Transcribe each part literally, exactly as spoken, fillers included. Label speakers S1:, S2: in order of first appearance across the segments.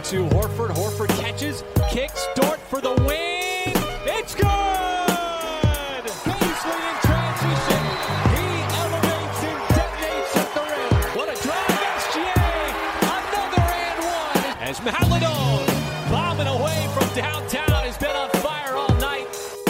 S1: to Horford. Horford catches, kicks, Dort for the win. It's good! Paisley in transition. He elevates and detonates at the rim. What a drive, S G A! Another and one. As Maladon bombing away from downtown has been on fire all night.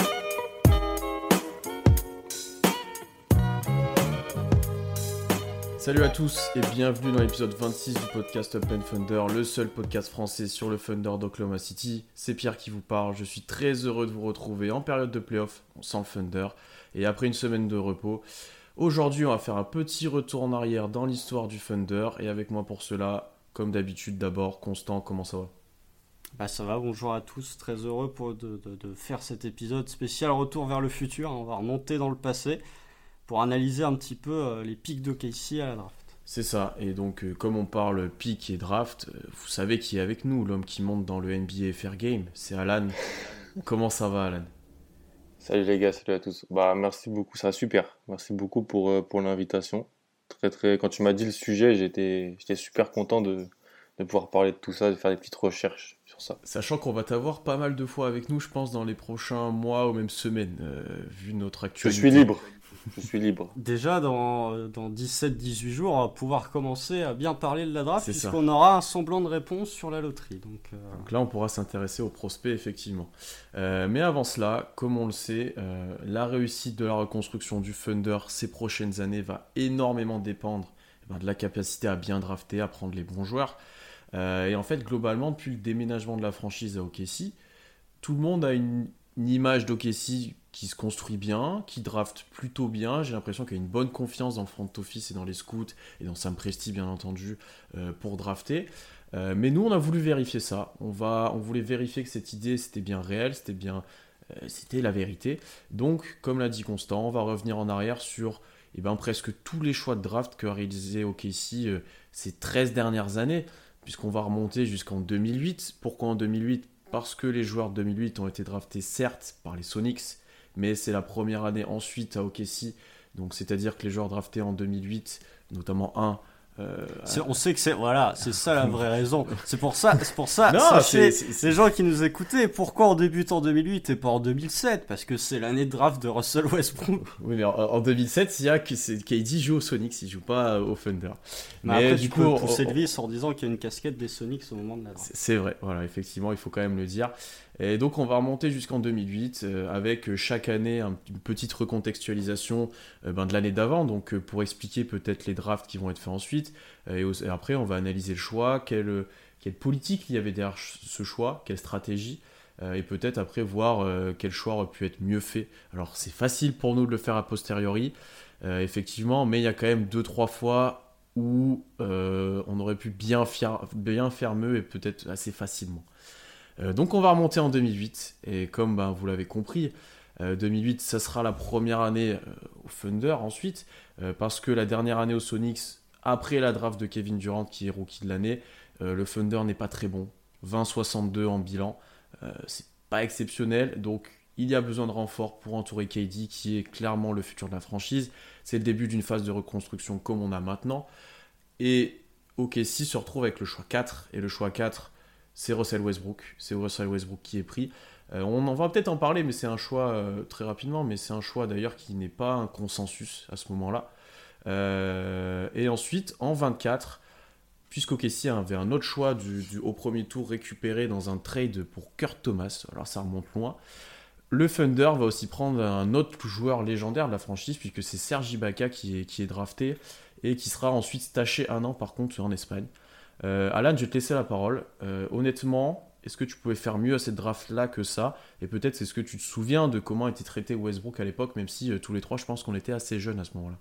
S2: Salut à tous et bienvenue dans l'épisode vingt-six du podcast Up and Thunder, le seul podcast français sur le Thunder d'Oklahoma City. C'est Pierre qui vous parle, je suis très heureux de vous retrouver en période de playoff sans le Thunder et après une semaine de repos. Aujourd'hui on va faire un petit retour en arrière dans l'histoire du Thunder et avec moi pour cela, comme d'habitude d'abord, Constant, comment ça va ?
S3: Bah ça va, bonjour à tous, très heureux pour de, de, de faire cet épisode spécial retour vers le futur, on va remonter dans le passé pour analyser un petit peu euh, les pics d'O K C à la draft.
S2: C'est ça, et donc euh, comme on parle pick et draft, euh, vous savez qui est avec nous, l'homme qui monte dans le N B A Fair Game, c'est Alan. Comment ça va Alan ?
S4: Salut les gars, salut à tous. Bah merci beaucoup, ça va super. Merci beaucoup pour, euh, pour l'invitation. Très très. Quand tu m'as dit le sujet, j'étais, j'étais super content de, de pouvoir parler de tout ça, de faire des petites recherches sur ça.
S2: Sachant qu'on va t'avoir pas mal de fois avec nous, je pense, dans les prochains mois ou même semaines, euh, vu notre
S4: Je
S2: actualité.
S4: suis libre. Je suis libre.
S3: Déjà dans, dans dix-sept dix-huit jours, on va pouvoir commencer à bien parler de la draft
S2: C'est ça.
S3: puisqu'on aura un semblant de réponse sur la loterie. Donc, euh...
S2: Donc là, on pourra s'intéresser aux prospects, effectivement. Euh, mais avant cela, comme on le sait, euh, la réussite de la reconstruction du Thunder ces prochaines années va énormément dépendre eh ben, de la capacité à bien drafter, à prendre les bons joueurs. Euh, et en fait, globalement, depuis le déménagement de la franchise à O K C, tout le monde a une, une image d'O K C qui se construit bien, qui draft plutôt bien. J'ai l'impression qu'il y a une bonne confiance dans le front office et dans les scouts, et dans Sam Presti, bien entendu, euh, pour drafter. Euh, mais nous, on a voulu vérifier ça. On, va, on voulait vérifier que cette idée, c'était bien réel, c'était bien, euh, c'était la vérité. Donc, comme l'a dit Constant, on va revenir en arrière sur eh ben, presque tous les choix de draft qu'a réalisé O K C euh, ces treize dernières années, puisqu'on va remonter jusqu'en deux mille huit. Pourquoi en deux mille huit ? Parce que les joueurs de deux mille huit ont été draftés, certes, par les Sonics, mais c'est la première année ensuite à O K C, donc c'est-à-dire que les joueurs draftés en deux mille huit, notamment un... Euh,
S3: c'est, on sait que c'est voilà, c'est ça la vraie raison. C'est pour ça, c'est pour ça.
S2: Non,
S3: sachez,
S2: c'est, c'est, c'est...
S3: les gens qui nous écoutaient, pourquoi on débute en deux mille huit et pas en deux mille sept ? Parce que c'est l'année de draft de Russell Westbrook.
S2: Oui, mais en, en deux mille sept, il y a que c'est, K D joue aux Sonics, il joue pas au Thunder.
S3: Mais, mais après, du coup, peux pousser on, le vice en disant qu'il y a une casquette des Sonics au moment de la draft.
S2: C'est, c'est vrai, voilà, effectivement, il faut quand même le dire. Et donc on va remonter jusqu'en deux mille huit euh, avec chaque année un, une petite recontextualisation euh, ben, de l'année d'avant, donc euh, pour expliquer peut-être les drafts qui vont être faits ensuite. Euh, et, au, et après on va analyser le choix, quelle, quelle politique il y avait derrière ce choix, quelle stratégie, euh, et peut-être après voir euh, quel choix aurait pu être mieux fait. Alors c'est facile pour nous de le faire a posteriori, euh, effectivement, mais il y a quand même deux trois fois où euh, on aurait pu bien, fier, bien faire mieux et peut-être assez facilement. Euh, donc on va remonter en deux mille huit, et comme ben, vous l'avez compris, euh, deux mille huit, ça sera la première année euh, au Thunder ensuite, euh, parce que la dernière année aux Sonics, après la draft de Kevin Durant qui est rookie de l'année, euh, le Thunder n'est pas très bon, vingt soixante-deux en bilan, euh, c'est pas exceptionnel, donc il y a besoin de renfort pour entourer K D qui est clairement le futur de la franchise. C'est le début d'une phase de reconstruction comme on a maintenant, et O K C se retrouve avec le choix quatre, et le choix quatre, c'est Russell Westbrook, c'est Russell Westbrook qui est pris. Euh, on en va peut-être en parler, mais c'est un choix euh, très rapidement, mais c'est un choix d'ailleurs qui n'est pas un consensus à ce moment-là. Euh, et ensuite, en vingt-quatre, puisqu'O K C avait un autre choix du, du, au premier tour récupéré dans un trade pour Kurt Thomas, alors ça remonte loin, le Thunder va aussi prendre un autre joueur légendaire de la franchise, puisque c'est Serge Ibaka qui est, qui est drafté, et qui sera ensuite staché un an par contre en Espagne. Euh, Alan, je vais te laisser la parole. Euh, honnêtement, est-ce que tu pouvais faire mieux à cette draft-là que ça ? Et peut-être, est-ce que tu te souviens de comment était traité Westbrook à l'époque, même si euh, tous les trois, je pense qu'on était assez jeunes à ce moment-là.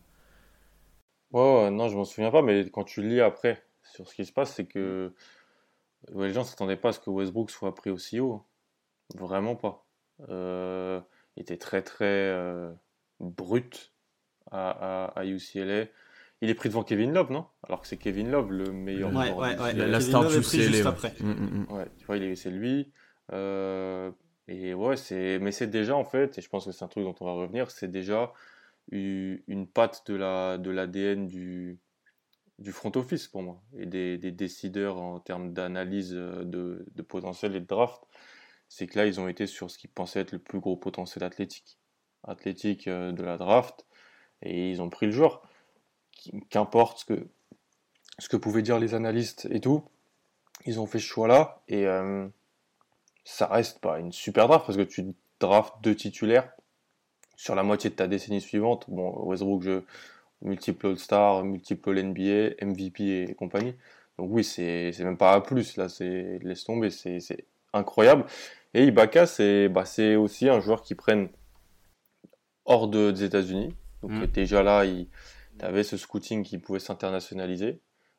S4: Ouais, ouais, non, je m'en souviens pas, mais quand tu lis après sur ce qui se passe, c'est que ouais, les gens ne s'attendaient pas à ce que Westbrook soit pris aussi haut. Vraiment pas. Euh, il était très très euh, brut à, à, à U C L A. Il est pris devant Kevin Love, non ? Alors que c'est Kevin Love le meilleur
S3: ouais,
S4: joueur.
S3: Ouais, ouais,
S2: la,
S3: la
S2: la star de U C L A.
S3: Juste
S2: ouais.
S3: après.
S2: Mmh, mmh.
S4: Ouais, tu vois, il est, c'est lui. Euh, et ouais, c'est, mais c'est déjà en fait, et je pense que c'est un truc dont on va revenir, c'est déjà une, une patte de la, de l'A D N du, du front office pour moi et des, des décideurs en termes d'analyse de, de potentiel et de draft. C'est que là, ils ont été sur ce qu'ils pensaient être le plus gros potentiel athlétique, athlétique euh, de la draft, et ils ont pris le joueur. Qu'importe ce que, ce que pouvaient dire les analystes et tout, ils ont fait ce choix-là, et euh, ça reste pas une super draft, parce que tu draftes deux titulaires sur la moitié de ta décennie suivante. Bon, Westbrook, je, multiple All-Star, multiple N B A, M V P et compagnie. Donc oui, c'est, c'est même pas A plus, là, c'est, laisse tomber, c'est, c'est incroyable. Et Ibaka, c'est, bah, c'est aussi un joueur qui prenne hors de, des États-Unis. Donc mmh. déjà là, il avait ce scouting qui pouvait s'internationaliser.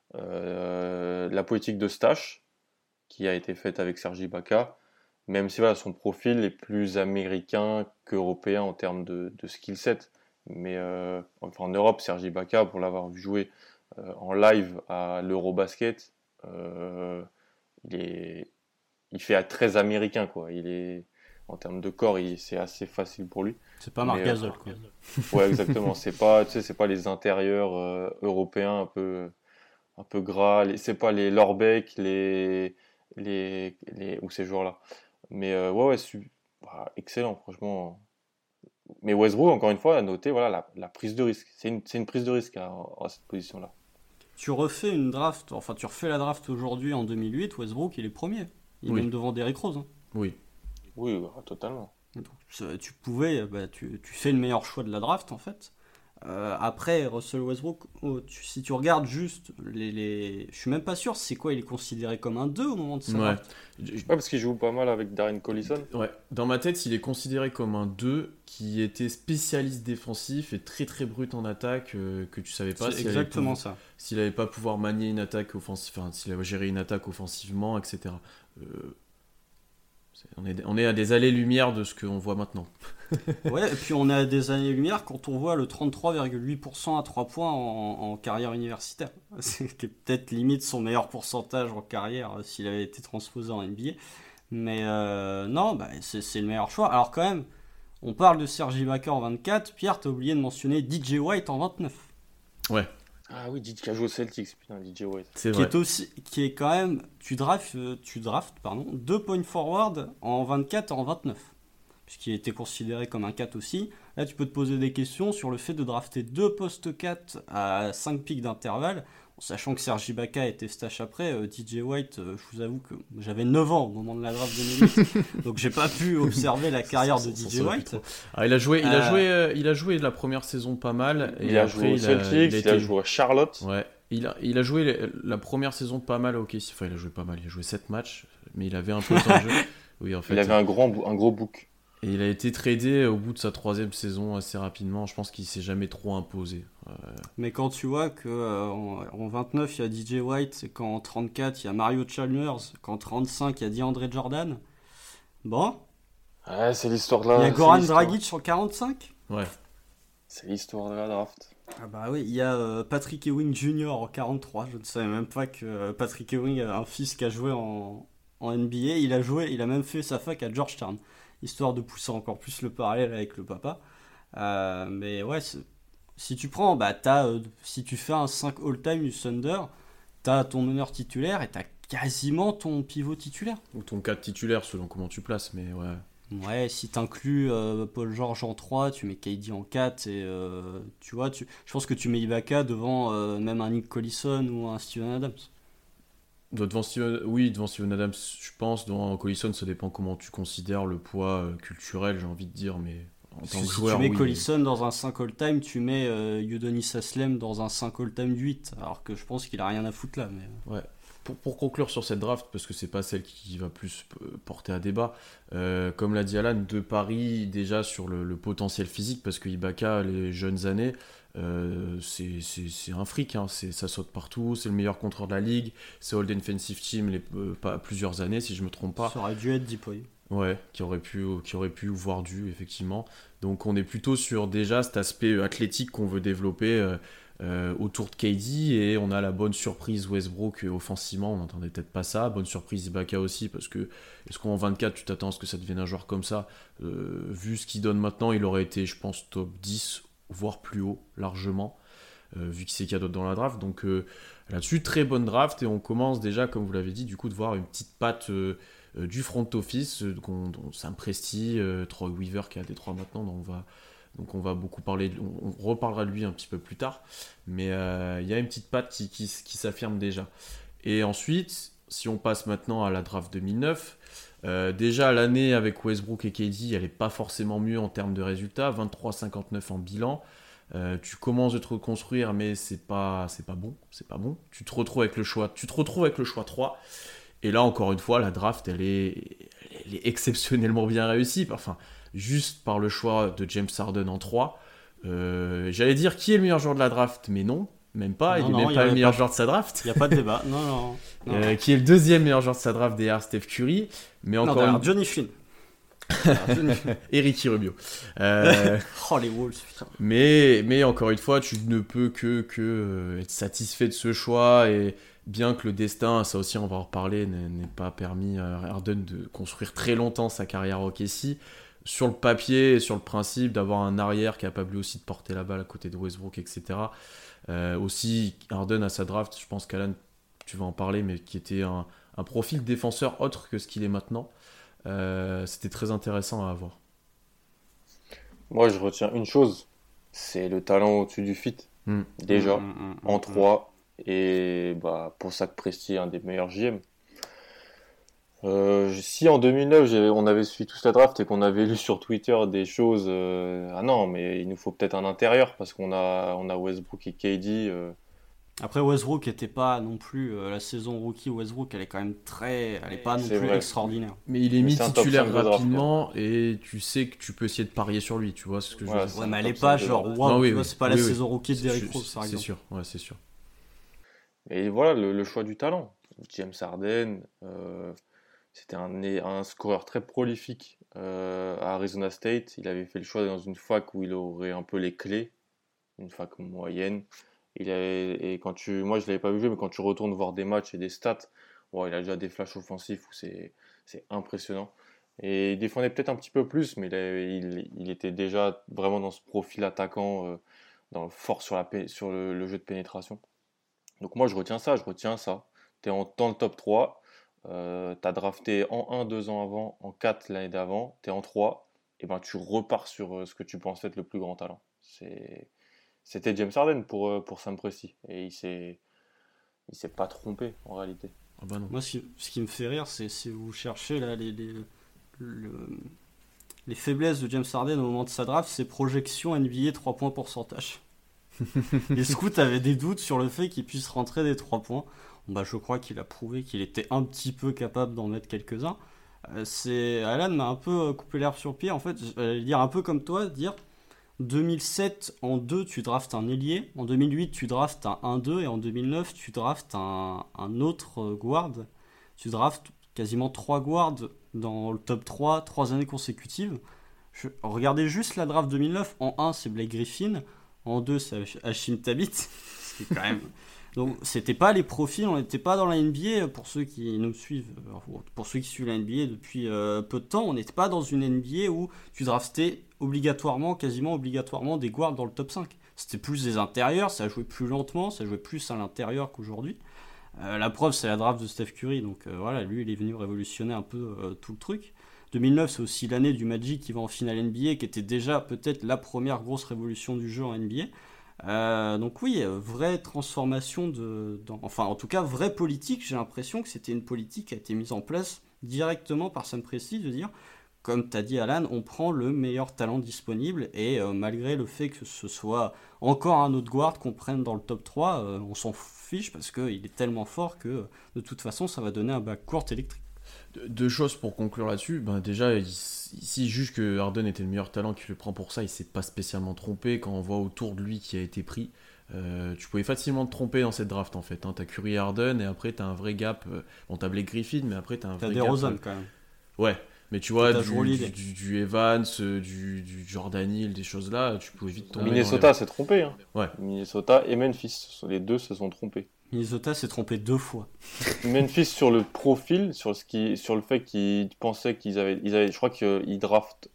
S4: Euh, la politique de Stash, qui a été faite avec Serge Ibaka, même si voilà, son profil est plus américain qu'européen en termes de, de skill set. Mais euh, enfin, en Europe, Serge Ibaka, pour l'avoir vu jouer euh, en live à l'Eurobasket, euh, il est, il fait très américain, quoi. Il est, en termes de corps, il, c'est assez facile pour lui.
S3: C'est pas Marc Gasol, quoi.
S4: Ouais, exactement. C'est pas, tu sais, c'est pas les intérieurs euh, européens un peu, un peu gras. Les, c'est pas les Lorbeck, les, les, les, ou ces joueurs-là. Mais euh, ouais, ouais, su, bah, excellent, franchement. Mais Westbrook, encore une fois, a noté voilà, la, la prise de risque. C'est une, c'est une prise de risque à, à cette position-là.
S3: Tu refais une draft, enfin tu refais la draft aujourd'hui en deux mille huit, Westbrook il est premier. Il
S2: oui.
S3: est même devant Derrick Rose. Hein.
S2: Oui.
S4: Oui, bah, totalement.
S3: Donc, tu pouvais, bah, tu, tu fais le meilleur choix de la draft en fait. Euh, après, Russell Westbrook, oh, tu, si tu regardes juste les, les... Je suis même pas sûr, c'est quoi, il est considéré comme un deux au moment de sa
S2: ouais.
S3: draft.
S4: Ouais, parce qu'il joue pas mal avec Darren Collison.
S2: Ouais. Dans ma tête, il est considéré comme un deux qui était spécialiste défensif et très très brut en attaque, euh, que tu savais pas
S3: c'est
S2: s'il
S3: exactement
S2: allait
S3: ça.
S2: S'il n'allait pas pouvoir manier une attaque offensive, enfin s'il allait gérer une attaque offensivement, et cetera. Euh... On est, on est à des allées-lumière de ce qu'on voit maintenant.
S3: Ouais, et puis on est à des années-lumière quand on voit le trente-trois virgule huit pour cent à trois points en, en carrière universitaire. C'était peut-être limite son meilleur pourcentage en carrière s'il avait été transposé en N B A. Mais euh, non, bah, c'est, c'est le meilleur choix. Alors quand même, on parle de Serge Ibaka en vingt-quatre. Pierre, t'as oublié de mentionner D J White en vingt-neuf.
S2: Ouais.
S4: Ah oui, qui a joué au Celtics, putain, D J White.
S2: C'est
S3: qui
S2: vrai.
S3: Est aussi, qui est quand même, tu drafts, tu drafts pardon, deux point forward en vingt-quatre et en vingt-neuf, puisqu'il était considéré comme un quatre aussi. Là, tu peux te poser des questions sur le fait de drafter deux postes quatre à cinq pics d'intervalle, en sachant que Serge Ibaka était stash après. euh, D J White, euh, je vous avoue que j'avais neuf ans au moment de la draft deux mille huit, donc j'ai pas pu observer la carrière de D J White.
S2: Ah, il a joué, il a
S3: Euh,
S2: joué, euh, il a joué la première saison pas mal. Et
S4: Il a
S2: après,
S4: joué au
S2: il
S4: Celtics,
S2: a, il a,
S4: il
S2: été...
S4: a joué à Charlotte.
S2: Ouais. Il a, il a joué la première saison pas mal au O K C. Enfin, il a joué pas mal. Il a joué sept matchs, mais il avait un peu de temps de jeu. Oui, en fait.
S4: Il avait un, grand, un gros book.
S2: Et il a été tradé au bout de sa troisième saison assez rapidement. Je pense qu'il s'est jamais trop imposé. Euh...
S3: Mais quand tu vois qu'en euh, en vingt-neuf, il y a D J White, et qu'en trente-quatre, il y a Mario Chalmers, qu'en trente-cinq, il y a DeAndre Jordan, bon.
S4: Ouais, c'est l'histoire de la...
S3: Il y a Goran Dragic en quarante-cinq.
S2: Ouais.
S4: C'est l'histoire de la draft.
S3: Ah bah oui, il y a euh, Patrick Ewing junior en quarante-trois. Je ne savais même pas que euh, Patrick Ewing a un fils qui a joué en, en N B A. Il a joué, il a même fait sa fac à Georgetown, histoire de pousser encore plus le parallèle avec le papa. Euh, mais ouais, c'est... si tu prends, bah t'as, euh, si tu fais un cinq all-time du Thunder, t'as ton meneur titulaire et t'as quasiment ton pivot titulaire.
S2: Ou ton quatre titulaire selon comment tu places, mais ouais.
S3: Ouais, si t'inclus euh, Paul George en trois, tu mets K D en quatre et euh, tu vois, tu... je pense que tu mets Ibaka devant euh, même un Nick Collison ou un Steven Adams.
S2: Devant Steven... Oui, devant Steven Adams, je pense. Devant Collison, ça dépend comment tu considères le poids euh, culturel, j'ai envie de dire, mais en tant que
S3: si
S2: joueur,
S3: tu mets
S2: oui,
S3: Collison mais... dans un cinq all-time, tu mets euh, Udonis Haslem dans un cinq all-time du huit, alors que je pense qu'il a rien à foutre là. Mais...
S2: Ouais. Pour, pour conclure sur cette draft, parce que c'est pas celle qui va plus porter à débat, euh, comme l'a dit Alan, deux paris déjà sur le, le potentiel physique, parce que Ibaka, les jeunes années, euh, c'est, c'est, c'est un fric, hein, c'est, ça saute partout, c'est le meilleur contreur de la ligue, c'est All Defensive Team les, euh, pas, plusieurs années, si je me trompe pas.
S3: Ça aurait dû être Deepoy.
S2: Ouais, qui aurait pu, qui aurait pu voire dû, effectivement. Donc on est plutôt sur déjà cet aspect athlétique qu'on veut développer euh, Euh, autour de K D, et on a la bonne surprise Westbrook euh, offensivement, on n'entendait peut-être pas ça, bonne surprise Ibaka aussi, parce que est-ce qu'en vingt-quatre tu t'attends à ce que ça devienne un joueur comme ça, euh, vu ce qu'il donne maintenant, il aurait été je pense top dix, voire plus haut largement, euh, vu qu'il sait qu'il y a d'autres dans la draft, donc euh, là-dessus. Très bonne draft et on commence déjà, comme vous l'avez dit, du coup, de voir une petite patte euh, euh, du front office, euh, dont, dont Sam Presti, euh, Troy Weaver qui est à Détroit maintenant, donc on va, donc on va beaucoup parler, de, on, on reparlera de lui un petit peu plus tard, mais il euh, y a une petite patte qui, qui, qui s'affirme déjà. Et ensuite, si on passe maintenant à la draft deux mille neuf, euh, déjà l'année avec Westbrook et K D, elle n'est pas forcément mieux en termes de résultats, vingt-trois cinquante-neuf en bilan. Euh, tu commences de te reconstruire, mais c'est pas, c'est pas bon, c'est pas bon. Tu te retrouves avec le choix, tu te retrouves avec le choix trois. Et là, encore une fois, la draft, elle est, elle est exceptionnellement bien réussie. Enfin, juste par le choix de James Harden en trois. Euh, j'allais dire qui est le meilleur joueur de la draft, mais non, même pas.
S3: Non,
S2: il est
S3: non,
S2: même pas le meilleur
S3: pas...
S2: joueur de sa draft.
S3: Il n'y a pas de débat. Non, non. non.
S2: Euh, qui est le deuxième meilleur joueur de sa draft derrière Steph Curry. Mais encore
S3: non,
S2: une...
S3: Johnny Flynn.
S2: et Ricky Rubio. Euh,
S3: oh les Wolves, putain.
S2: Mais, mais encore une fois, tu ne peux que, que euh, être satisfait de ce choix. Et bien que le destin, ça aussi on va en reparler, n'ait pas permis à Harden de construire très longtemps sa carrière au O K C, sur le papier et sur le principe d'avoir un arrière capable lui aussi de porter la balle à côté de Westbrook, et cetera. Euh, aussi, Harden à sa draft, je pense qu'Alan, tu vas en parler, mais qui était un, un profil défenseur autre que ce qu'il est maintenant. Euh, c'était très intéressant à avoir.
S4: Moi, je retiens une chose, c'est le talent au-dessus du fit.
S2: Mm.
S4: Déjà,
S3: mm, mm, mm,
S4: en
S3: mm.
S4: trois, et bah, pour ça que Presti est un des meilleurs J M. Euh, si en deux mille neuf, j'avais, on avait suivi tous la draft et qu'on avait lu sur Twitter des choses, euh, ah non, mais il nous faut peut-être un intérieur parce qu'on a, on a Westbrook et K D. Euh,
S3: Après, Westbrook n'était pas non plus euh, la saison rookie. Westbrook, elle est quand même très, elle est pas non
S4: C'est
S3: plus
S4: vrai.
S3: extraordinaire.
S2: Mais il est
S4: Mais
S2: mis
S4: c'est un top
S2: titulaire
S4: cinq de draft,
S2: rapidement et tu sais que tu peux essayer de parier sur lui, tu vois ce que je veux
S4: Ouais,
S2: dire.
S4: c'est
S3: Ouais,
S4: un
S3: mais elle
S4: top
S3: est pas
S4: cinq de
S3: genre
S4: draft.
S3: waouh,
S2: Non, oui,
S3: tu vois,
S2: oui.
S3: c'est pas la
S2: Oui, oui.
S3: saison rookie de
S2: C'est
S3: Derrick
S2: sûr,
S3: Rose, par
S2: c'est
S3: exemple.
S2: sûr, ouais, c'est sûr.
S4: Et voilà, le, le choix du talent. James Harden, euh, c'était un, un scoreur très prolifique euh, à Arizona State. Il avait fait le choix dans une fac où il aurait un peu les clés, une fac moyenne. Il avait, et quand tu, moi je l'avais pas vu jouer, mais quand tu retournes voir des matchs et des stats, bon, il a déjà des flashs offensifs où c'est, c'est impressionnant. Et il défendait peut-être un petit peu plus, mais il, avait, il, il était déjà vraiment dans ce profil attaquant, euh, dans, fort sur, la, sur le, le jeu de pénétration. Donc moi je retiens ça, je retiens ça. Tu es dans le top trois, euh, tu as drafté en un deux ans avant, en quatre l'année d'avant, tu es en trois, et ben tu repars sur euh, ce que tu penses être le plus grand talent. C'est... C'était James Harden pour, euh, pour Sam Presti, et il s'est, il s'est pas trompé en réalité.
S2: Ah bah non.
S3: Moi, ce qui, ce qui me fait rire, c'est si vous cherchez là, les, les, le- les faiblesses de James Harden au moment de sa draft, ses projections N B A trois points pourcentage. Les scouts avaient des doutes sur le fait qu'il puisse rentrer des trois points. Bon, bah, je crois qu'il a prouvé qu'il était un petit peu capable d'en mettre quelques-uns. Euh, c'est... Alan m'a un peu euh, coupé l'herbe sur le pied. En fait, j'allais dire un peu comme toi, dire deux mille sept, en deux, tu draftes un ailier. En deux mille huit, tu draftes un un deux. Et en deux mille neuf, tu draftes un, un autre euh, guard. Tu draftes quasiment trois guards dans le top trois, trois années consécutives. Je... Regardez juste la draft deux mille neuf. En un, c'est Blake Griffin. En deux, c'est Hashim Thabit. Ce qui est quand même... Donc, c'était pas les profils, on n'était pas dans la N B A, pour ceux qui nous suivent, pour ceux qui suivent la N B A depuis euh, peu de temps, on n'était pas dans une N B A où tu draftais obligatoirement, quasiment obligatoirement, des guards dans le top cinq. C'était plus des intérieurs, ça jouait plus lentement, ça jouait plus à l'intérieur qu'aujourd'hui. Euh, la preuve, c'est la draft de Steph Curry, donc euh, voilà, lui, il est venu révolutionner un peu euh, tout le truc. deux mille neuf, c'est aussi l'année du Magic qui va en finale N B A, qui était déjà peut-être la première grosse révolution du jeu en N B A. Euh, donc oui, euh, vraie transformation de, dans, enfin en tout cas vraie politique. J'ai l'impression que c'était une politique qui a été mise en place directement par Sam Presti, de dire, comme t'as dit Alan, on prend le meilleur talent disponible et euh, malgré le fait que ce soit encore un autre guard qu'on prenne dans le top trois, euh, on s'en fiche parce qu'il est tellement fort que de toute façon ça va donner un backcourt électrique.
S2: Deux choses pour conclure là-dessus. Ben déjà, s'il juge que Harden était le meilleur talent, qu'il le prend pour ça, il s'est pas spécialement trompé. Quand on voit autour de lui qui a été pris, euh, tu pouvais facilement te tromper dans cette draft en fait. Hein. T'as Curry et Harden et après t'as un vrai gap. Euh, bon, t'as Blake Griffin, mais après t'as un
S3: T'as
S2: vrai
S3: des
S2: gap.
S3: Rosen quand même.
S2: Ouais, mais tu vois,
S3: T'as
S2: du,
S3: Drew
S2: du,
S3: Holiday.
S2: du, du Evans, euh, du, du Jordan Hill, des choses là, tu pouvais vite tomber.
S4: Minnesota s'est trompé. Hein.
S2: Ouais.
S4: Minnesota et Memphis, les deux se sont trompés.
S3: Minnesota s'est trompé deux fois.
S4: Memphis sur le profil, sur, ce qui, sur le fait qu'ils pensaient qu'ils avaient, ils avaient... Je crois qu'ils draftent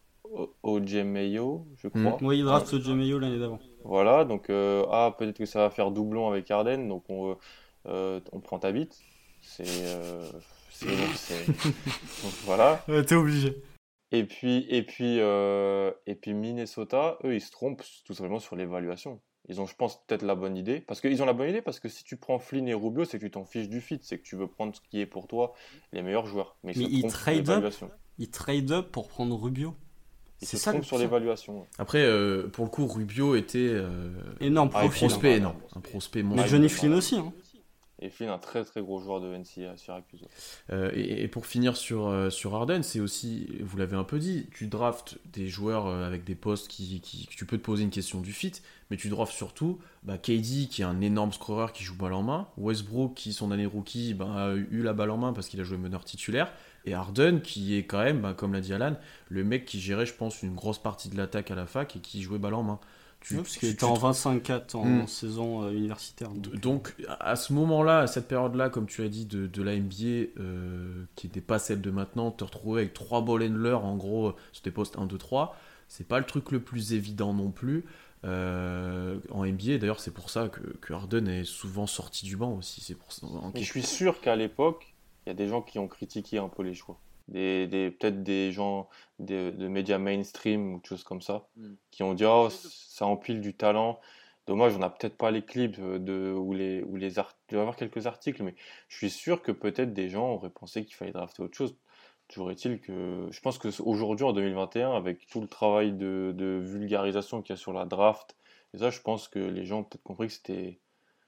S4: O J Mayo, je crois.
S3: Oui, il draft J. Mayo l'année d'avant.
S4: Voilà, donc euh, ah, peut-être que ça va faire doublon avec Harden. Donc on, euh, on prend ta bite. C'est, euh, c'est, c'est... Donc voilà.
S3: Ouais, t'es obligé.
S4: Et puis, et puis, euh, et puis Minnesota, eux, ils se trompent tout simplement sur l'évaluation. Ils ont, je pense, peut-être la bonne idée. Parce qu'ils ont la bonne idée, parce que si tu prends Flynn et Rubio, c'est que tu t'en fiches du fit. C'est que tu veux prendre ce qui est pour toi les meilleurs joueurs. Mais ils
S3: Mais
S4: se
S3: ils
S4: trompent sur
S3: trade up.
S4: l'évaluation.
S3: Il trade up pour prendre Rubio.
S4: Ils
S3: C'est
S4: se
S3: ça le
S4: trompent sur
S3: pire.
S4: l'évaluation.
S2: Après, euh, pour le coup, Rubio était euh,
S3: Énorme
S4: Ah,
S2: un
S3: profil. hein.
S2: prospect énorme. Un prospect
S3: Mais
S2: monstre.
S3: Johnny
S4: Ouais,
S3: Flynn
S4: ouais.
S3: aussi. Hein.
S4: Et Flynn, un très très gros joueur de N C A à Syracuse.
S2: Euh, et, et pour finir sur, euh, sur Harden, c'est aussi, vous l'avez un peu dit, tu draftes des joueurs euh, avec des postes qui, qui, que tu peux te poser une question du fit, mais tu draftes surtout bah, K D qui est un énorme scoreur qui joue balle en main, Westbrook qui son année rookie bah, a eu la balle en main parce qu'il a joué meneur titulaire, et Harden qui est quand même, bah, comme l'a dit Alan, le mec qui gérait je pense une grosse partie de l'attaque à la fac et qui jouait balle en main. Tu,
S3: Ouais, parce
S2: tu-
S3: qu'il
S2: tu
S3: était en
S2: te-
S3: vingt-cinq quatre en
S2: Hmm.
S3: saison euh, universitaire.
S2: D-
S3: donc.
S2: Donc, à ce moment-là, à cette période-là, comme tu as dit, de, de la N B A, euh, qui n'était pas celle de maintenant, te retrouver avec trois ball handlers, en gros, sur tes postes un, deux, trois, c'est pas le truc le plus évident non plus. Euh, en N B A, d'ailleurs, c'est pour ça que, que Harden est souvent sorti du banc aussi. C'est pour ça, en
S4: Mais je suis sûr qu'à l'époque, il y a des gens qui ont critiqué un peu les choix. Des, des, peut-être des gens de, de médias mainstream ou des choses comme ça,
S2: Mm.
S4: qui ont dit oh, ça empile du talent. Dommage, on n'a peut-être pas les clips de, ou les, ou les art- il doit y avoir quelques articles, mais je suis sûr que peut-être des gens auraient pensé qu'il fallait drafter autre chose. Toujours est-il que je pense qu'aujourd'hui, en deux mille vingt et un, avec tout le travail de, de vulgarisation qu'il y a sur la draft, et ça, je pense que les gens ont peut-être compris que c'était.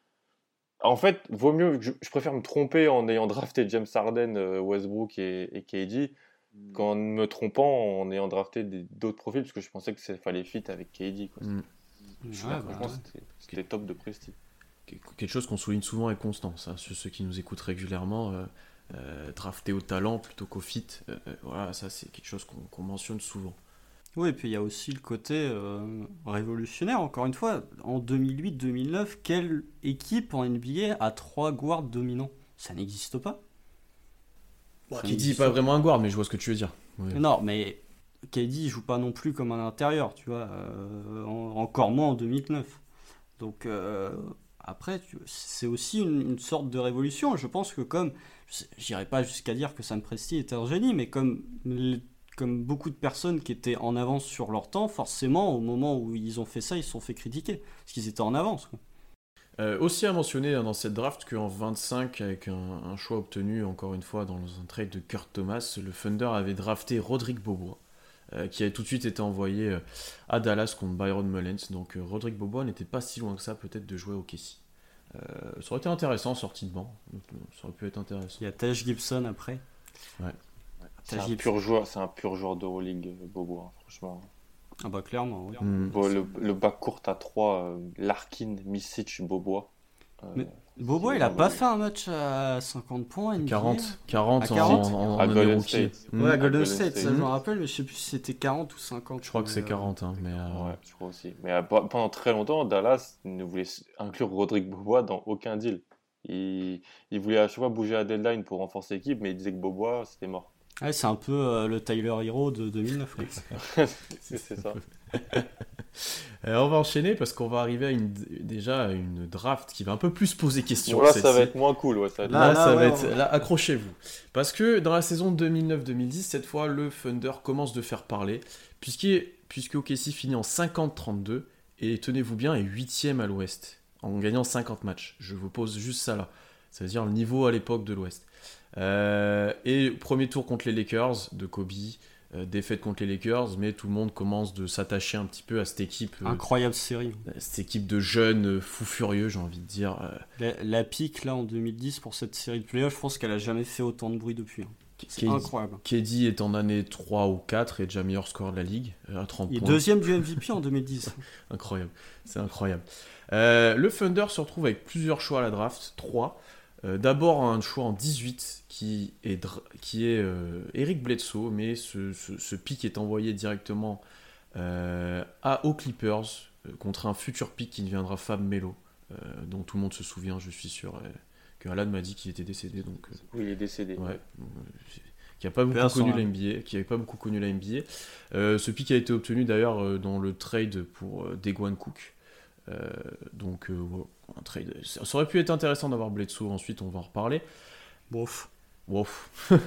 S4: En fait, vaut mieux, je, je préfère me tromper en ayant drafté James Harden, euh, Westbrook et, et K D qu'en me trompant en ayant drafté des- d'autres profils parce que je pensais que ça fallait fit avec K D. Quoi.
S2: Mm.
S3: Ouais,
S2: suis
S3: bah,
S2: d'accord.
S4: Franchement, c'était- c'était top de prestige.
S2: Quelque chose qu'on souligne souvent et constant, ça, ceux ceux qui nous écoutent régulièrement, euh, euh, drafter au talent plutôt qu'au fit, euh, euh, voilà, ça c'est quelque chose qu'on qu'on mentionne souvent.
S3: Oui, et puis il y a aussi le côté euh, révolutionnaire. Encore une fois, en deux mille huit deux mille neuf, quelle équipe en N B A a trois guards dominants? Ça n'existe pas. Ça
S2: K D
S3: n'existe
S2: pas vraiment un guard, mais je vois ce que tu veux dire. Ouais.
S3: Non, mais K D il joue pas non plus comme un intérieur, tu vois. euh, en- encore moins en deux mille neuf. Donc euh, après, tu- c'est aussi une, une sorte de révolution. Je pense que comme, je sais- j'irai pas jusqu'à dire que Sam Presti était un génie, mais comme les- comme beaucoup de personnes qui étaient en avance sur leur temps, forcément, au moment où ils ont fait ça, ils se sont fait critiquer. Parce qu'ils étaient en avance. Quoi.
S2: Euh, aussi à mentionner hein, dans cette draft qu'en vingt-cinq, avec un, un choix obtenu encore une fois dans un trade de Kurt Thomas, le Thunder avait drafté Roderick Bobois, euh, qui avait tout de suite été envoyé euh, à Dallas contre Byron Mullens. Donc euh, Roderick Bobois n'était pas si loin que ça peut-être de jouer au K C. Euh, ça aurait été intéressant sorti de banc, ça aurait pu être intéressant.
S3: Il y a Taj Gibson après.
S2: Ouais.
S4: C'est
S3: Taj
S4: un
S3: Gibson.
S4: pur joueur, c'est un pur joueur d'Euroleague, euh, Bobo, hein, franchement.
S3: Ah bah clairement, oui.
S2: Mm.
S4: Bon, le, le bac court à trois, Larkin, Misic, Bobois. Euh,
S3: Mais Bobo, il a pas fait un match à cinquante points N B A.
S2: quarante, quarante,
S3: À
S2: en,
S3: quarante
S2: en, en
S4: À
S2: année
S4: Golden
S2: rookie.
S4: State.
S2: Mm.
S3: Ouais, à
S4: à
S3: Golden
S4: Golden
S3: State,
S4: State.
S3: ça je me rappelle, mais je sais plus si c'était quarante ou cinquante.
S2: Je crois que
S3: mais,
S2: c'est
S3: euh,
S2: quarante, hein, mais euh,
S4: Ouais, je crois aussi. Mais euh, pe- pendant très longtemps, Dallas ne voulait s- inclure Roderick Bobois dans aucun deal. Il, il voulait à chaque fois bouger à deadline pour renforcer l'équipe, mais il disait que Bobois, c'était mort.
S3: Ouais, c'est un peu euh, le Tyler Hero de deux mille neuf. quoi.
S4: c'est c'est ça.
S2: Euh, on va enchaîner parce qu'on va arriver à une, déjà à une draft qui va un peu plus poser question.
S4: Bon, là, ça
S2: celle-ci.
S4: va être moins cool. Ouais, ça va être-
S2: Là,
S3: Là,
S2: ça
S3: là,
S2: va
S3: ouais,
S2: être.
S3: on-
S2: Là, accrochez-vous. Parce que dans la saison deux mille neuf deux mille dix, cette fois, le Thunder commence de faire parler. Puisqu'il- Puisque O K C finit en cinquante trente-deux et tenez-vous bien, est huitième à l'Ouest en gagnant cinquante matchs. Je vous pose juste ça là. C'est-à-dire le niveau à l'époque de l'Ouest. Euh, et premier tour contre les Lakers de Kobe. euh, défaite contre les Lakers, mais tout le monde commence de s'attacher un petit peu à cette équipe. euh,
S3: Incroyable série.
S2: cette équipe de jeunes euh, fous furieux, j'ai envie de dire. euh,
S3: La, la pique là en deux mille dix pour cette série de playoffs, je pense qu'elle a jamais fait autant de bruit depuis. hein. C'est
S2: K D
S3: incroyable.
S2: K D est en année trois ou quatre et déjà meilleur score de la ligue, euh, à trente
S3: Il est
S2: points.
S3: deuxième du M V P en deux mille dix.
S2: Incroyable, c'est incroyable. Euh, le Thunder se retrouve avec plusieurs choix à la draft, trois. Euh, d'abord un choix en dix-huit qui est, dra- qui est euh, Eric Bledsoe, mais ce, ce, ce pick est envoyé directement euh, à, aux Clippers euh, contre un futur pick qui deviendra Fab Melo, euh, dont tout le monde se souvient, je suis sûr, euh, que Alan m'a dit qu'il était décédé, donc... euh,
S4: Oui, il est décédé.
S2: Ouais, euh, qui n'a pas beaucoup
S3: Personne,
S2: connu
S3: hein.
S2: la N B A, qui n'avait pas beaucoup connu la N B A. Euh, ce pick a été obtenu d'ailleurs euh, dans le trade pour euh, Daequan Cook, Euh, donc, euh, ouais, un trade. Ça aurait pu être intéressant d'avoir Bledsoe, ensuite on va en reparler.
S3: Bof.
S2: Wouf.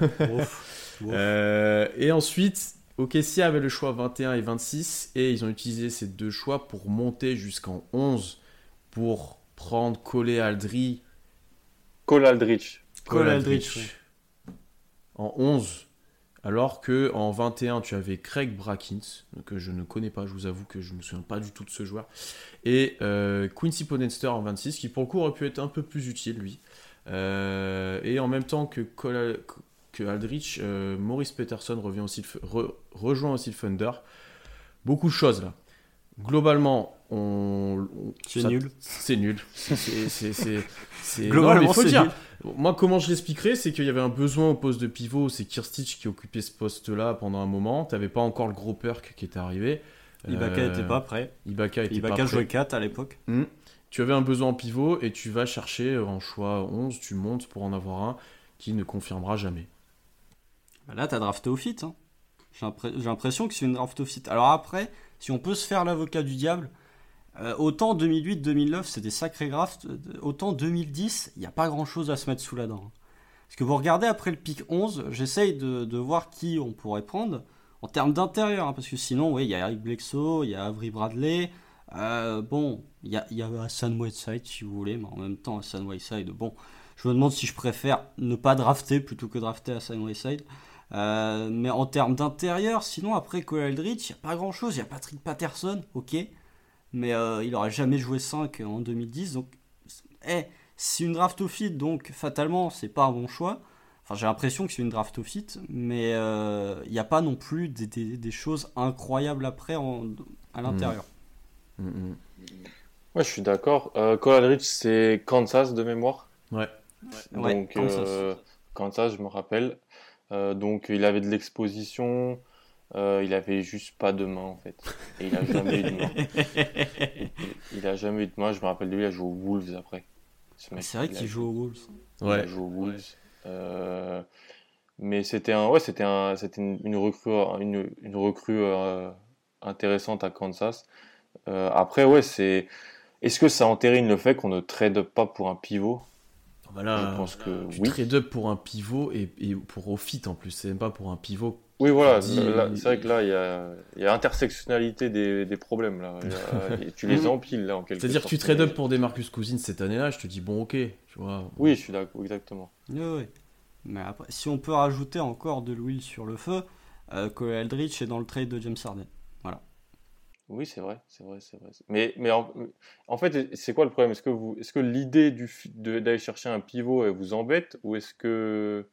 S3: Bof. Bof.
S2: Euh, et ensuite, O K C avait le choix vingt et un et vingt-six, et ils ont utilisé ces deux choix pour monter jusqu'en onze, pour prendre Cole Aldrich.
S4: Cole Aldrich.
S3: Cole Aldrich, ouais.
S2: En onze, alors que en vingt et un, tu avais Craig Brackins, que je ne connais pas, je vous avoue que je ne me souviens pas du tout de ce joueur, et euh, Quincy Podenster en vingt-six, qui pour le coup aurait pu être un peu plus utile, lui. Euh, et en même temps que, Cole, que Aldrich, euh, Maurice Peterson revient aussi le, re, rejoint aussi le Thunder. Beaucoup de choses là. Globalement, on, on
S3: c'est,
S2: ça,
S3: nul.
S2: c'est nul. C'est nul. C'est, c'est, c'est...
S3: Globalement,
S2: non, mais faut
S3: c'est
S2: dire.
S3: nul.
S2: Moi, comment je l'expliquerais, c'est qu'il y avait un besoin au poste de pivot. C'est Kirstich qui occupait ce poste-là pendant un moment. T'avais pas encore le gros Perk qui était arrivé.
S3: Ibaka
S2: euh,
S3: était pas prêt.
S2: Ibaka était
S3: Ibaka
S2: pas prêt.
S3: jouait quatre à l'époque.
S2: Mmh. Tu avais un besoin en pivot et tu vas chercher en choix onze, tu montes pour en avoir un qui ne confirmera jamais.
S3: Là, t'as drafté au fit. Hein. J'ai, impré- j'ai l'impression que c'est une draft au fit. Alors après, si on peut se faire l'avocat du diable, euh, autant deux mille huit deux mille neuf, c'est des sacrés drafts, autant deux mille dix, il n'y a pas grand-chose à se mettre sous la dent. Parce que vous regardez après le pick onze, j'essaye de, de voir qui on pourrait prendre en termes d'intérieur. Hein, parce que sinon, oui, il y a Eric Bledsoe, il y a Avery Bradley... Euh, bon, il y a, y a Hassan Whiteside si vous voulez, mais en même temps Hassan Whiteside, bon, je me demande si je préfère ne pas drafter plutôt que drafter Hassan Whiteside. Euh, mais en termes d'intérieur, sinon après Cole Aldrich, il n'y a pas grand chose. Il y a Patrick Patterson, ok, mais euh, il n'aurait jamais joué cinq en deux mille dix, donc hey, c'est une draft au fit, donc fatalement c'est pas un bon choix. Enfin, j'ai l'impression que c'est une draft au fit, mais il euh, n'y a pas non plus des, des, des choses incroyables après en, à l'intérieur. Mmh.
S2: Mmh.
S4: Ouais, je suis d'accord. Euh, Cole Aldrich, c'est Kansas de mémoire.
S2: Ouais.
S4: Donc,
S3: ouais, Kansas.
S4: Euh, Kansas, je me rappelle. Euh, donc, il avait de l'exposition. Euh, il avait juste pas de main, en fait. Et il a jamais eu de main. il, il a jamais eu de main. Je me rappelle de lui, il a joué aux Wolves après.
S3: Mec, c'est vrai qu'il joue aux Wolves.
S4: Il ouais. a joué aux Wolves. Euh, mais c'était un, ouais, c'était un, c'était une, une recrue, une, une recrue euh, intéressante à Kansas. Euh, après, ouais, c'est. Est-ce que ça entérine le fait qu'on ne trade pas pour un pivot ?
S2: Voilà,
S4: je pense que
S2: tu
S4: oui.
S2: trade up pour un pivot et, et pour au fit en plus, c'est même pas pour un pivot.
S4: Oui, voilà,
S2: dit...
S4: là, c'est vrai que là, il y a, il y a intersectionnalité des, des problèmes. Là. A, tu les empiles là en quelque sorte.
S2: C'est-à-dire que tu trade up pour des Marcus Cousins cette année-là, je te dis bon, ok, tu vois.
S4: Oui, je suis d'accord, exactement.
S3: Oui, oui. Mais après, si on peut rajouter encore de l'huile sur le feu, euh, Cole Aldrich est dans le trade de James Harden. Voilà.
S4: Oui, c'est vrai, c'est vrai, c'est vrai. Mais, mais en, en fait, c'est quoi le problème ? Est-ce que, vous, est-ce que l'idée du, de, d'aller chercher un pivot elle vous embête ou est-ce que,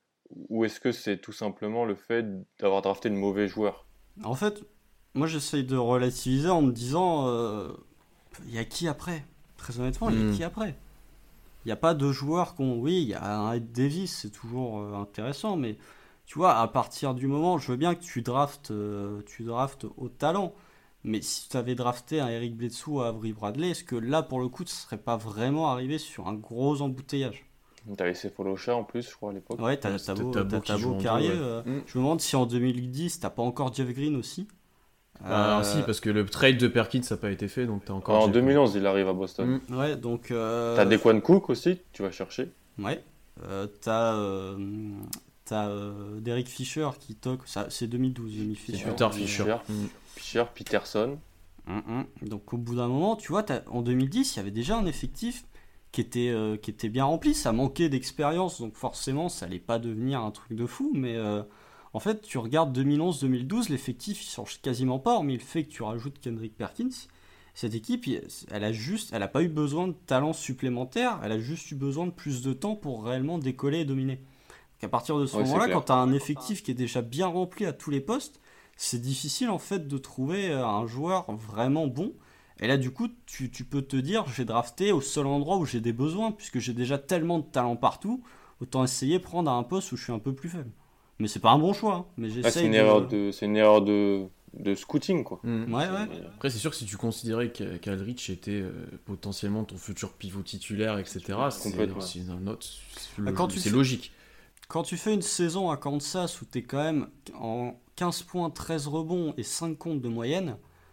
S4: ou est-ce que c'est tout simplement le fait d'avoir drafté de mauvais joueurs ?
S3: En fait, moi j'essaye de relativiser en me disant, il euh, y a qui après ? Très honnêtement, il y a
S2: mmh.
S3: qui après ? Il n'y a pas de joueurs qu'on... Oui, il y a un Ed Davis, c'est toujours euh, intéressant, mais tu vois, à partir du moment, je veux bien que tu draftes, euh, tu draftes au talent. Mais si tu avais drafté un Eric Bledsoe ou Avery Bradley, est-ce que là, pour le coup, tu ne serais pas vraiment arrivé sur un gros embouteillage ?
S4: T'avais Sefolosha en plus, je crois, à l'époque.
S3: Ouais, t'as Tabo Carrier. Euh, ouais. Je me demande si en deux mille dix, t'as pas encore Jeff Green aussi.
S2: Ah, euh... si, parce que le trade de Perkins n'a pas été fait, donc t'as encore...
S4: Ah, en deux mille onze, Green. Il arrive à Boston.
S3: Mmh. Ouais, donc... Euh...
S4: T'as Dequan Cook aussi, tu vas chercher.
S3: Ouais. Euh, t'as... Euh... T'as euh, Derek Fisher qui toque, ça, c'est deux mille douze, Jimmy Fisher.
S2: C'est plus tard Fisher.
S4: Fisher, mmh. Fisher Peterson.
S3: Mmh. Donc au bout d'un moment, tu vois, en deux mille dix, il y avait déjà un effectif qui était, euh, qui était bien rempli. Ça manquait d'expérience, donc forcément, ça allait pas devenir un truc de fou. Mais euh, en fait, tu regardes deux mille onze deux mille douze, l'effectif il change quasiment pas, hormis le fait que tu rajoutes Kendrick Perkins. Cette équipe, elle a juste, elle a pas eu besoin de talent supplémentaire, elle a juste eu besoin de plus de temps pour réellement décoller et dominer. Donc à partir de ce ouais, moment-là, quand tu as un effectif qui est déjà bien rempli à tous les postes, c'est difficile en fait de trouver un joueur vraiment bon. Et là, du coup, tu, tu peux te dire, j'ai drafté au seul endroit où j'ai des besoins, puisque j'ai déjà tellement de talent partout, autant essayer de prendre à un poste où je suis un peu plus faible. Mais c'est pas un bon choix. Hein, mais
S4: ah, c'est, une de... Erreur de, c'est une erreur de, de scouting, quoi.
S3: Mmh. Ouais, ouais.
S2: Après, c'est sûr que si tu considérais qu'Aldrich était euh, potentiellement ton futur pivot titulaire, et cetera, c'est, c'est, un autre, c'est, le, c'est fais, logique.
S3: Quand tu fais une saison à Kansas où tu es quand même en quinze points, treize rebonds et cinq comptes de moyenne,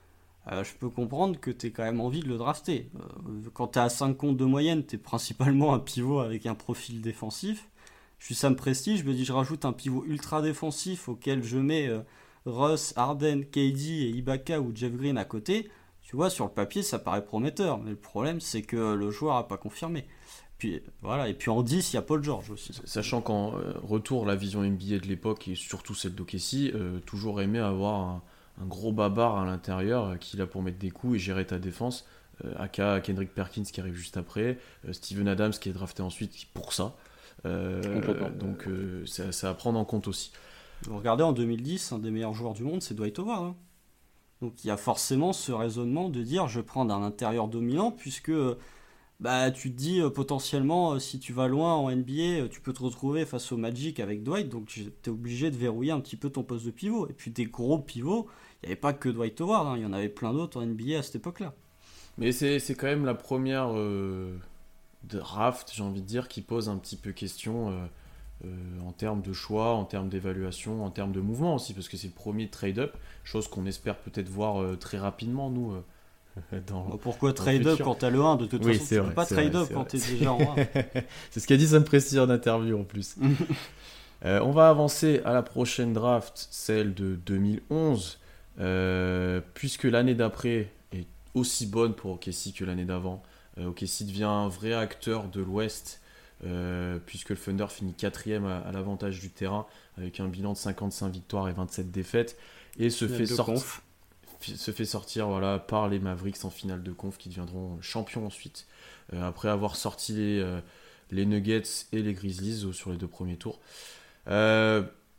S3: euh, je peux comprendre que tu aies quand même envie de le drafter. Euh, quand tu es à cinq comptes de moyenne, tu es principalement un pivot avec un profil défensif. Je suis Sam Presti, je me dis je rajoute un pivot ultra défensif auquel je mets euh, Russ, Harden, K D et Ibaka ou Jeff Green à côté. Tu vois, sur le papier, ça paraît prometteur. Mais le problème, c'est que le joueur n'a pas confirmé. Puis, voilà. Et puis en dix, il y a Paul George aussi.
S2: Sachant qu'en euh, retour, la vision N B A de l'époque, et surtout celle d'O K C, euh, toujours aimé avoir un, un gros babard à l'intérieur euh, qui est là pour mettre des coups et gérer ta défense. Euh, aka Kendrick Perkins qui arrive juste après, euh, Steven Adams qui est drafté ensuite pour ça. Euh, donc euh, c'est, c'est à prendre en compte aussi.
S3: Vous regardez en deux mille dix, un des meilleurs joueurs du monde, c'est Dwight Howard. Hein. Donc il y a forcément ce raisonnement de dire je prends un intérieur dominant puisque bah, tu te dis euh, potentiellement euh, si tu vas loin en N B A, euh, tu peux te retrouver face au Magic avec Dwight, donc tu es obligé de verrouiller un petit peu ton poste de pivot. Et puis des gros pivots, il n'y avait pas que Dwight Howard, hein, il y en avait plein d'autres en N B A à cette époque-là.
S2: Mais c'est, c'est quand même la première euh, draft, j'ai envie de dire, qui pose un petit peu question euh, euh, en termes de choix, en termes d'évaluation, en termes de mouvement aussi, parce que c'est le premier trade-up, chose qu'on espère peut-être voir euh, très rapidement, nous. Euh. Dans,
S3: Pourquoi trade-up quand t'as le un? De toute
S2: oui,
S3: façon, tu
S2: vrai,
S3: peux pas trade-up quand t'es déjà en un.
S2: C'est ce qu'a dit Sam Presti en interview en plus. euh, on va avancer à la prochaine draft, celle de deux mille onze, euh, puisque l'année d'après est aussi bonne pour O K C que l'année d'avant. Euh, O K C devient un vrai acteur de l'Ouest, euh, puisque le Thunder finit quatrième à, à l'avantage du terrain, avec un bilan de cinquante-cinq victoires et vingt-sept défaites, et se fait sortir. se fait sortir voilà, par les Mavericks en finale de conf qui deviendront champions ensuite, euh, après avoir sorti les, euh, les Nuggets et les Grizzlies euh, sur les deux premiers tours. Euh,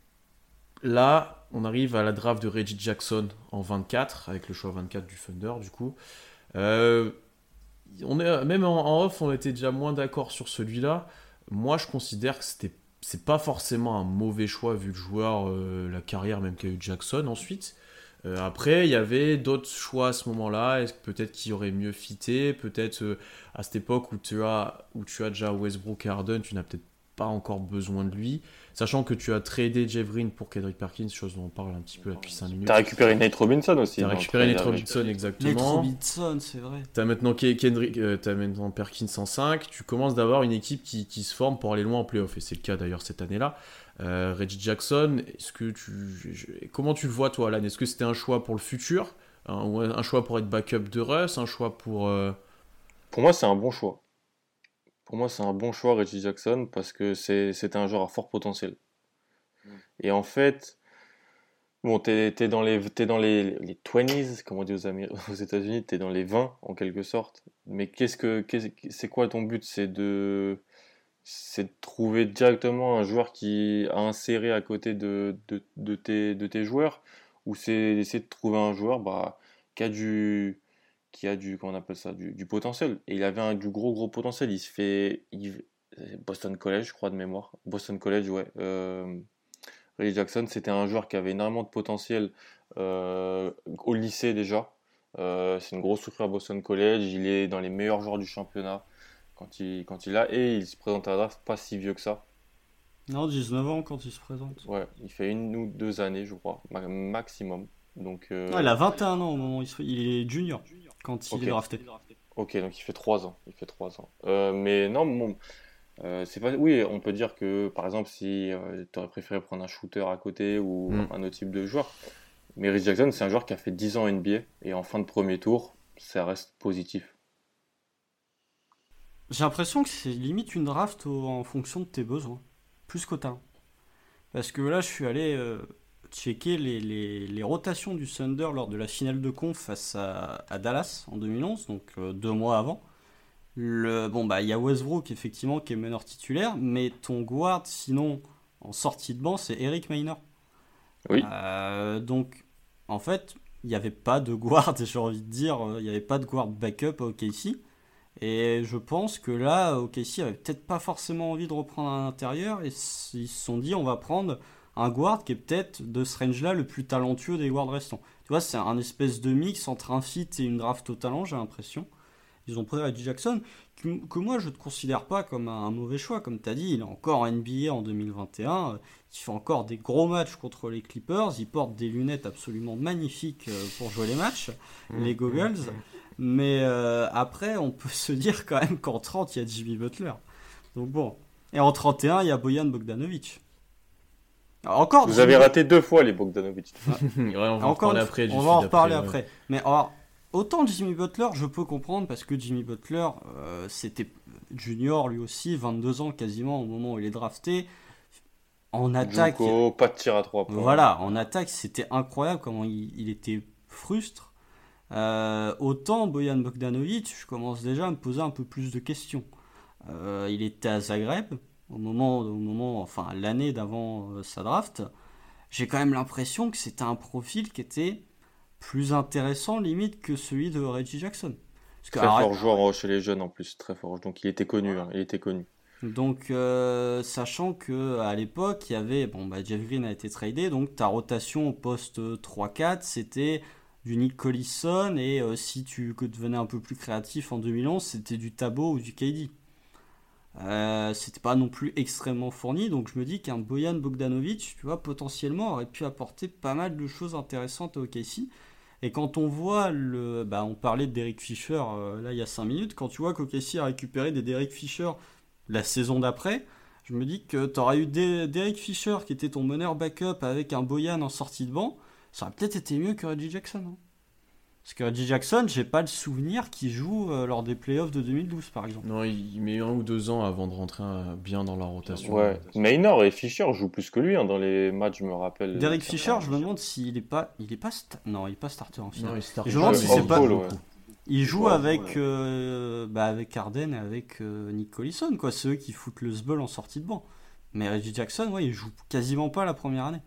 S2: là, on arrive à la draft de Reggie Jackson en vingt-quatre, avec le choix vingt-quatre du Thunder du coup. Euh, on est, même en, en off, on était déjà moins d'accord sur celui-là. Moi, je considère que c'était, c'est pas forcément un mauvais choix vu le joueur, euh, la carrière même qu'a eu Jackson ensuite. Euh, après, il y avait d'autres choix à ce moment-là. Est-ce que peut-être qu'il aurait mieux fité, peut-être euh, à cette époque où tu as où tu as déjà Westbrook et Harden, tu n'as peut-être pas encore besoin de lui. Sachant que tu as tradé Jeff Green pour Kendrick Perkins, chose dont on parle un petit peu depuis cinq minutes.
S4: Tu as récupéré Nate Robinson aussi.
S2: Tu as récupéré Nate Robinson, exactement.
S3: Nate Robinson, c'est vrai.
S2: Tu as maintenant, Kendrick, euh, t'as maintenant Perkins en cinq. Tu commences d'avoir une équipe qui, qui se forme pour aller loin en playoff. Et c'est le cas d'ailleurs cette année-là. Euh, Reggie Jackson, est-ce que tu, je, comment tu le vois toi, Alan? Est-ce que c'était un choix pour le futur, un, ou un choix pour être backup de Russ, un choix pour... Euh...
S4: Pour moi, c'est un bon choix. Pour moi, c'est un bon choix, Reggie Jackson, parce que c'est, c'était un joueur à fort potentiel. Mm. Et en fait, bon, t'es, t'es dans les, t'es dans les, les vingt, comme on dit aux, Améri- aux États-Unis, t'es dans les vingt en quelque sorte. Mais qu'est-ce que, qu'est-ce, c'est quoi ton but? C'est de, c'est de trouver directement un joueur qui a inséré à côté de, de, de, tes, de tes joueurs, ou c'est d'essayer de trouver un joueur bah, qui a du. qui a du, comment on appelle ça, du, du potentiel. Et il avait un, du gros, gros potentiel. Il se fait... Il, Boston College, je crois, de mémoire. Boston College, ouais. Euh, Reggie Jackson, c'était un joueur qui avait énormément de potentiel euh, au lycée, déjà. Euh, c'est une grosse structure à Boston College. Il est dans les meilleurs joueurs du championnat quand il, quand il a. Et il se présente à la draft pas si vieux que ça.
S3: Non, dix-neuf ans quand il se présente.
S4: Ouais, il fait une ou deux années, je crois, maximum. Donc, euh...
S3: non, il a vingt et un ans au moment où il, se... il est junior quand il okay. est drafté.
S4: Ok, donc il fait trois ans. Il fait trois ans. Euh, mais non, bon, euh, c'est pas. Oui, on peut dire que par exemple, si euh, tu aurais préféré prendre un shooter à côté ou mm. un autre type de joueur. Mais Reggie Jackson, c'est un joueur qui a fait dix ans en N B A et en fin de premier tour, ça reste positif.
S3: J'ai l'impression que c'est limite une draft au... en fonction de tes besoins, plus qu'au talent. Parce que là, je suis allé. Euh... checker les, les, les rotations du Thunder lors de la finale de conf face à, à Dallas en deux mille onze, donc euh, deux mois avant. Le, bon, bah, il y a Westbrook, effectivement, qui est meneur titulaire, mais ton guard, sinon, en sortie de banc, c'est Eric Maynor.
S4: Oui.
S3: Euh, donc, en fait, il n'y avait pas de guard, j'ai envie de dire, il n'y avait pas de guard backup à O K C. Et je pense que là, O K C avait peut-être pas forcément envie de reprendre à l'intérieur, et ils se sont dit, on va prendre un guard qui est peut-être de ce range-là le plus talentueux des guards restants. Tu vois, c'est un espèce de mix entre un fit et une draft au talent, j'ai l'impression. Ils ont pris Reggie Jackson, que, que moi je ne considère pas comme un, un mauvais choix. Comme tu as dit, il est encore en N B A en deux mille vingt et un. euh, Il fait encore des gros matchs contre les Clippers. Il porte des lunettes absolument magnifiques euh, pour jouer les matchs, les goggles. Mais euh, après, on peut se dire quand même qu'en trente, il y a Jimmy Butler. Donc bon. Et en trente et un, il y a Bojan Bogdanovic. Alors, encore
S4: Vous
S3: Jimmy-
S4: avez raté deux fois les Bogdanovic.
S2: Ouais, on va en
S3: Encore
S2: reparler
S3: une-
S2: après. du
S3: on
S2: feed
S3: va en reparler
S2: ouais.
S3: après. Mais alors, autant Jimmy Butler, je peux comprendre parce que Jimmy Butler, euh, c'était junior lui aussi, vingt-deux ans quasiment au moment où il est drafté. En attaque,
S4: Juco, pas de tir à trois points.
S3: voilà, en attaque, c'était incroyable comment il, il était frustre. Euh, autant Bojan Bogdanovic, je commence déjà à me poser un peu plus de questions. Euh, il était à Zagreb au moment, au moment, enfin l'année d'avant euh, sa draft. J'ai quand même l'impression que c'était un profil qui était plus intéressant limite que celui de Reggie Jackson. Parce que,
S4: Très
S3: alors,
S4: fort joueur chez les jeunes en plus, très fort. Donc il était connu, hein, il était connu.
S3: donc, euh, sachant que à l'époque, il y avait, bon, bah, Jeff Green a été tradé, donc ta rotation au poste trois quatre, c'était du Nick Collison, et euh, si tu devenais un peu plus créatif en deux mille onze, c'était du Thabo ou du K D. Euh, c'était pas non plus extrêmement fourni, donc je me dis qu'un Bojan Bogdanovic, tu vois, potentiellement aurait pu apporter pas mal de choses intéressantes au O K C. Et quand on voit le, bah, on parlait de Derek Fisher euh, là il y a cinq minutes, quand tu vois qu'O K C a récupéré des Derek Fisher la saison d'après, je me dis que tu aurais eu des, Derek Fisher qui était ton meneur backup avec un Bojan en sortie de banc, ça aurait peut-être été mieux que Reggie Jackson. Hein. Parce que Reggie Jackson, j'ai pas le souvenir qu'il joue euh, lors des playoffs de deux mille douze par exemple.
S2: Non, il met un ou deux ans avant de rentrer euh, bien dans la rotation.
S4: Ouais. Maynard et Fischer jouent plus que lui hein, dans les matchs, je me rappelle.
S3: Derek
S4: certains.
S3: Fisher, je me demande s'il est pas, il est pas, sta- non, il est pas starter en finale.
S2: Non, il start
S3: Je me demande
S2: pas,
S3: si
S2: mais
S3: c'est
S2: il
S3: pas-
S2: joue
S4: ouais.
S2: beaucoup.
S3: Il joue
S4: Ouais,
S3: avec,
S4: ouais.
S3: euh, bah, avec Harden et avec euh, Nick Collison, quoi, ceux qui foutent le sbul en sortie de banc. Mais Reggie Jackson, ouais, il joue quasiment pas la première année.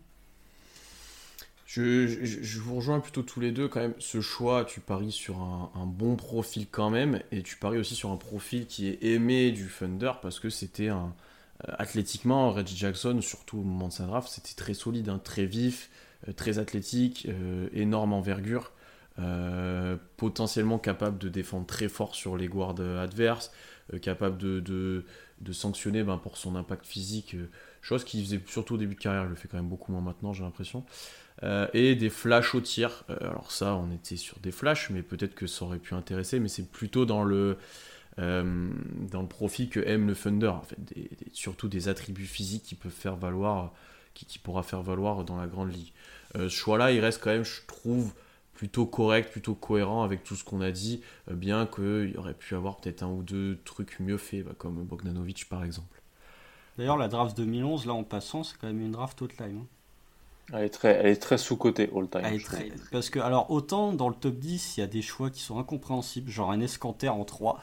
S2: Je, je, je vous rejoins plutôt tous les deux quand même. Ce choix, tu paries sur un, un bon profil quand même, et tu paries aussi sur un profil qui est aimé du Thunder parce que c'était un euh, athlétiquement Reggie Jackson, surtout au moment de sa draft, c'était très solide, hein, très vif, euh, très athlétique, euh, énorme envergure, euh, potentiellement capable de défendre très fort sur les guards adverses, euh, capable de, de, de sanctionner ben, pour son impact physique, euh, chose qu'il faisait surtout au début de carrière, il le fait quand même beaucoup moins maintenant, j'ai l'impression. Euh, et des flashs au tir. Euh, alors ça, on était sur des flashs, mais peut-être que ça aurait pu intéresser, mais c'est plutôt dans le, euh, dans le profil que aime le Thunder, en fait, des, des, surtout des attributs physiques qui peuvent faire valoir, qui, qui pourra faire valoir dans la grande ligue. Euh, ce choix-là, il reste quand même, je trouve, plutôt correct, plutôt cohérent avec tout ce qu'on a dit, euh, bien qu'il y aurait pu avoir peut-être un ou deux trucs mieux faits, bah, comme Bogdanovic par exemple.
S3: D'ailleurs, la draft deux mille onze, là, en passant, c'est quand même une draft all-time. Hein.
S4: Elle est très, elle est très sous-cotée all-time.
S3: Elle est
S4: je trouve.
S3: très... Parce que, alors, autant dans le top dix, il y a des choix qui sont incompréhensibles, genre un Escanter en trois.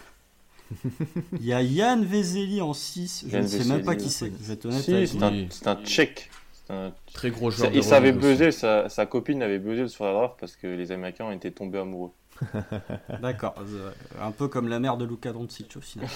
S3: Il y a Yann Vezeli en six, je
S4: Yann
S3: ne sais même pas
S4: Vesely,
S3: qui c'est, je vais être honnête
S4: Si,
S3: avec
S4: c'est
S3: vous.
S4: un,
S2: Oui.
S4: c'est un Tchèque. C'est un-
S2: Très gros joueur.
S4: Il
S2: de
S4: savait
S2: relève aussi.
S4: buzzer, sa, sa copine avait buzzé sur la draft parce que les Américains ont été tombés amoureux.
S3: D'accord, euh, un peu comme la mère de Luka Doncic au final.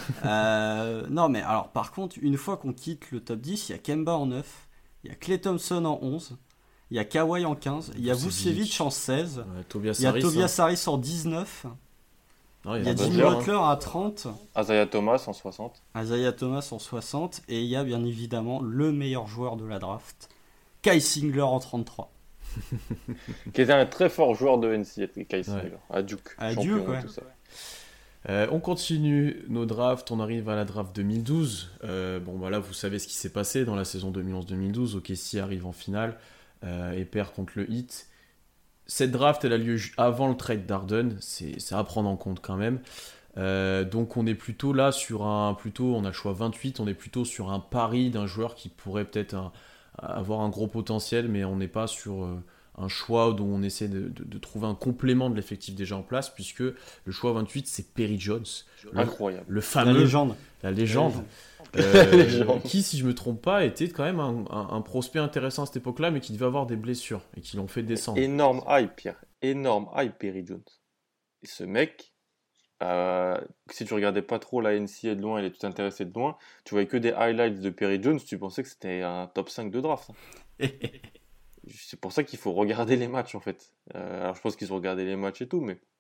S3: Euh, non, mais alors, par contre, une fois qu'on quitte le top dix, il y a Kemba en neuf, il y a Klay Thompson en onze, il y a Kawhi en quinze, il y a
S2: Vucevic.
S3: Vucevic en seize,
S2: Ouais, Tobias
S3: il y a
S2: Harris,
S3: Tobias
S2: hein.
S3: Harris en dix-neuf,
S2: Non,
S3: il y a
S4: Butler,
S3: Jimmy
S4: hein.
S3: Butler à trente,
S4: Isaiah Thomas en soixante.
S3: Isaiah Thomas en soixante, et il y a bien évidemment le meilleur joueur de la draft, Kai Singler en trente-trois.
S4: Qui était un très fort joueur de N C A A, Kai Singler, à Duke.
S3: À
S4: champion,
S3: Duke, ouais.
S4: tout ça.
S2: Euh, on continue nos drafts, on arrive à la draft deux mille douze. Euh, bon, bah là, vous savez ce qui s'est passé dans la saison deux mille onze deux mille douze. O K C arrive en finale euh, et perd contre le Heat. Cette draft, elle a lieu ju- avant le trade d'Harden, c'est, c'est à prendre en compte quand même. Euh, donc, on est plutôt là sur un. Plutôt, on a le choix vingt-huit, on est plutôt sur un pari d'un joueur qui pourrait peut-être un- avoir un gros potentiel, mais on n'est pas sur. Euh, un choix dont on essaie de, de, de trouver un complément de l'effectif déjà en place, puisque le choix vingt-huit, c'est Perry Jones, le,
S4: Incroyable.
S2: le
S3: La
S2: fameux,
S3: légende.
S2: la légende,
S3: La
S2: euh,
S4: La légende.
S2: qui, si je me trompe pas, était quand même un, un- un prospect intéressant à cette époque-là, mais qui devait avoir des blessures, et qui l'ont fait descendre.
S4: Énorme hype, Pierre. Énorme hype, Perry Jones. Et ce mec, euh, si tu regardais pas trop la N C A A de loin, il est tout intéressé de loin, tu voyais que des highlights de Perry Jones, tu pensais que c'était un top cinq de draft. hein. C'est pour ça qu'il faut regarder les matchs, en fait. Euh, alors, je pense qu'ils ont regardé les matchs et tout, mais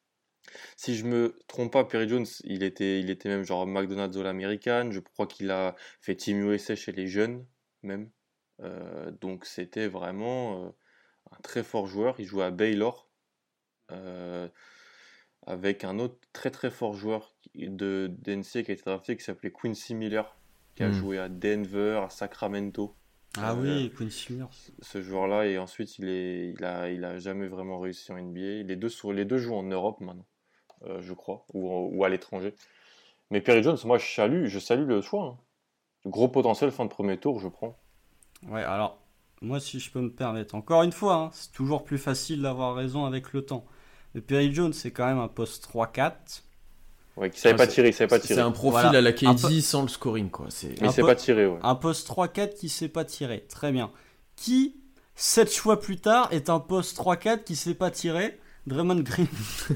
S4: Si je me trompe pas, Perry Jones, il était, il était même genre McDonald's All-American. Je crois qu'il a fait Team U S A chez les jeunes, même. Euh, donc c'était vraiment euh, un très fort joueur. Il jouait à Baylor euh, avec un autre très très fort joueur qui- de d'N C A qui a été drafté qui s'appelait Quincy Miller, qui a
S2: Hmm.
S4: joué à Denver, à Sacramento.
S3: Ah
S4: Euh,
S3: oui, Quincy Miller.
S4: ce joueur-là, et ensuite il est, il a, il a jamais vraiment réussi en N B A. Les deux, sont- les deux jouent en Europe maintenant, euh, je crois, ou, en- ou à l'étranger. Mais Perry Jones, moi je salue, je salue le choix, hein. Gros potentiel fin de premier tour, je prends.
S3: Ouais, alors, moi, si je peux me permettre, encore une fois, hein, c'est toujours plus facile d'avoir raison avec le temps. Mais Perry Jones, c'est quand même un poste trois quatre.
S4: Ouais, qui savait
S2: Ah,
S4: pas
S2: c'est-
S4: tirer, il savait pas
S2: C'est
S4: tirer.
S2: un profil
S3: Voilà.
S2: à la
S3: Un
S2: K D
S3: peu-
S2: sans le scoring, quoi. C'est...
S4: Mais il
S3: un
S4: sait
S3: peu-
S4: pas tirer, ouais.
S3: Un poste trois quatre qui sait pas tirer. Très bien. Qui, sept choix plus tard, est un poste trois quatre qui sait pas tirer? Draymond Green.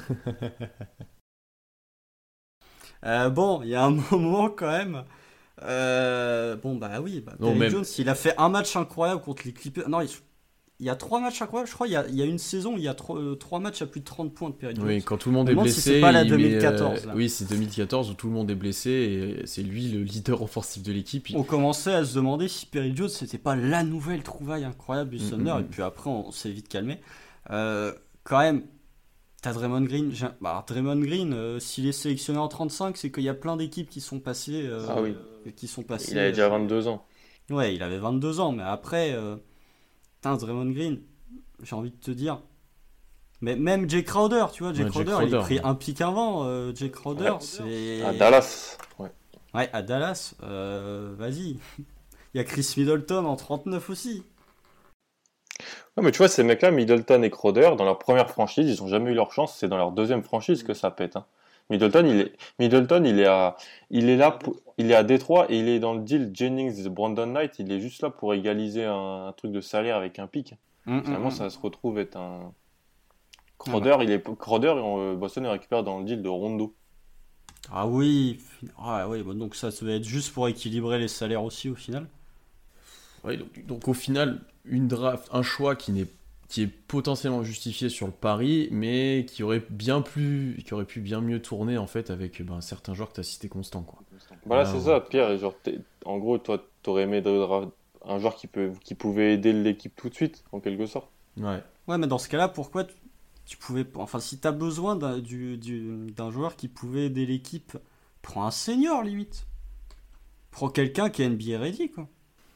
S3: Euh, bon, il y a un moment quand même. Euh, bon, bah oui, bah,
S2: Non,
S3: Perry
S2: même-
S3: Jones, il a fait un match incroyable contre les Clippers. Non, il, il y a trois matchs incroyables. Je crois il y a, il y a une saison, il y a trois, euh, trois matchs à plus de trente points de Perry Jones.
S2: Oui, quand tout le monde
S3: Je
S2: est
S3: me demande si
S2: blessé.
S3: c'est pas la
S2: il met,
S3: deux mille quatorze,
S2: euh,
S3: là.
S2: Oui, c'est deux mille quatorze où tout le monde est blessé et c'est lui le leader offensif de l'équipe. Il-
S3: On commençait à se demander si Perry Jones c'était pas la nouvelle trouvaille incroyable du
S2: Mm,
S3: Thunder,
S2: mm,
S3: et puis après on, s'est vite calmé. Euh, quand même, t'as Draymond Green. j'ai- Bah, Draymond Green, euh, s'il est sélectionné en trente-cinq, c'est qu'il y a plein d'équipes qui sont passées. euh,
S4: Ah oui.
S3: Qui sont passées
S4: Il avait déjà
S3: euh,
S4: vingt-deux ans.
S3: Ouais, il avait vingt-deux ans, mais après, euh, putain, Draymond Green, j'ai envie de te dire. Mais même Jay Crowder, tu vois, Jay
S2: Ouais, Jay
S3: Crowder, il
S2: Crowder,
S3: a pris
S2: ouais.
S3: un pic avant. euh, Jay Crowder,
S4: Ouais.
S3: c'est.
S4: À Dallas. Ouais.
S3: Ouais, à Dallas, euh, vas-y. Il y a Chris Middleton en trente-neuf aussi.
S4: Ouais, mais tu vois, ces mecs-là, Middleton et Crowder, dans leur première franchise, ils ont jamais eu leur chance. C'est dans leur deuxième franchise que ça pète, hein. Middleton, il est, Middleton, il est à, il est là, pour- il est à Détroit et il est dans le deal Jennings, Brandon Knight. Il est juste là pour égaliser un, un truc de salaire avec un pic.
S3: Hum,
S4: Finalement,
S3: hum, hum.
S4: ça se retrouve être un. Crowder, il est, Crowder, euh, Boston le récupère dans le deal de Rondo.
S3: Ah oui, ah oui, bon, donc ça, ça va être juste pour équilibrer les salaires aussi au final.
S2: Ouais, donc, donc au final, une draft, un choix qui n'est qui est potentiellement justifié sur le pari, mais qui aurait bien plus, qui aurait pu bien mieux tourner en fait avec ben, certains joueurs que tu as cités constants, quoi.
S4: Voilà,
S2: Ah,
S4: c'est
S2: ouais.
S4: ça, Pierre. Genre, t'es- en gros, toi, t'aurais aimé de dra- un joueur qui, peut, qui pouvait aider l'équipe tout de suite, en quelque sorte.
S2: Ouais.
S3: Ouais, mais dans ce cas-là, pourquoi tu, tu pouvais. Enfin, si t'as besoin d'un, du, du- d'un joueur qui pouvait aider l'équipe, prends un senior limite. Prends quelqu'un qui est N B A ready, quoi.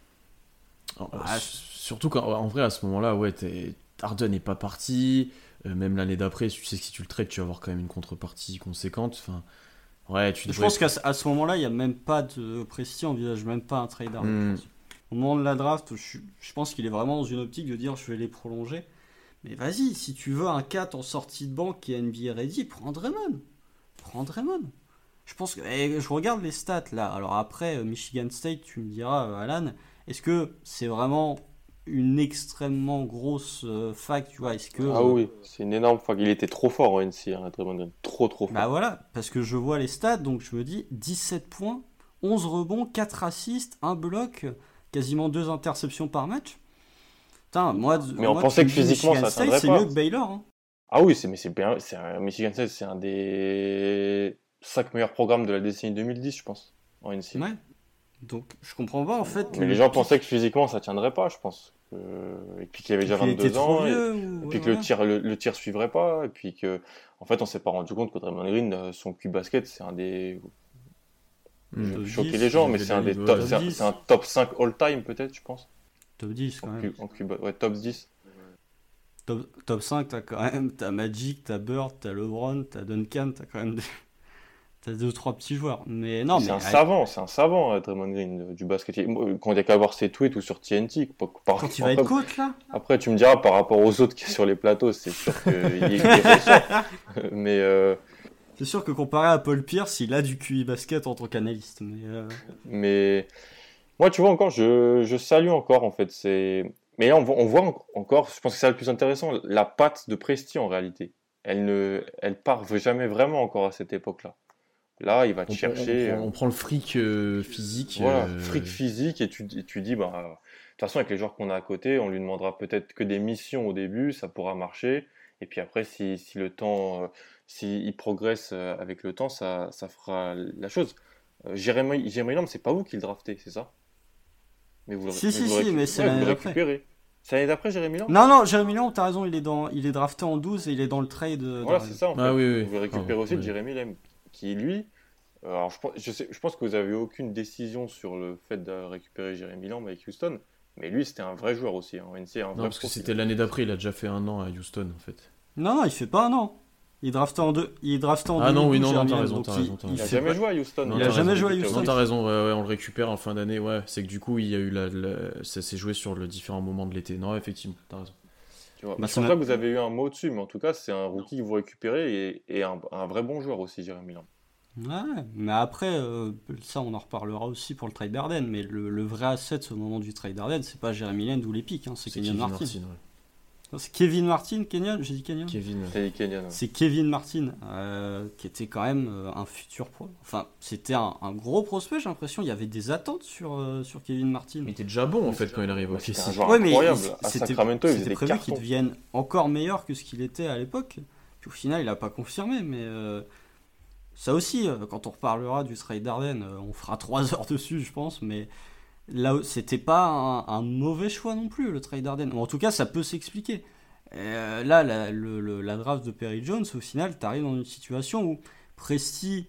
S2: En-
S3: Ah,
S2: s- Surtout qu'en vrai, à ce moment-là, ouais, t'es- Harden n'est pas parti. euh, même l'année d'après, tu sais que si tu le traites, tu vas avoir quand même une contrepartie conséquente. Enfin, ouais, tu
S3: Je
S2: devrais-
S3: pense qu'à ce- à ce moment-là, il n'y a même pas de. Presti envisage même pas un trade down.
S2: Hmm.
S3: Au moment de la draft, je, je pense qu'il est vraiment dans une optique de dire je vais les prolonger. Mais vas-y, si tu veux un quatre en sortie de banque qui est N B A ready, prends Draymond. Prends Draymond. Je pense que. Et je regarde les stats là. Alors après, euh, Michigan State, tu me diras, euh, Alan, est-ce que c'est vraiment une extrêmement grosse euh, fac, tu vois? Est-ce que.
S4: Ah
S3: euh,
S4: oui, c'est une énorme fois. Il était trop fort en N C, hein, Draymond Green. Trop, trop fort.
S3: Bah voilà, parce que je vois les stats, donc je me dis dix-sept points, onze rebonds, quatre assists, un bloc, quasiment deux interceptions par match. Putain, moi,
S4: Mais on
S3: moi,
S4: pensait
S3: tu
S4: que
S3: me dis
S4: physiquement,
S3: Michigan
S4: ça
S3: State,
S4: tiendrait
S3: c'est
S4: pas.
S3: mieux que Baylor. Hein.
S4: Ah oui, c'est, mais c'est bien. C'est un, Michigan State, c'est un des cinq meilleurs programmes de la décennie deux mille dix, je pense, en N C.
S3: Ouais. Donc je comprends pas en fait.
S4: Mais les gens pensaient que physiquement, ça tiendrait pas, je pense. Euh, Et puis qu'il avait déjà
S3: qu'il était
S4: vingt-deux
S3: trop
S4: ans. Et,
S3: vieux, ou-
S4: et
S3: ouais,
S4: puis que
S3: voilà.
S4: le tir, le, le tir suivrait pas. Et puis que, en fait, on s'est pas rendu compte que Draymond Green, euh, son Q basket, c'est un des.
S2: Hmm.
S4: Je
S3: Top
S4: vais choquer
S3: dix,
S4: les gens, mais
S2: je
S4: c'est un
S2: vais
S4: des
S2: aller,
S4: top,
S2: ouais.
S4: c'est un, c'est un top cinq all-time, peut-être, je pense.
S3: Top dix quand
S4: En
S3: même.
S4: Q, en Q, ouais, top dix.
S3: Top, top cinq, t'as quand même t'as Magic, t'as Bird, t'as LeBron, t'as Duncan, t'as quand même des... t'as deux trois petits joueurs. Mais non,
S4: c'est
S3: mais
S4: un
S3: ouais,
S4: savant, c'est un savant, euh, Draymond Green, euh, du basket. Il- moi, Quand il y a qu'à voir ses tweets ou sur T N T. par- par-
S3: quand il va être
S4: après,
S3: coach là.
S4: après, tu me diras, par rapport aux autres qui sont sur les plateaux, c'est sûr qu'il il ressort. Mais euh,
S3: C'est sûr que comparé à Paul Pierce, il a du Q I basket en tant qu'analyste. Mais euh,
S4: Mais moi, tu vois, encore, je, je salue encore, en fait. C'est... Mais là, on voit, on voit en- encore, je pense que c'est ça le plus intéressant, la patte de Presti, en réalité. Elle ne elle part jamais vraiment encore à cette époque-là. Là, il va te
S2: On,
S4: chercher.
S2: on prend, on prend le fric euh, physique.
S4: Voilà,
S2: euh,
S4: fric physique, et tu, et tu dis, bah, de toute façon, avec les joueurs qu'on a à côté, on lui demandera peut-être que des missions au début, ça pourra marcher. Et puis après, si, si le temps, euh, s'il progresse euh, avec le temps, ça, ça fera la chose. Euh, Jérémy, Jérémy Lamb, c'est pas vous qui le draftez, c'est ça? Mais vous le,
S3: Si,
S4: mais
S3: si,
S4: vous le
S3: si,
S4: récu-
S3: mais c'est
S4: ouais, vous
S3: l'année
S4: le
S3: d'après.
S4: récupérez. C'est l'année d'après, Jérémy Lamb?
S3: Non, non, Jérémy Lamb, t'as raison, il est, dans, il est drafté en douze et il est dans le trade. euh,
S4: Voilà,
S3: d'Arden.
S4: c'est ça en fait.
S2: Ah oui, oui.
S4: Vous récupérez
S2: Pardon,
S4: aussi de
S2: oui.
S4: Jérémy Lamb, qui lui, euh, alors je pense, je, sais, je pense que vous avez aucune décision sur le fait de récupérer Jérémy Lamb avec Houston, mais lui c'était un vrai joueur aussi, hein, en N C A, un
S2: Non,
S4: vrai
S2: parce que
S4: profil.
S2: c'était l'année d'après, il a déjà fait un an à Houston en fait.
S3: Non, non, il fait pas un an. Il est drafté en, deux, il est drafté en
S2: Ah non, oui,
S3: deux mille douze,
S2: non, non,
S3: Jérémy
S2: t'as
S3: Lamb,
S2: raison,
S3: donc
S2: t'as
S3: il-
S2: raison, t'as
S3: il
S4: Il a
S3: fait
S4: jamais
S3: pas-
S4: joué à Houston.
S2: Non,
S3: Il a
S2: t'as
S3: jamais
S2: raison.
S3: joué à
S2: Non,
S3: Houston.
S2: t'as raison, ouais, ouais, on le récupère en fin d'année, ouais. C'est que du coup, il y a eu la, la- ça s'est joué sur le différents moments de l'été. Non, effectivement, t'as raison.
S4: Tu vois.
S3: Bah,
S4: Je
S3: c'est
S4: pense
S3: ma-
S4: pas que vous avez eu un mot dessus, mais en tout cas, c'est un rookie que vous récupérez et, et un, un vrai bon joueur aussi, Jérémy Lamb.
S3: Ouais, mais après, euh, ça on en reparlera aussi pour le trade d'Arden, mais le, le vrai asset au moment du trade d'Arden, c'est pas Jérémy Lamb ou les pics, hein, c'est
S2: C'est
S3: Kenyon
S2: Kevin
S3: Martin.
S2: Martin, ouais.
S3: Non, c'est Kevin Martin, Kenyon, j'ai dit Kenyon
S2: Kevin.
S4: C'est Kenyan. hein.
S3: C'est Kevin Martin, euh, qui était quand même euh, un futur pro. Enfin, c'était un, un gros prospect, j'ai l'impression. Il y avait des attentes sur, euh, sur Kevin Martin.
S2: Il était déjà bon en fait quand il arrive au
S4: C'était un
S2: K C.
S4: joueur
S3: Ouais, mais
S4: incroyable.
S3: il-
S4: À
S3: c'était
S4: Sacramento, il faisait
S3: c'était
S4: des
S3: prévu qu'il
S4: cartons.
S3: devienne encore meilleur que ce qu'il était à l'époque. Puis au final, il n'a pas confirmé, mais euh, ça aussi, euh, quand on reparlera du trade d'Arden, euh, on fera trois heures dessus, je pense, mais là, c'était pas un, un mauvais choix non plus, le trade d'Arden. Ou en tout cas, ça peut s'expliquer. Euh, là, la, le- le- la draft de Perry Jones, au final, tu arrives dans une situation où Presti,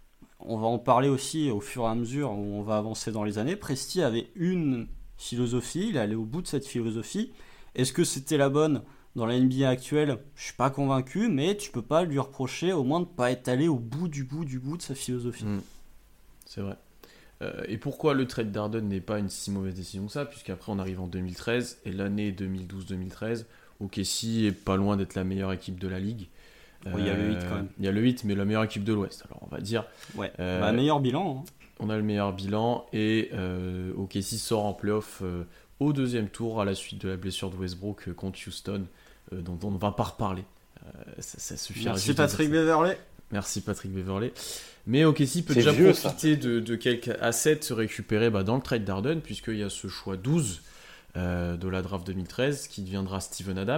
S3: on va en parler aussi au fur et à mesure où on va avancer dans les années, Presti avait une philosophie, il allait au bout de cette philosophie. Est-ce que c'était la bonne dans la N B A actuelle? Je suis pas convaincu, mais tu peux pas lui reprocher au moins de pas être allé au bout du bout du bout de sa philosophie.
S2: Mm. C'est vrai. Euh, et pourquoi le trade d'Arden n'est pas une si mauvaise décision que ça, puisqu'après on arrive en deux mille treize, et l'année deux mille douze deux mille treize, O K C est pas loin d'être la meilleure équipe de la ligue.
S3: Oui, il y a le huit quand même.
S2: Il y a le huit, mais la meilleure équipe de l'Ouest. Alors on va dire,
S3: Ouais,
S2: Euh,
S3: bah, meilleur bilan. hein.
S2: on a le meilleur bilan, et euh, O K C sort en playoff euh, au deuxième tour à la suite de la blessure de Westbrook euh, contre Houston, euh, dont on ne va pas reparler. Euh, ça, ça suffira
S3: Merci
S2: juste de dire
S3: Patrick
S2: ça.
S3: Beverley.
S2: Merci Patrick Beverley. Mais O K C peut
S4: C'est
S2: déjà
S4: vieux, ça.
S2: profiter de, de quelques assets récupérés bah, dans le trade d'Arden, puisqu'il y a ce choix douze euh, de la draft deux mille treize qui deviendra Steven Adams.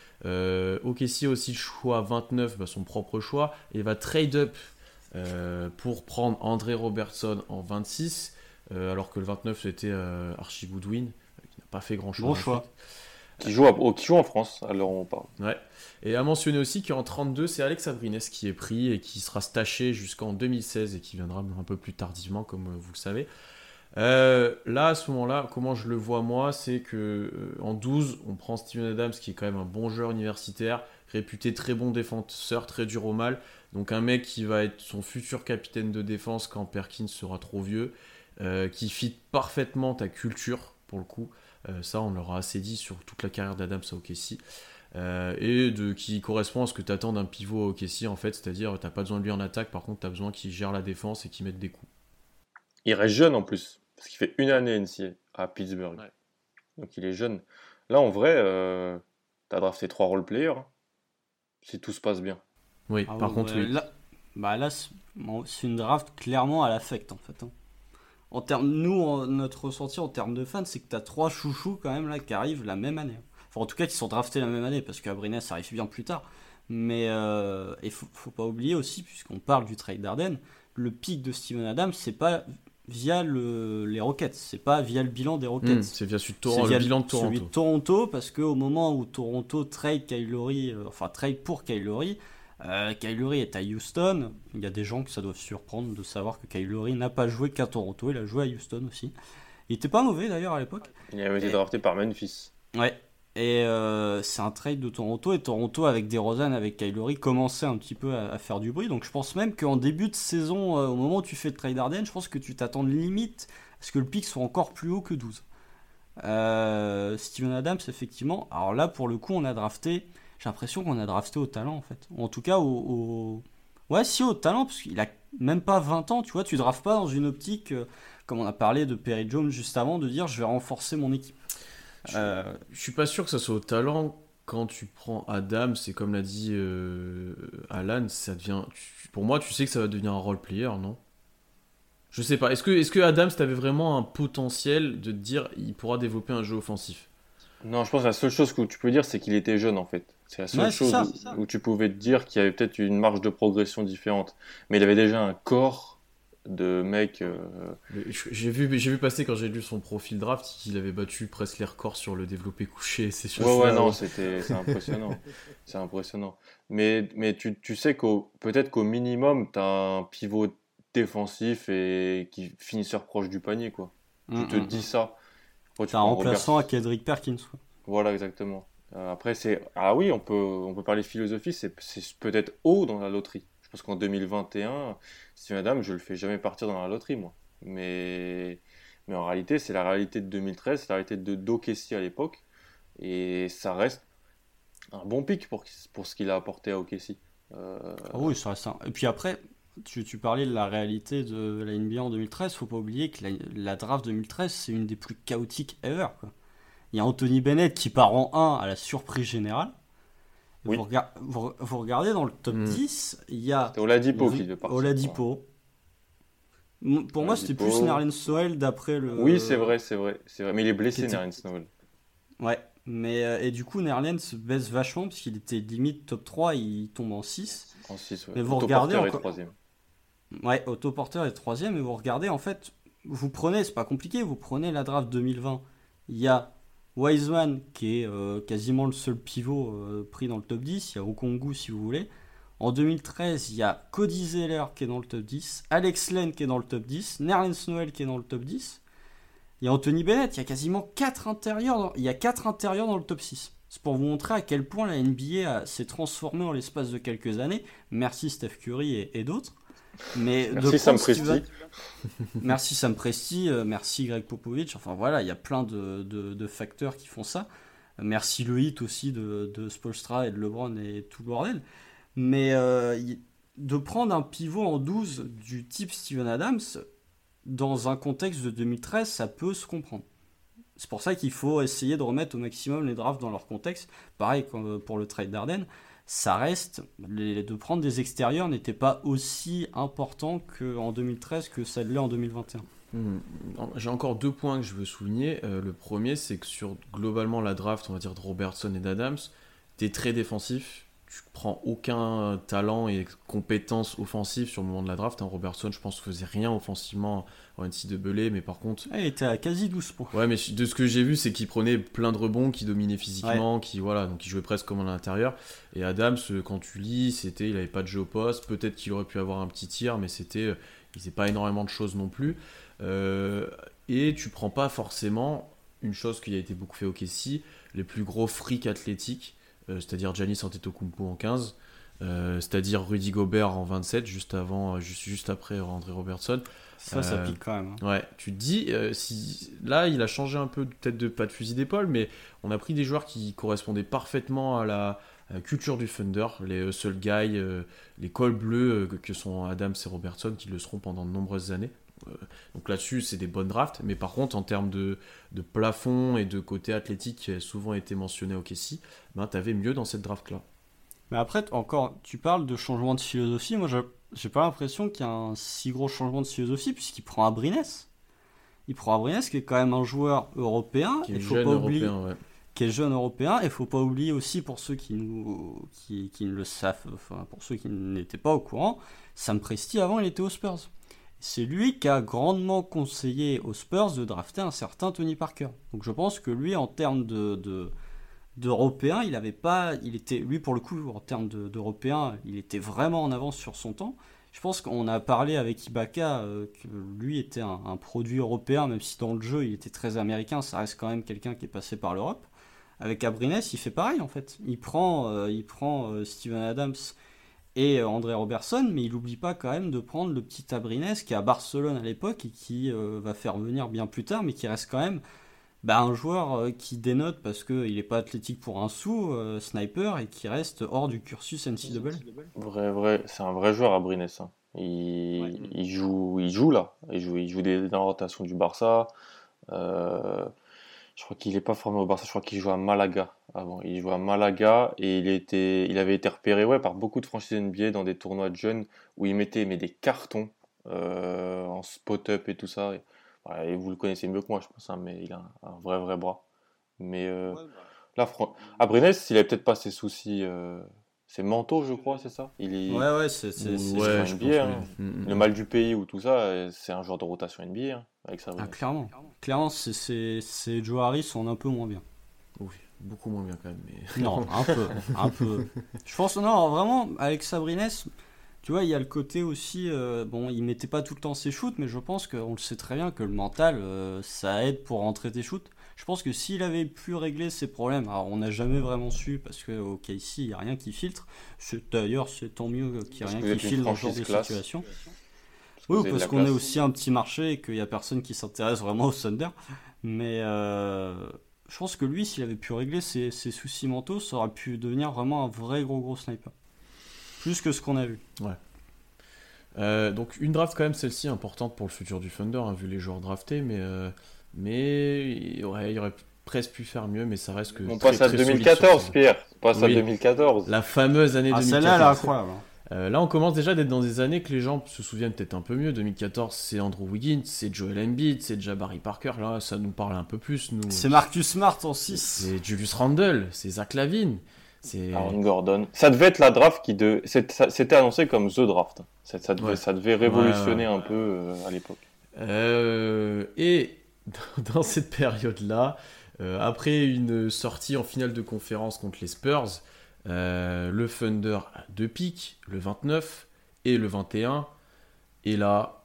S2: Euh, O K C a aussi le choix vingt-neuf, bah, son propre choix, et va trade up euh, pour prendre André Robertson en vingt-six, euh, alors que le vingt-neuf c'était euh, Archie Goodwin, euh, qui n'a pas fait grand chose.
S3: Bon choix.
S4: Qui joue, à- oh, qui joue en France, alors on parle.
S2: Ouais. Et à mentionner aussi qu'en trente-deux, c'est Alex Abrines qui est pris et qui sera staché jusqu'en deux mille seize et qui viendra un peu plus tardivement, comme euh, vous le savez. Euh, là, à ce moment-là, comment je le vois moi, c'est que euh, en douze, on prend Steven Adams, qui est quand même un bon joueur universitaire, réputé très bon défenseur, très dur au mal. Donc un mec qui va être son futur capitaine de défense quand Perkins sera trop vieux, euh, qui fit parfaitement ta culture, pour le coup. Euh, ça, on l'aura assez dit sur toute la carrière d'Adams à O K C. Euh, et de, qui correspond à ce que tu attends d'un pivot au O K C, en fait, c'est-à-dire t'as pas besoin de lui en attaque, par contre t'as besoin qu'il gère la défense et qu'il mette des coups.
S4: Il reste jeune en plus, parce qu'il fait une année N C A à Pittsburgh.
S2: Ouais.
S4: Donc il est jeune. Là, en vrai, euh, t'as drafté trois role-players, hein, si tout se passe bien.
S2: Oui,
S3: Ah
S2: par
S3: ouais,
S2: contre,
S3: ouais,
S2: oui.
S3: là, bah là, c'est bon, c'est une draft clairement à l'affect en fait. hein. En termes, nous, en- notre ressenti en termes de fans, c'est que t'as trois chouchous quand même là qui arrivent la même année. Enfin, en tout cas, qui sont draftés la même année parce qu'Abrines arrive bien plus tard. Mais euh, il faut, faut pas oublier aussi, puisqu'on parle du trade d'Arden, le pic de Steven Adams, c'est pas via le, les Rockets, c'est pas via le bilan des Rockets.
S2: Mmh, c'est via celui de
S3: C'est
S2: Toronto,
S3: via
S2: le bilan de
S3: celui
S2: Toronto.
S3: de Toronto, parce qu'au moment où Toronto trade Kyle Lowry, euh, enfin trade pour Kyle Lowry, euh, Kyle Lowry est à Houston. Il y a des gens que ça doit surprendre de savoir que Kyle Lowry n'a pas joué qu'à Toronto, il a joué à Houston aussi. Il était pas mauvais d'ailleurs à l'époque.
S4: Il avait été
S3: Et-
S4: drafté par Memphis.
S3: Ouais. Et euh, c'est un trade de Toronto, et Toronto avec DeRozan, avec Kyle Lowry, commençait un petit peu à, à faire du bruit. Donc je pense même qu'en début de saison, euh, au moment où tu fais le trade d'Arden, je pense que tu t'attends limite à ce que le pic soit encore plus haut que douze. Euh, Steven Adams, effectivement. Alors là, pour le coup, on a drafté. J'ai l'impression qu'on a drafté au talent, en fait. Ou en tout cas, au, au- ouais, si, au talent, parce qu'il a même pas vingt ans, tu vois. Tu draftes pas dans une optique, euh, comme on a parlé de Perry Jones juste avant, de dire je vais renforcer mon équipe. Euh,
S2: Je suis pas sûr que ça soit au talent. Quand tu prends Adam, c'est comme l'a dit euh, Alan, ça devient. tu- Pour moi, tu sais que ça va devenir un role player, non? Je sais pas. Est-ce que, est-ce que Adams t'avait vraiment un potentiel de te dire il pourra développer un jeu offensif?
S4: Non, je pense que la seule chose que tu peux dire, c'est qu'il était jeune en fait. C'est la seule
S3: Ouais, c'est
S4: chose
S3: ça.
S4: où, où tu pouvais te dire qu'il y avait peut-être une marge de progression différente. Mais il avait déjà un corps de mec. euh,
S2: Mais je- J'ai vu, j'ai vu passer quand j'ai lu son profil draft qu'il avait battu presque les records sur le développé couché, ces
S4: Ouais, ouais,
S2: choses-là.
S4: non,
S2: Ouais.
S4: c'était, c'est impressionnant. C'est impressionnant. Mais, mais tu, tu sais qu'au, peut-être qu'au minimum, tu as un pivot défensif et qui finisseur proche du panier, quoi.
S3: Hum,
S4: Tu te
S3: hum,
S4: dis
S3: hum.
S4: ça. Après, tu
S3: T'as un
S4: prends Robert.
S3: remplaçant à Kendrick Perkins, quoi.
S4: Voilà, exactement. Euh, après, c'est. Ah oui, on peut, on peut parler philosophie, c'est, c'est peut-être haut dans la loterie. Je pense qu'en deux mille vingt et un, Steven Adams, je le fais jamais partir dans la loterie, moi. Mais, mais en réalité, c'est la réalité de deux mille treize, c'est la réalité de d'O K C à l'époque. Et ça reste un bon pic pour, pour ce qu'il a apporté à O K C. Euh,
S3: Ah oui, ça reste ça. Et puis après, tu, tu parlais de la réalité de la N B A en deux mille treize. Faut pas oublier que la, la draft deux mille treize, c'est une des plus chaotiques ever, quoi. Il y a Anthony Bennett qui part en un à la surprise générale. Et
S4: oui,
S3: Vous, rega- vous, vous regardez dans le top
S2: Hmm.
S3: dix, il y a
S4: c'était Oladipo qui
S3: Ri-
S4: devait partir.
S3: Oladipo. M- Pour moi, c'était plus
S4: Oladipo.
S3: Nerlens Noel d'après le.
S4: Oui, c'est vrai, c'est vrai, c'est vrai. Mais il est
S3: qui
S4: blessé,
S3: était-
S4: Nerlens Noel.
S3: Ouais. Mais, euh, et du coup, Nerlens baisse vachement parce qu'il était limite top trois, il tombe en six.
S4: En six, ouais.
S3: Mais vous
S4: Otto
S3: regardez
S4: Porter est
S3: encore.
S4: troisième.
S3: Ouais, autoporteur est troisième, et vous regardez, en fait, vous prenez, c'est pas compliqué, vous prenez la draft deux mille vingt. Il y a Wiseman qui est euh, quasiment le seul pivot euh, pris dans le top dix, il y a Okongu si vous voulez. En deux mille treize, il y a Cody Zeller qui est dans le top dix, Alex Len qui est dans le top dix, Nerlens Noel qui est dans le top dix. Il y a Anthony Bennett, il y a quasiment quatre intérieurs dans, il y a quatre intérieurs dans le top six. C'est pour vous montrer à quel point la N B A a- s'est transformée en l'espace de quelques années. Merci Steph Curry et, et d'autres. Mais de
S4: Merci Sam
S3: prendre Steven-
S4: Presti.
S3: Merci Sam Presti, euh, merci Greg Popovich. Enfin voilà, il y a plein de, de- de facteurs qui font ça. Euh, Merci le hit aussi de, de Spoelstra et de LeBron et tout le bordel. Mais euh, y- de prendre un pivot en douze du type Steven Adams, dans un contexte de deux mille treize, ça peut se comprendre. C'est pour ça qu'il faut essayer de remettre au maximum les drafts dans leur contexte. Pareil comme pour le trade d'Arden, ça reste, les- de prendre des extérieurs n'était pas aussi important qu'en deux mille treize que ça l'est en deux mille vingt et un.
S2: Hmm. J'ai encore deux points que je veux souligner. Euh, le premier, c'est que sur globalement la draft, on va dire de Robertson et d'Adams, t'es très défensif. Tu prends aucun talent et compétences offensives sur le moment de la draft. Hein. Robertson, je pense, faisait rien offensivement en N C A A, mais par contre,
S3: Il était à quasi douze points.
S2: ouais, mais de ce que j'ai vu, c'est qu'il prenait plein de rebonds, qu'il dominait physiquement, qui voilà, donc il jouait presque comme à l'intérieur. Et Adams, euh, quand tu lis, c'était, il avait pas de jeu au poste. Peut-être qu'il aurait pu avoir un petit tir, mais c'était, euh, il faisait pas énormément de choses non plus. Euh, et tu prends pas forcément une chose qui a été beaucoup fait au Kessie, les plus gros freaks athlétiques, euh, c'est-à-dire Giannis Antetokounmpo en quinze. Euh, c'est-à-dire Rudy Gobert en vingt-sept, juste avant, euh, juste, juste après André Robertson.
S3: Ça, ça
S2: Euh,
S3: pique quand même. hein.
S2: Ouais, tu te dis, euh, si là il a changé un peu peut-être de pas de fusil d'épaule, mais on a pris des joueurs qui correspondaient parfaitement à la, à la culture du Thunder, les hustle guys, euh, les cols bleus euh, que- que sont Adams et Robertson, qui le seront pendant de nombreuses années. Euh, donc là-dessus, c'est des bonnes drafts, mais par contre, en termes de, de plafond et de côté athlétique qui a souvent été mentionné au Kessie, ben, t'avais mieux dans cette draft-là.
S3: Mais après, t- encore, tu parles de changement de philosophie. Moi, je j'ai pas l'impression qu'il y a un si gros changement de philosophie, puisqu'il prend Abrines. Il prend Abrines, qui est quand même un joueur européen.
S2: Qui est
S3: Il faut
S2: jeune
S3: pas oublier,
S2: européen, ouais.
S3: qui est jeune européen. Et il faut pas oublier aussi, pour ceux qui, nous, qui, qui ne le savent, enfin, pour ceux qui n'étaient pas au courant, Sam Presti, avant, il était aux Spurs. C'est lui qui a grandement conseillé aux Spurs de drafter un certain Tony Parker. Donc je pense que lui, en termes de, de d'Européen, il avait pas, il était, lui pour le coup, en termes de- d'Européen, il était vraiment en avance sur son temps. Je pense qu'on a parlé avec Ibaka euh, que lui était un, un produit européen, même si dans le jeu il était très américain, ça reste quand même quelqu'un qui est passé par l'Europe. Avec Abrines, il fait pareil en fait. Il prend, euh, il prend euh, Steven Adams et euh, André Robertson, mais il n'oublie pas quand même de prendre le petit Abrines qui est à Barcelone à l'époque et qui euh, va faire venir bien plus tard, mais qui reste quand même bah, un joueur euh, qui dénote parce qu'il n'est pas athlétique pour un sou, euh, sniper, et qui reste hors du cursus N C A A.
S4: Vrai, vrai, c'est un vrai joueur, Abrines. Hein. Il,
S3: Ouais.
S4: il joue, il joue là. Il joue, il joue des, dans la rotation du Barça. Euh, je crois qu'il n'est pas formé au Barça. Je crois qu'il joue à Malaga avant. Il joue à Malaga et il était, il avait été repéré ouais, par beaucoup de franchises N B A dans des tournois de jeunes où il mettait mais des cartons euh, en spot-up et tout ça. Et, voilà, et vous le connaissez mieux que moi, je pense, hein, mais il a un, un vrai, vrai bras. Mais euh, là, Fran- Abrines, il avait peut-être pas ses soucis, euh, ses mentaux, je crois, c'est ça. Il est,
S3: Ouais, ouais, c'est. c'est, c'est-
S2: Ouais,
S4: c'est
S2: je
S4: N B A,
S2: pense,
S4: hein.
S2: oui. Mm, mm.
S4: Le mal du pays ou tout ça, euh, c'est un joueur de rotation N B A, hein, avec sa
S3: Ah, clairement. Clairement, c'est, c'est, c'est Joe Harris en un peu moins bien.
S2: Oui, beaucoup moins bien quand même. Mais...
S3: Non, un peu, un peu. Je pense, non, vraiment, avec Sabrines, tu vois, il y a le côté aussi, euh, bon, il mettait pas tout le temps ses shoots, mais je pense qu'on le sait très bien que le mental, euh, ça aide pour rentrer tes shoots. Je pense que s'il avait pu régler ses problèmes, alors on n'a jamais vraiment su, parce qu'au K C, il n'y a rien qui filtre. C'est, d'ailleurs, c'est tant mieux qu'il n'y
S4: Parce
S3: ait
S4: que
S3: rien
S4: vous
S3: qui
S4: êtes une
S3: filtre dans ce genre de
S4: franchise classe.
S3: situation.
S4: Parce que
S3: Oui,
S4: vous avez de
S3: parce
S4: la
S3: qu'on est
S4: classe.
S3: aussi un petit marché et qu'il n'y a personne qui s'intéresse vraiment au Thunder. Mais euh, je pense que lui, s'il avait pu régler ses, ses soucis mentaux, ça aurait pu devenir vraiment un vrai gros gros sniper. Plus que ce qu'on a vu.
S2: Euh, donc une draft quand même celle-ci importante pour le futur du Thunder, hein, vu les joueurs draftés, mais euh, mais ouais, il aurait presque pu faire mieux, mais ça reste que
S4: On
S2: très,
S4: passe à
S2: très solide
S4: deux mille quatorze,
S2: sur ce-
S4: Pierre. On passe à
S2: Oui.
S4: deux mille quatorze.
S2: La fameuse année
S3: Ah,
S2: deux mille
S3: celle-là, elle est
S2: quatorze.
S3: incroyable. hein.
S2: Euh, là, on commence déjà d'être dans des années que les gens se souviennent peut-être un peu mieux. deux mille quatorze, c'est Andrew Wiggins, c'est Joel Embiid, c'est Jabari Parker. Là, ça nous parle un peu plus. Nous,
S3: C'est Marcus Smart en six.
S2: c'est Julius Randle, c'est Zach LaVine, c'est
S4: Aaron Gordon. Ça devait être la draft qui de... c'est- ça- C'était annoncé comme The Draft. Ça, ça devait,
S2: Ouais.
S4: ça devait révolutionner
S2: Ouais, ouais.
S4: un peu euh, à l'époque.
S2: Euh, et dans cette période-là, euh, après une sortie en finale de conférence contre les Spurs, euh, le Thunder a deux pics, le vingt-neuf et le vingt et un. Et là,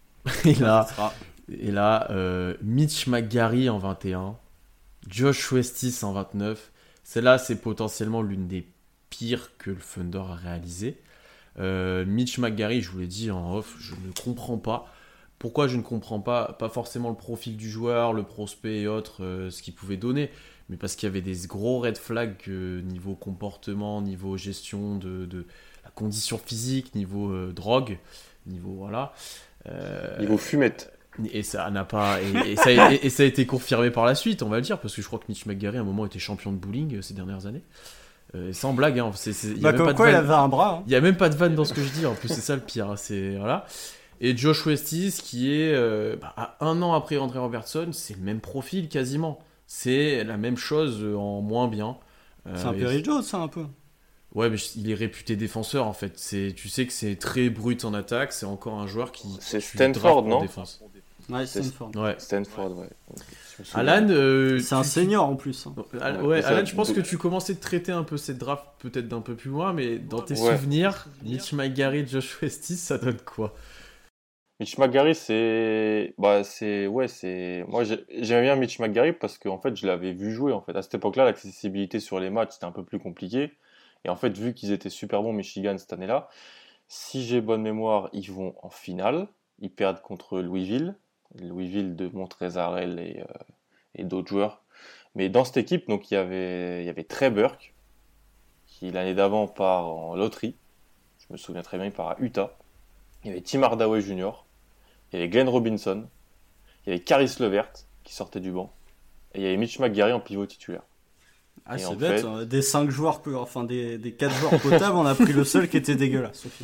S2: et là,
S3: Ah,
S2: et là euh, Mitch McGary en vingt et un, Josh Westis en vingt-neuf. Celle-là, c'est potentiellement l'une des pires que le Thunder a réalisé. Euh, Mitch McGary, je vous l'ai dit en off, je ne comprends pas. Pourquoi je ne comprends pas, pas forcément le profil du joueur, le prospect et autres, euh, ce qu'il pouvait donner, mais parce qu'il y avait des gros red flags euh, niveau comportement, niveau gestion de, de la condition physique, niveau euh, drogue, niveau voilà. Euh,
S4: Niveau fumette.
S2: et ça n'a pas et, et ça a, et, et ça a été confirmé par la suite, on va le dire, parce que je crois que Mitch McGary à un moment était champion de bowling euh, ces dernières années. Euh, sans blague, hein, c'est, c'est, y a
S3: bah,
S2: même
S3: comme
S2: pas de
S3: quoi, il
S2: vanne.
S3: avait un bras. hein.
S2: Il y a même pas de vanne dans ce que je dis, en plus c'est ça le pire, hein, c'est voilà. Et Josh Westis qui est euh, bah, à un an après André Robertson, c'est le même profil quasiment, c'est la même chose euh, en moins bien. Euh,
S3: C'est un
S2: et-
S3: Perry Jones, ça, un peu.
S2: Ouais, mais il est réputé défenseur en fait. C'est, tu sais que c'est très brut en attaque, c'est encore un joueur qui.
S4: C'est
S2: tu
S4: Stanford,
S2: draftes en
S4: non
S2: défense.
S3: Ouais,
S4: C'est-
S3: Stanford.
S2: Ouais.
S4: Stanford, ouais. Je me souviens.
S2: Alan, euh,
S3: C'est un
S2: tu-
S3: senior en plus. hein.
S2: Al-
S4: Ouais,
S2: ouais,
S4: mais ça-
S2: Alan, je pense que tu commençais de traiter un peu cette draft peut-être d'un peu plus loin, mais dans tes
S4: Ouais.
S2: souvenirs, Mitch McGary, Josh Westis, ça donne quoi?
S4: Mitch McGary, c'est. Bah, c'est. Ouais, c'est. Moi, j'ai- j'aimais bien Mitch McGary parce qu'en fait, je l'avais vu jouer. En fait. À cette époque-là, l'accessibilité sur les matchs, c'était un peu plus compliqué. Et en fait, vu qu'ils étaient super bons, Michigan, cette année-là, si j'ai bonne mémoire, ils vont en finale. Ils perdent contre Louisville. Louisville de Montrezl et, euh, et d'autres joueurs. Mais dans cette équipe, donc, il y avait, il y avait Trey Burke, qui l'année d'avant part en loterie. Je me souviens très bien, il part à Utah. Il y avait Tim Hardaway junior Il y avait Glenn Robinson. Il y avait Caris LeVert qui sortait du banc. Et il y avait Mitch McGary en pivot titulaire.
S3: Ah,
S4: Et
S3: c'est
S4: en
S3: bête.
S4: fait-
S3: hein. Des cinq joueurs, peu- enfin des, des quatre joueurs potables, on a pris le seul qui était dégueulasse. Sophie.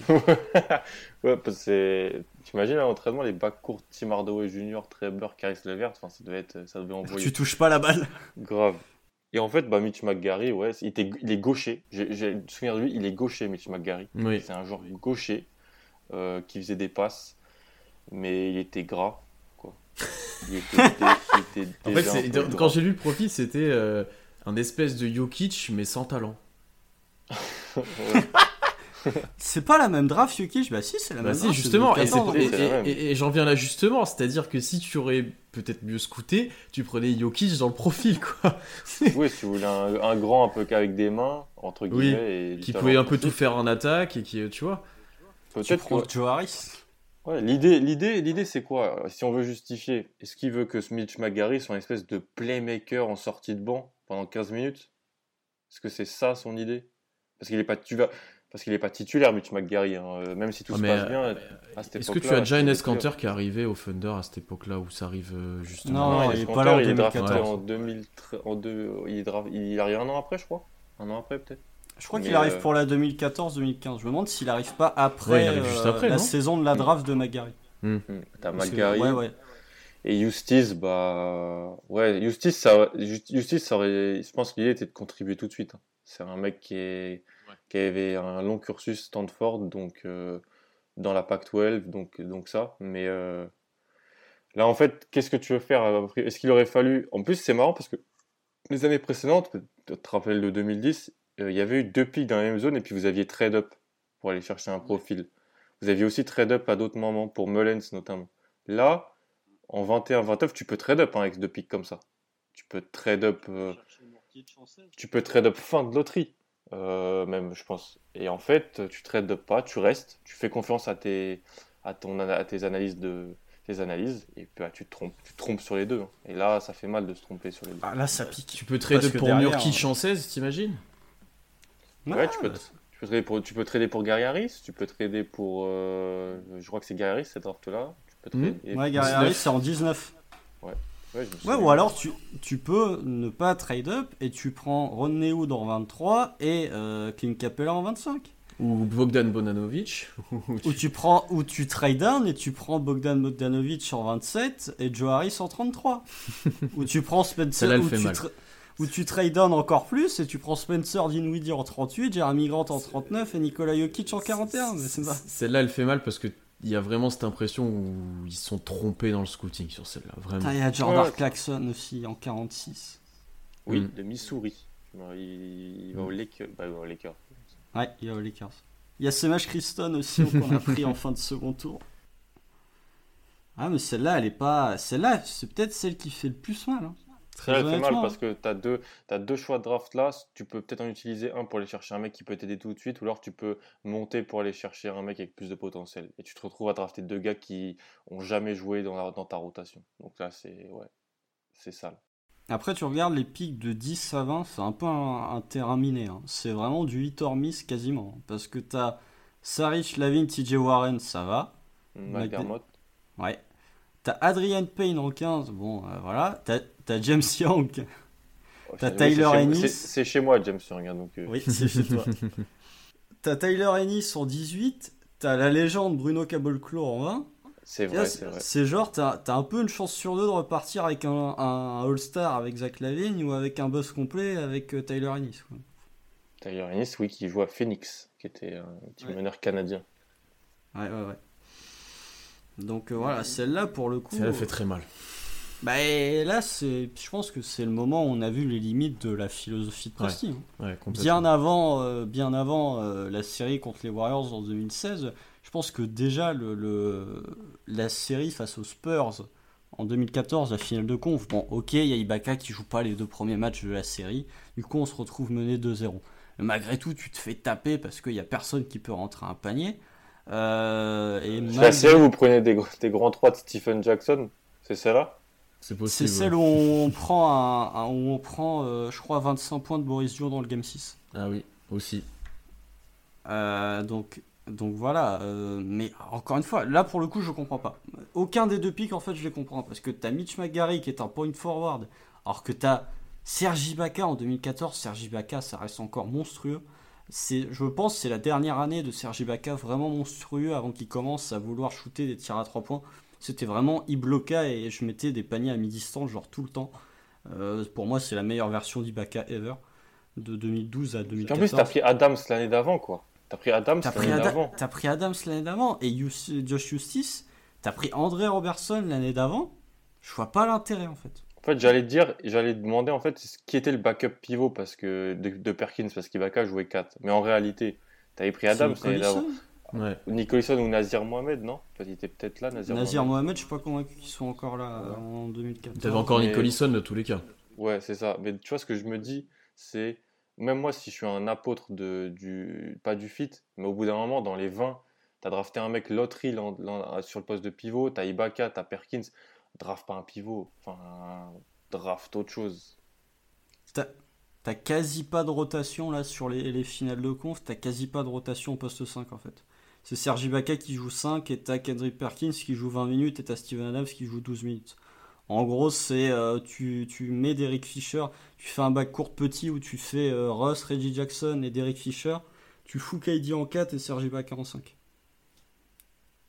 S4: Ouais, parce que c'est. T'imagines à l'entraînement, les bacs courts, Tim Hardaway junior, Trey Burke, Caris LeVert, enfin, ça devait être, ça devait envoyer
S3: Tu touches pas la balle.
S4: grave. Et en fait, bah, Mitch McGary, ouais, il, était, il est gaucher. J'ai, j'ai le souvenir de lui, il est gaucher, Mitch McGary.
S2: Oui.
S4: C'est un joueur gaucher euh, qui faisait des passes, mais il était gras, quoi. Il était, il était- il était
S2: En fait,
S4: déjà
S2: c'est-
S4: un peu
S2: quand
S4: gras.
S2: j'ai lu le profil, c'était euh, un espèce de Jokic, mais sans talent.
S4: Ouais.
S3: C'est pas la même draft, Jokic. Bah si, c'est la
S2: Bah
S3: même
S2: si,
S3: draft. c'est
S2: justement, et, c'est-
S3: deux mille quatorze.
S2: et-
S4: c'est la même.
S2: et- et- et j'en viens là justement, c'est-à-dire que si tu aurais peut-être mieux scouté, tu prenais Jokic dans le profil, quoi.
S4: Oui, si vous voulez un, un grand un peu qu'avec des mains, entre
S2: Oui,
S4: guillemets. et du
S2: Qui
S4: talent
S2: pouvait un peu tout
S4: offensif.
S2: faire en attaque et qui, tu vois.
S3: Tu
S4: Peut-être
S3: prends
S4: que-
S3: Joe Harris.
S4: Ouais, l'idée, l'idée, l'idée, c'est quoi? Si on veut justifier, est-ce qu'il veut que Mitch McGary soit une espèce de playmaker en sortie de banc pendant quinze minutes? Est-ce que c'est ça son idée? Parce qu'il est pas, tu vas, parce qu'il est pas titulaire, Mitch McGary, hein. Euh, même si tout
S2: Ah,
S4: se
S2: mais,
S4: passe
S2: euh,
S4: bien. À cette
S2: Est-ce que tu
S4: époque-là,
S2: as déjà
S4: c'est
S2: Enes
S4: des players.
S2: Kanter qui est arrivé au Thunder à cette époque-là où ça arrive euh, justement
S3: Non,
S4: Non,
S3: il
S4: Enes
S3: est pas
S4: Kanter,
S3: là en
S4: il est drafté
S3: deux mille quatorze.
S4: en deux mille treize, en deux, il est drafté, il arrive un an après, je crois. Un an après, peut-être.
S3: Je crois
S4: Mais,
S3: qu'il arrive
S4: euh,
S3: pour la deux mille quatorze deux mille quinze. Je me demande s'il arrive pas après,
S2: Ouais, il arrive juste
S3: euh,
S2: après,
S3: la
S2: non
S3: saison de la draft de McGary.
S4: Hmm. T'as
S3: Parce que-
S4: McGary.
S3: Ouais, ouais.
S4: Et Justice, bah ouais, Justice, ça, Justice, ça aurait, je pense que l'idée était de contribuer tout de suite, hein. C'est un mec qui est, ouais. qui avait un long cursus Stanford, donc euh, dans la Pac douze, donc donc ça. Mais euh, là, en fait, qu'est-ce que tu veux faire? Est-ce qu'il aurait fallu? En plus, c'est marrant parce que les années précédentes, tu te rappelles de deux mille dix, euh, il y avait eu deux pics dans la même zone et puis vous aviez trade up pour aller chercher un profil. Vous aviez aussi trade up à d'autres moments pour Mullens notamment. Là. En vingt et un vingt-neuf, tu peux trade up hein, avec deux pics comme ça. Tu peux trade up. Euh, tu peux trade up fin de loterie, euh, même, je pense. Et en fait, tu trade up pas, tu restes, tu fais confiance à tes, à ton, à tes analyses de, tes analyses, et puis bah, tu te trompes, tu te trompes sur les deux. Hein. Et là, ça fait mal de se tromper sur les deux.
S3: Ah là, ça pique.
S2: Tu peux trade up pour Nurkic en seize, t'imagines?
S4: Ouais, ah, tu peux. Tu peux trader pour, tu peux trader pour Gary Harris, tu peux trader pour, euh, je crois que c'est Gary Harris cette draft là.
S3: Mmh. Ouais, Gary Harris c'est en dix-neuf.
S4: Ouais. Ouais,
S3: ouais ou alors tu, tu peux ne pas trade up et tu prends Rodney Hood en vingt-trois et euh, Clint Capella en vingt-cinq.
S2: Ou Bogdan Bogdanovic.
S3: Ou tu prends ou tu trade down et tu prends Bogdan Bogdanovic en vingt-sept et Joe Harris en trente-trois. Ou tu prends Spencer ou tu, tra- ou tu trade down encore plus et tu prends Spencer Dinwiddie en trente-huit, Jeremy Grant en trente-neuf et Nikola Jokic en quarante et un. Mais c'est pas...
S2: Celle-là elle fait mal parce que il y a vraiment cette impression où ils sont trompés dans le scouting sur celle-là, vraiment.
S3: Il y a Jordan ouais. Clarkson aussi en quarante-six.
S4: Oui, mm. de Missouri. Il, il va aux Lakers. Bah, aux Lakers.
S3: Ouais, il va aux Lakers. Il y a Semaj Christon aussi qu'on a pris en fin de second tour. Ah, mais celle-là, elle est pas. Celle-là, c'est peut-être celle qui fait le plus mal. Hein.
S4: Très ouais, elle fait mal parce que tu as deux, t'as deux choix de draft là. Tu peux peut-être en utiliser un pour aller chercher un mec qui peut t'aider tout de suite, ou alors tu peux monter pour aller chercher un mec avec plus de potentiel. Et tu te retrouves à drafter deux gars qui ont jamais joué dans, la, dans ta rotation. Donc là, c'est, ouais, c'est sale.
S3: Après, tu regardes les pics de dix à vingt, c'est un peu un, un terrain miné. Hein. C'est vraiment du hit or miss quasiment. Parce que tu as Saric, Lavin, T J Warren, ça va.
S4: McDermott.
S3: Ouais. T'as Adrian Payne en quinze, bon, euh, voilà. T'as, t'as James Young.
S4: Oh,
S3: t'as Tyler
S4: c'est
S3: Ennis.
S4: C'est, c'est chez moi, James Young. Hein, donc, euh...
S3: Oui, c'est chez toi. T'as Tyler Ennis en dix-huit. T'as la légende Bruno Caboclo en vingt.
S4: C'est vrai, c'est, c'est vrai.
S3: C'est genre, t'as, t'as un peu une chance sur deux de repartir avec un, un, un All-Star avec Zach LaVine ou avec un buzz complet avec euh, Tyler Ennis. Quoi.
S4: Tyler Ennis, oui, qui joue à Phoenix, qui était un petit ouais. meneur canadien.
S3: Ouais, ouais, ouais. Donc euh, voilà, celle-là pour le coup.
S2: Ça fait très mal.
S3: Bah là, c'est, je pense que c'est le moment où on a vu les limites de la philosophie de Presti.
S2: Ouais, ouais,
S3: bien avant, euh, bien avant euh, la série contre les Warriors en deux mille seize, je pense que déjà le, le, la série face aux Spurs en deux mille quatorze, la finale de conf, bon ok, il y a Ibaka qui joue pas les deux premiers matchs de la série, du coup on se retrouve mené deux zéro. Mais malgré tout, tu te fais taper parce qu'il y a personne qui peut rentrer un panier. Euh, et
S4: c'est la série où vous prenez des, des grands trois de Stephen Jackson, c'est celle-là?
S2: C'est possible.
S3: C'est celle où on prend, un, un, où on prend euh, je crois, vingt-cinq points de Boris Dio dans le Game six.
S2: Ah oui, aussi.
S3: Euh, donc, donc voilà, euh, mais encore une fois, là pour le coup, je comprends pas. Aucun des deux pics, en fait, je les comprends. Parce que t'as Mitch McGary qui est un point forward, alors que t'as Serge Ibaka en deux mille quatorze. Serge Ibaka, ça reste encore monstrueux. C'est, je pense que c'est la dernière année de Serge Ibaka vraiment monstrueux avant qu'il commence à vouloir shooter des tirs à trois points. C'était vraiment, il bloquait et je mettais des paniers à mi-distance, genre tout le temps. Euh, pour moi, c'est la meilleure version d'Ibaka ever, de deux mille douze à deux mille quatorze.
S4: En plus, t'as pris Adams l'année d'avant, quoi. T'as pris Adams
S3: t'as
S4: l'année
S3: pris Ada-
S4: d'avant.
S3: T'as pris Adams l'année d'avant et Josh Justice. T'as pris André Robertson l'année d'avant. Je vois pas l'intérêt, en fait.
S4: En fait, j'allais te dire, j'allais te demander en fait qui était le backup pivot parce que de, de Perkins, parce qu'Ibaka jouait quatre. Mais en réalité, t'avais pris Adams l'année d'avant.
S2: Ouais.
S4: Nicholson ou Nazir Mohamed, non? Il était peut-être là, Nazir,
S3: Nazir
S4: Mohamed.
S3: Mohamed, je suis pas convaincu qu'ils soient encore là ouais. en deux mille quatorze.
S2: T'avais encore
S4: mais...
S2: Nicholson de tous les cas.
S4: Ouais, c'est ça. Mais tu vois, ce que je me dis, c'est même moi, si je suis un apôtre de, du, pas du fit, mais au bout d'un moment, dans les vingt, t'as drafté un mec loterie sur le poste de pivot, t'as Ibaka, t'as Perkins, draft pas un pivot, enfin, draft autre chose.
S3: T'as, t'as quasi pas de rotation là sur les, les finales de conf, t'as quasi pas de rotation au poste cinq en fait. C'est Serge Ibaka qui joue cinq et t'as Kendrick Perkins qui joue vingt minutes et t'as Steven Adams qui joue douze minutes. En gros, c'est euh, tu, tu mets Derek Fisher, tu fais un backcourt petit où tu fais euh, Russ, Reggie Jackson et Derek Fisher, tu fous K D en quatre et Serge Ibaka en cinq.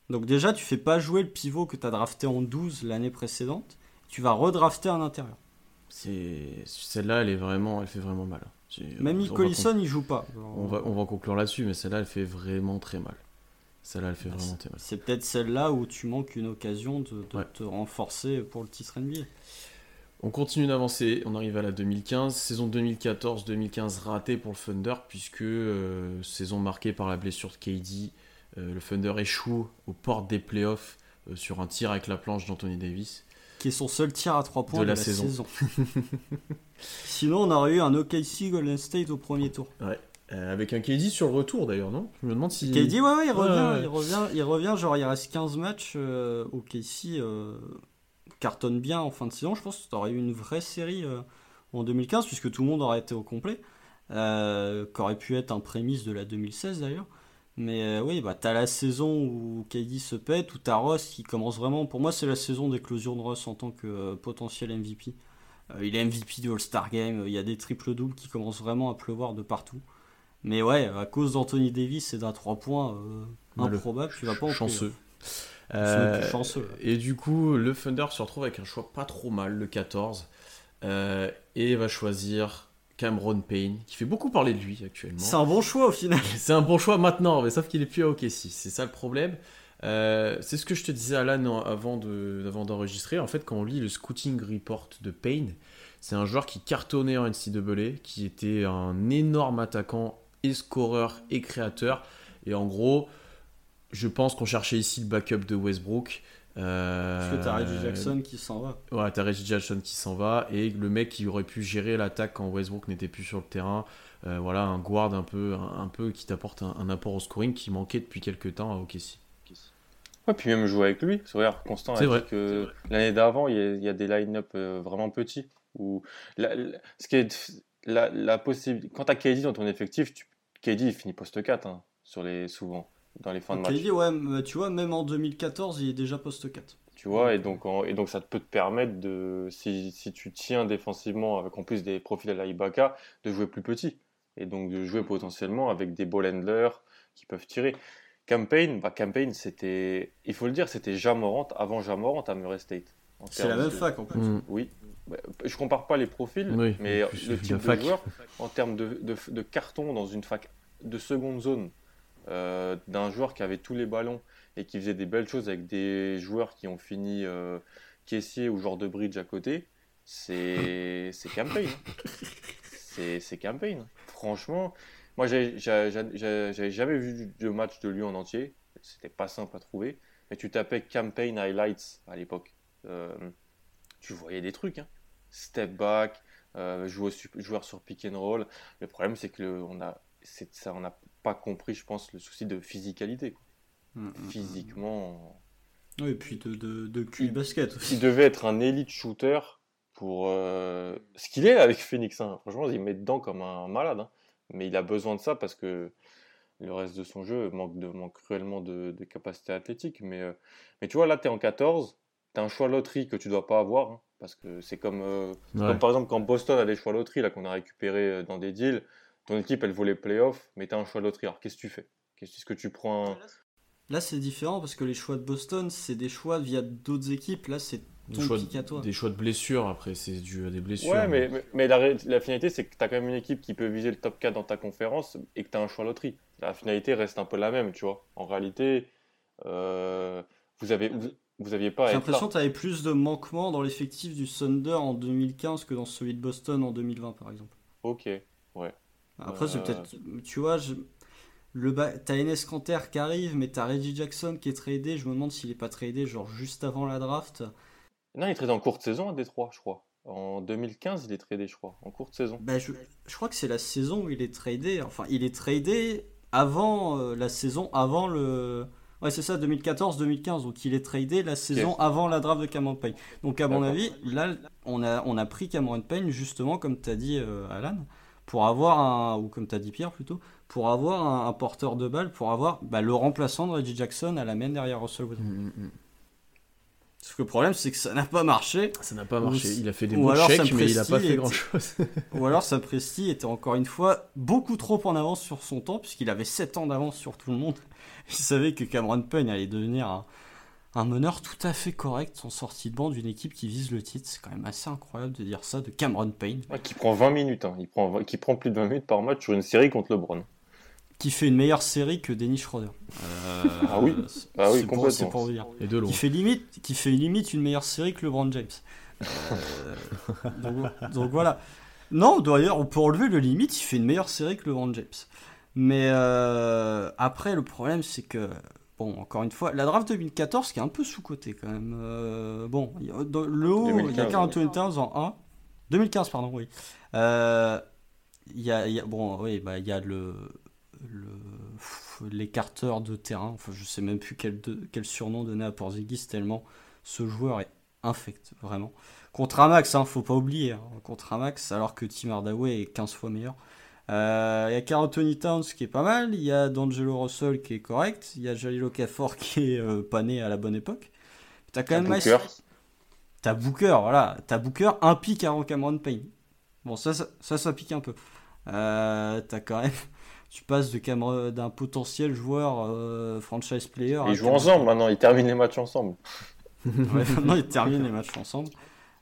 S3: Donc déjà, tu fais pas jouer le pivot que tu as drafté en douze l'année précédente. Tu vas redrafter un intérieur.
S2: C'est... Celle-là, elle, est vraiment... elle fait vraiment mal.
S3: Même Nick Collison, il joue pas.
S2: On va, on va conclure là-dessus, mais celle-là, elle fait vraiment très mal. Celle-là, elle fait
S3: bah,
S2: vraiment
S3: c'est,
S2: très mal.
S3: C'est peut-être celle-là où tu manques une occasion de, de
S2: ouais.
S3: te renforcer pour le titre N B A.
S2: On continue d'avancer, on arrive à la deux mille quinze, saison deux mille quatorze deux mille quinze ratée pour le Thunder, puisque euh, saison marquée par la blessure de K D, euh, le Thunder échoue aux portes des playoffs euh, sur un tir avec la planche d'Anthony Davis.
S3: Qui est son seul tir à trois points de,
S2: de la,
S3: la
S2: saison.
S3: saison. Sinon, on aurait eu un O K C Golden State au premier tour.
S2: Ouais. Euh, avec un K D sur le retour d'ailleurs, non ? Je me demande si...
S3: K D, ouais, ouais, il revient,
S2: ouais, ouais.
S3: il revient, il revient, genre il reste quinze matchs, euh, O K C euh, cartonne bien en fin de saison. Je pense que tu aurais eu une vraie série euh, en deux mille quinze, puisque tout le monde aurait été au complet, euh, qu'aurait pu être un prémisse de la deux mille seize d'ailleurs. Mais euh, oui, bah, t'as la saison où K D se pète, où t'as Ross qui commence vraiment... Pour moi, c'est la saison d'éclosion de Ross en tant que euh, potentiel M V P. Euh, il est M V P du All-Star Game, il y a des triples-doubles qui commencent vraiment à pleuvoir de partout. Mais ouais, à cause d'Anthony Davis et d'un trois points euh, improbable, tu vas pas en
S2: chanceux.
S3: Euh, plus chanceux.
S2: Et du coup, le Thunder se retrouve avec un choix pas trop mal, le quatorze, euh, et va choisir Cameron Payne, qui fait beaucoup parler de lui actuellement.
S3: C'est un bon choix au final.
S2: C'est un bon choix maintenant, mais sauf qu'il est plus à O K C. C'est ça le problème. Euh, c'est ce que je te disais, Alan, avant, de, avant d'enregistrer. En fait, quand on lit le scouting report de Payne, c'est un joueur qui cartonnait en N C A A, qui était un énorme attaquant et scoreur et créateur. Et en gros, je pense qu'on cherchait ici le backup de Westbrook. Euh,
S3: Parce que t'as Reggie Jackson qui s'en va.
S2: Ouais, t'as Reggie Jackson qui s'en va. Et le mec qui aurait pu gérer l'attaque quand Westbrook n'était plus sur le terrain. Euh, voilà, un guard un peu, un, un peu qui t'apporte un, un apport au scoring qui manquait depuis quelques temps à O K C.
S4: Ouais, puis même jouer avec lui. C'est vrai, Constant a
S2: c'est
S4: dit
S2: vrai,
S4: que l'année d'avant, il y a, il y a des line-up euh, vraiment petits. Où la, la, ce qui est la, la possibilité. Quand t'as K D dans ton effectif, tu, K D il finit poste quatre hein, sur les, souvent, dans les fins de match.
S3: K D, ouais, mais tu vois, même en deux mille quatorze, il est déjà poste quatre.
S4: Tu vois, et donc, en, et donc ça peut te permettre, de, si, si tu tiens défensivement, avec en plus des profils à la Ibaka, de jouer plus petit. Et donc de jouer potentiellement avec des ball handlers qui peuvent tirer. Campaign, bah Campaign, c'était, il faut le dire, c'était Jamorant avant Jamorant à Murray State.
S3: C'est la même
S4: de,
S3: fac en plus.
S2: Mmh.
S4: Oui. Je compare pas les profils,
S2: oui,
S4: mais
S2: plus,
S4: le type de
S2: fac.
S4: joueur, en termes de, de, de carton dans une fac de seconde zone, euh, d'un joueur qui avait tous les ballons et qui faisait des belles choses avec des joueurs qui ont fini euh, caissier ou genre de bridge à côté, c'est, c'est Campaign. C'est, c'est Campaign. Franchement, moi j'ai, j'ai, j'ai, j'avais jamais vu de match de lui en entier. C'était pas simple à trouver. Mais tu tapais Campaign Highlights à l'époque. Euh, tu voyais des trucs. Hein. Step back, euh, joueur, joueur sur pick and roll. Le problème, c'est que le, on a, c'est, ça, on n'a pas compris, je pense, le souci de physicalité. Quoi. Mmh, Physiquement.
S3: Oui, et puis de, de, de Q I basket aussi.
S4: Il devait être un élite shooter pour euh, ce qu'il est avec Phoenix. Hein. Franchement, il met dedans comme un malade. Hein. Mais il a besoin de ça parce que le reste de son jeu manque, de, manque cruellement de, de capacité athlétique. Mais, euh, mais tu vois, là, tu es en quatorze. Tu as un choix loterie que tu dois pas avoir. Hein, parce que c'est comme, euh, ouais. comme par exemple quand Boston a des choix loterie là, qu'on a récupérés dans des deals. Ton équipe, elle vaut les playoffs, mais tu as un choix loterie. Alors, qu'est-ce que tu fais ? Qu'est-ce que tu prends un...
S3: Là, c'est différent parce que les choix de Boston, c'est des choix via d'autres équipes. Là, c'est ton
S2: choix
S3: pick à toi.
S2: Des choix de blessures, après, c'est dû à des blessures.
S4: Ouais, mais, mais, mais la, la finalité, c'est que tu as quand même une équipe qui peut viser le top quatre dans ta conférence et que tu as un choix loterie. La finalité reste un peu la même, tu vois. En réalité, euh, vous avez... Vous, Vous aviez pas.
S3: J'ai l'impression que tu avais plus de manquements dans l'effectif du Thunder en deux mille quinze que dans celui de Boston en deux mille vingt, par exemple.
S4: Ok, ouais.
S3: Après,
S4: euh...
S3: c'est peut-être. Tu vois, je... le ba... t'as Enes Kanter qui arrive, mais t'as Reggie Jackson qui est tradé. Je me demande s'il est pas tradé, genre juste avant la draft.
S4: Non, il est tradé en courte saison à Détroit, je crois. En deux mille quinze, il est tradé, je crois, en courte saison.
S3: Bah, je... je crois que c'est la saison où il est tradé. Enfin, il est tradé avant euh, la saison, avant le. Ouais, c'est ça, deux mille quatorze deux mille quinze, donc il est tradé la saison okay. avant la draft de Cameron Payne. Donc à mon D'accord. avis, là, on a, on a pris Cameron Payne justement, comme tu as dit euh, Alan, pour avoir un, ou comme tu as dit Pierre plutôt, pour avoir un, un porteur de balle, pour avoir bah, le remplaçant de Reggie Jackson à la main derrière Russell Westbrook.
S2: Mmh, mmh.
S3: Parce que le problème, c'est que ça n'a pas marché.
S2: Ça n'a pas marché. Il a fait des
S3: Ou
S2: beaux
S3: alors
S2: chèques,
S3: Sam
S2: mais il n'a pas
S3: Presti
S2: fait
S3: était-
S2: grand-chose.
S3: Ou alors Sam Presti était encore une fois beaucoup trop en avance sur son temps, puisqu'il avait sept ans d'avance sur tout le monde. Il savait que Cameron Payne allait devenir un, un meneur tout à fait correct en sortie de banc d'une équipe qui vise le titre. C'est quand même assez incroyable de dire ça de Cameron Payne,
S4: Ouais, qui prend vingt minutes, hein. Il prend, vingt- qui prend plus de vingt minutes par match sur une série contre LeBron.
S3: qui fait une meilleure série que Dennis Schroeder. Euh,
S4: Ah oui.
S3: c'est-
S4: Ah oui,
S3: c'est pour,
S4: complètement.
S3: c'est pour vous dire.
S2: Et de loin.
S3: Qui fait limite, qui fait limite une meilleure série que LeBron James. Euh, donc, donc voilà. Non, d'ailleurs, on peut enlever le limite, il fait une meilleure série que LeBron James. Mais euh, après, le problème, c'est que, bon, encore une fois, la draft deux mille quatorze qui est un peu sous-cotée quand même. Euh, bon, il y a- dans le haut, il y a
S4: deux mille quinze,
S3: Karl Anthony Towns en un. deux mille quinze, pardon, oui. Euh, Il y a, il y a- bon, oui, bah, il y a le, le, pff, l'écarteur de terrain. Enfin, je sais même plus quel, de- quel surnom donner à Porzingis tellement ce joueur est infect, vraiment. Contre Amax, hein, faut pas oublier. Hein, contre Amax, alors que Tim Hardaway est quinze fois meilleur. Euh, Il y a Karl Anthony Towns qui est pas mal. Il y a D'Angelo Russell qui est correct. Il y a Jalil Okafor qui est euh, pas né à la bonne époque. T'as quand même
S4: Booker.
S3: Miles- T'as Booker, voilà. T'as Booker, un pic avant Cameron Payne. Bon, ça, ça, ça, ça pique un peu. Euh, t'as quand même. Tu passes de Cameron- d'un potentiel joueur euh, franchise player. à
S4: Ils jouent
S3: Cameron
S4: ensemble maintenant, ils terminent les matchs ensemble.
S3: Ouais, maintenant ils terminent les matchs ensemble.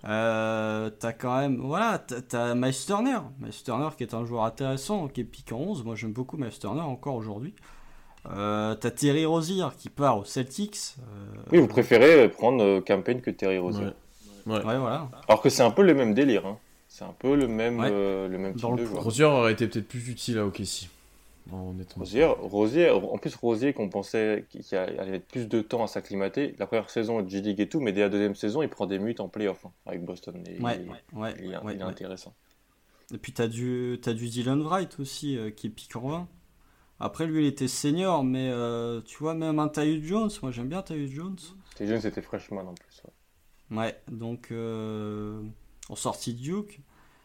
S3: Euh, t'as quand même, voilà, t'as, t'as Miles Turner, Miles Turner qui est un joueur intéressant, qui est pique en onze. Moi j'aime beaucoup Miles Turner encore aujourd'hui. Euh, t'as Terry Rozier qui part aux Celtics. Euh,
S4: Oui, vous préférez prendre euh, Campaign que Terry Rozier.
S2: Ouais. Ouais.
S3: Ouais, voilà.
S4: Alors que c'est un peu le même délire. Hein. C'est un peu le même,
S3: Ouais.
S4: euh, le même type
S3: Dans le
S4: de joueur.
S2: Rozier aurait été peut-être plus utile à O K C. Honnêtement.
S4: Rosier, Rosier, en plus Rosier qu'on pensait qu'il allait mettre plus de temps à s'acclimater. La première saison de G-League et tout, mais dès la deuxième saison, il prend des minutes en playoff hein, avec Boston. Et
S3: Ouais,
S4: il,
S3: ouais,
S4: il est,
S3: ouais,
S4: il est
S3: ouais.
S4: intéressant.
S3: Et puis t'as du, t'as du Dylan Wright aussi euh, qui est pique en vingt. Après lui il était senior, mais euh, tu vois, même un Tyus Jones, moi j'aime bien Tyus Jones.
S4: C'était jeune, c'était freshman en plus. Ouais.
S3: Ouais, donc euh, en sortie de Duke.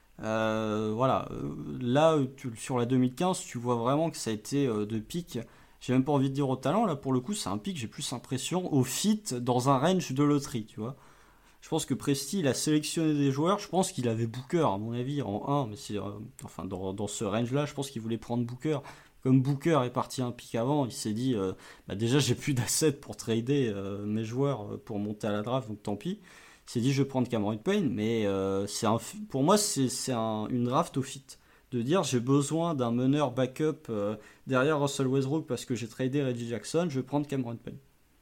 S3: Euh, voilà, Euh, là tu- sur la deux mille quinze, tu vois vraiment que ça a été euh, de pic. J'ai même pas envie de dire au talent, là pour le coup, c'est un pic, j'ai plus l'impression au fit dans un range de loterie, tu vois. Je pense que Presti, il a sélectionné des joueurs, je pense qu'il avait Booker, à mon avis, en un, mais c'est. euh, enfin, dans, dans ce range-là, je pense qu'il voulait prendre Booker. Comme Booker est parti un pic avant, il s'est dit euh, bah déjà, j'ai plus d'assets pour trader euh, mes joueurs euh, pour monter à la draft, donc tant pis. Il s'est dit je vais prendre Cameron Payne, mais euh, c'est un, pour moi c'est, c'est un, une draft au fit. De dire j'ai besoin d'un meneur backup euh, derrière Russell Westbrook parce que j'ai tradé Reggie Jackson, je vais prendre Cameron Payne.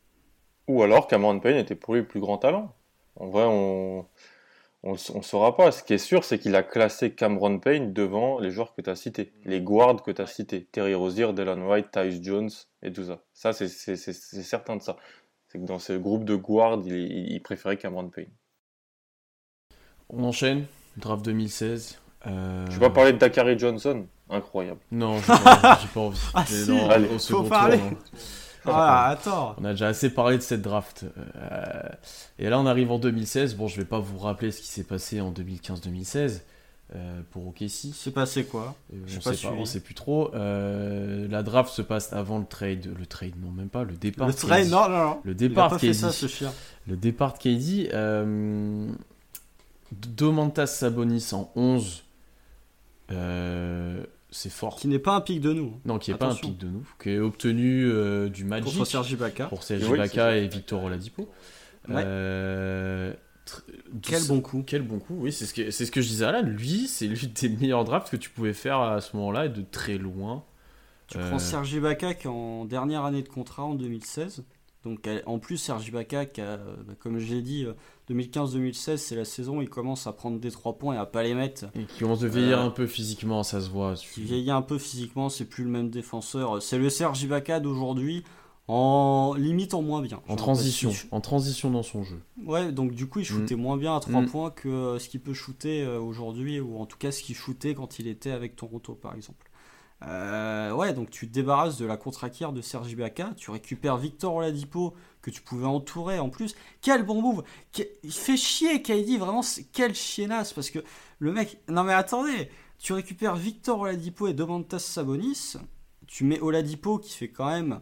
S4: Ou alors Cameron Payne était pour lui le plus grand talent. En vrai, on on ne saura pas. Ce qui est sûr, c'est qu'il a classé Cameron Payne devant les joueurs que tu as cités, les guards que tu as cités, Terry Rozier, Dylan White, Tyus Jones et tout ça. Ça, c'est, c'est, c'est, c'est certain de ça. C'est que dans ce groupe de guards, il, il, il préférait Cameron Payne.
S2: On enchaîne. Draft deux mille seize. Euh...
S4: Je vais pas parler de Dakari Johnson. Incroyable.
S2: Non, j'ai pas, j'ai pas envie.
S3: Ah
S2: Mais
S3: si,
S2: non,
S4: allez,
S2: au
S3: faut
S2: second
S3: parler.
S2: tour, non.
S3: Ah, attends.
S2: On a déjà assez parlé de cette draft. Euh, et là, on arrive en deux mille seize. Bon, je vais pas vous rappeler ce qui s'est passé en deux mille quinze deux mille seize euh, pour O K C.
S3: C'est passé quoi?
S2: Euh,
S3: J'ai
S2: on
S3: pas
S2: sait pas,
S3: suivi.
S2: on sait plus trop. Euh, la draft se passe avant le trade. Le trade, non, même pas. Le départ.
S3: Le
S2: de
S3: train,
S2: K D.
S3: non, non, non.
S2: Le
S3: Il a
S2: départ
S3: pas
S2: de
S3: fait
S2: K D.
S3: ça, ce chien.
S2: Le départ de K D. Euh, Domantas Sabonis en onze. Euh, c'est fort.
S3: Qui n'est pas un pic de nous.
S2: Non, qui n'est pas un
S3: Attention.
S2: pic de nous. Qui est obtenu euh, du Magic.
S3: Contre Serge Ibaka.
S2: Pour Serge
S4: Oui,
S2: Ibaka
S4: c'est
S2: et Victor Oladipo.
S3: Ouais.
S2: Euh, tr-
S3: Quel
S2: de-
S3: bon coup.
S2: Quel bon coup, oui, c'est ce que, c'est ce que je disais à là. Lui, c'est l'une des meilleurs drafts que tu pouvais faire à ce moment-là et de très loin.
S3: Tu
S2: Euh,
S3: prends Serge Ibaka qui est en dernière année de contrat en deux mille seize. Donc elle- en plus Serge Ibaka qui a, bah, comme j'ai dit, euh, deux mille quinze deux mille seize c'est la saison où il commence à prendre des trois points et à pas les mettre.
S2: Et qui commence de vieillir
S3: Euh,
S2: un peu physiquement, ça se voit.
S3: Qui vieillit un peu physiquement, c'est plus le même défenseur. C'est le Serge Ibaka d'aujourd'hui en limite en moins bien.
S2: En transition, en transition dans son jeu.
S3: Ouais, donc du coup il shootait moins bien à trois
S2: Mm.
S3: points que euh, ce qu'il peut shooter euh, aujourd'hui, ou en tout cas ce qu'il shootait quand il était avec Toronto par exemple. Euh, ouais, donc tu te débarrasses de la contre-acquire de Serge Ibaka, tu récupères Victor Oladipo que tu pouvais entourer en plus. Quel bon move! Que- Il fait chier K D, vraiment, c'est- quel chiennasse, parce que le mec. Non mais attendez, tu récupères Victor Oladipo et Domantas Sabonis, tu mets Oladipo qui fait quand même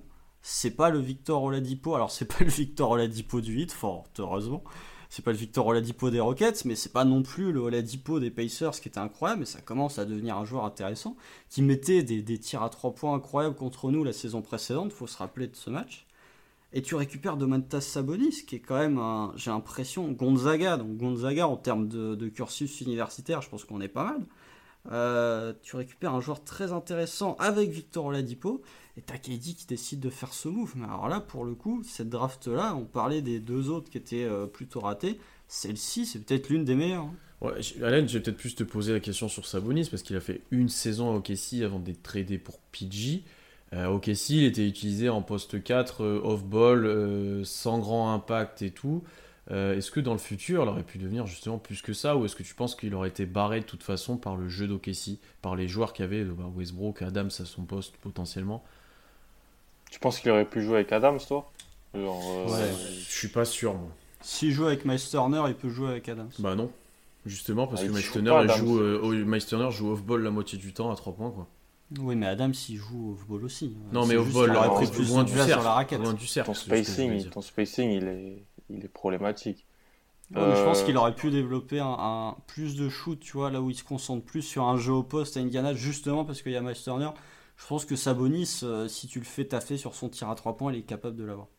S3: c'est pas le Victor Oladipo. Alors, c'est pas le Victor Oladipo du Heat, fort heureusement. C'est pas le Victor Oladipo des Rockets, mais c'est pas non plus le Oladipo des Pacers qui était incroyable, mais ça commence à devenir un joueur intéressant, qui mettait des, des tirs à trois points incroyables contre nous la saison précédente, faut se rappeler de ce match. Et tu récupères Domantas Sabonis, qui est quand même, un, j'ai l'impression, Gonzaga, donc Gonzaga en termes de, de cursus universitaire, je pense qu'on est pas mal. Euh, tu récupères un joueur très intéressant avec Victor Oladipo, et t'as K D qui décide de faire ce move. Mais alors là, pour le coup, cette draft-là, on parlait des deux autres qui étaient euh, plutôt ratées. Celle-ci, c'est peut-être l'une des meilleures. Hein.
S2: Ouais, Alain, je vais peut-être plus te poser la question sur Sabonis, parce qu'il a fait une saison à O K C avant d'être tradé pour P G. Euh, O K C, il était utilisé en poste quatre, euh, off-ball, euh, sans grand impact et tout. Euh, est-ce que dans le futur, il aurait pu devenir justement plus que ça, ou est-ce que tu penses qu'il aurait été barré de toute façon par le jeu d'O K C, par les joueurs qu'il y avait, bah, Westbrook, Adams à son poste potentiellement?
S4: Tu penses qu'il aurait pu jouer avec Adams, toi? Genre, euh,
S2: Ouais, je suis pas sûr, moi.
S3: S'il joue avec Miles Turner, il peut jouer avec Adams.
S2: Bah non, justement, parce
S4: Ah,
S2: que
S4: il
S2: Miles
S4: joue
S2: Turner,
S4: pas,
S2: il
S4: Adams.
S2: joue, euh, oh, Miles Turner joue off-ball la moitié du temps à trois points, quoi.
S3: Oui, mais Adams, il joue off-ball aussi.
S2: Non,
S3: C'est
S2: mais
S3: juste
S2: off-ball,
S3: qu'il aurait
S4: loin-
S3: pris plus
S2: loin
S3: de
S2: du
S3: place
S2: cercle,
S3: sur la raquette.
S2: loin du cercle.
S4: ton
S2: c'est ce que je voulais
S4: spacing,
S2: dire.
S4: ton spacing, il est, il est problématique.
S3: Ouais, mais je pense
S4: Euh,
S3: qu'il aurait pu développer un, un- plus de shoot, tu vois, là où il se concentre plus sur un jeu au poste à Indiana, justement parce qu'il y a Miles Turner. Je pense que Sabonis, euh, si tu le fais taffer sur son tir à trois points, il est capable de l'avoir.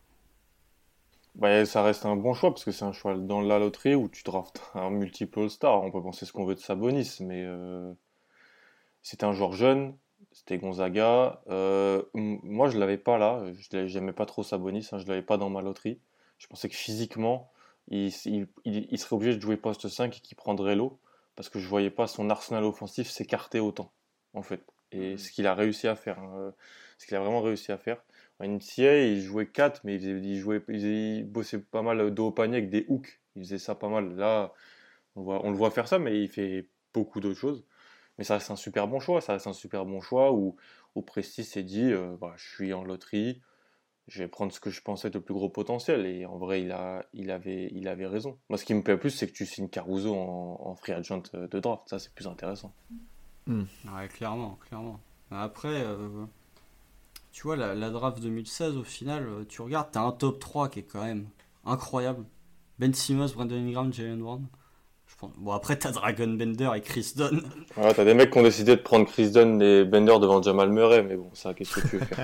S4: Bah, ça reste un bon choix parce que c'est un choix dans la loterie où tu draftes un multiple All-Star. On peut penser ce qu'on veut de Sabonis, mais euh, c'était un joueur jeune, c'était Gonzaga. Euh, m- moi, je l'avais pas là. Je l'ai- J'aimais pas trop Sabonis, hein, je l'avais pas dans ma loterie. Je pensais que physiquement, il, il- il- il serait obligé de jouer poste cinq et qu'il prendrait l'eau parce que je voyais pas son arsenal offensif s'écarter autant, en fait. Et ce qu'il a réussi à faire, hein, euh, ce qu'il a vraiment réussi à faire. En N C A A, il jouait quatre, mais il, faisait- il jouait, il, faisait- il bossait pas mal dos au panier avec des hooks. Il faisait ça pas mal. Là, on, voit- on le voit faire ça, mais il fait beaucoup d'autres choses. Mais ça reste un super bon choix. Ça reste un super bon choix où, où Presti s'est dit euh, bah, je suis en loterie, je vais prendre ce que je pensais être le plus gros potentiel. Et en vrai, il, a, il, avait, il avait raison. Moi, ce qui me plaît le plus, c'est que tu signes Caruso en, en free agent de draft. Ça, c'est plus intéressant.
S3: Ouais, clairement, clairement. Après, euh, tu vois, la, la draft deux mille seize, au final, euh, tu regardes, t'as un top trois qui est quand même incroyable. Ben Simmons, Brandon Ingram, Jalen Brown. Je pense... Bon, après, t'as Dragon Bender et Chris Dunn.
S4: Voilà, t'as des mecs qui ont décidé de prendre Chris Dunn et Bender devant Jamal Murray, mais bon, ça, qu'est-ce que tu veux faire?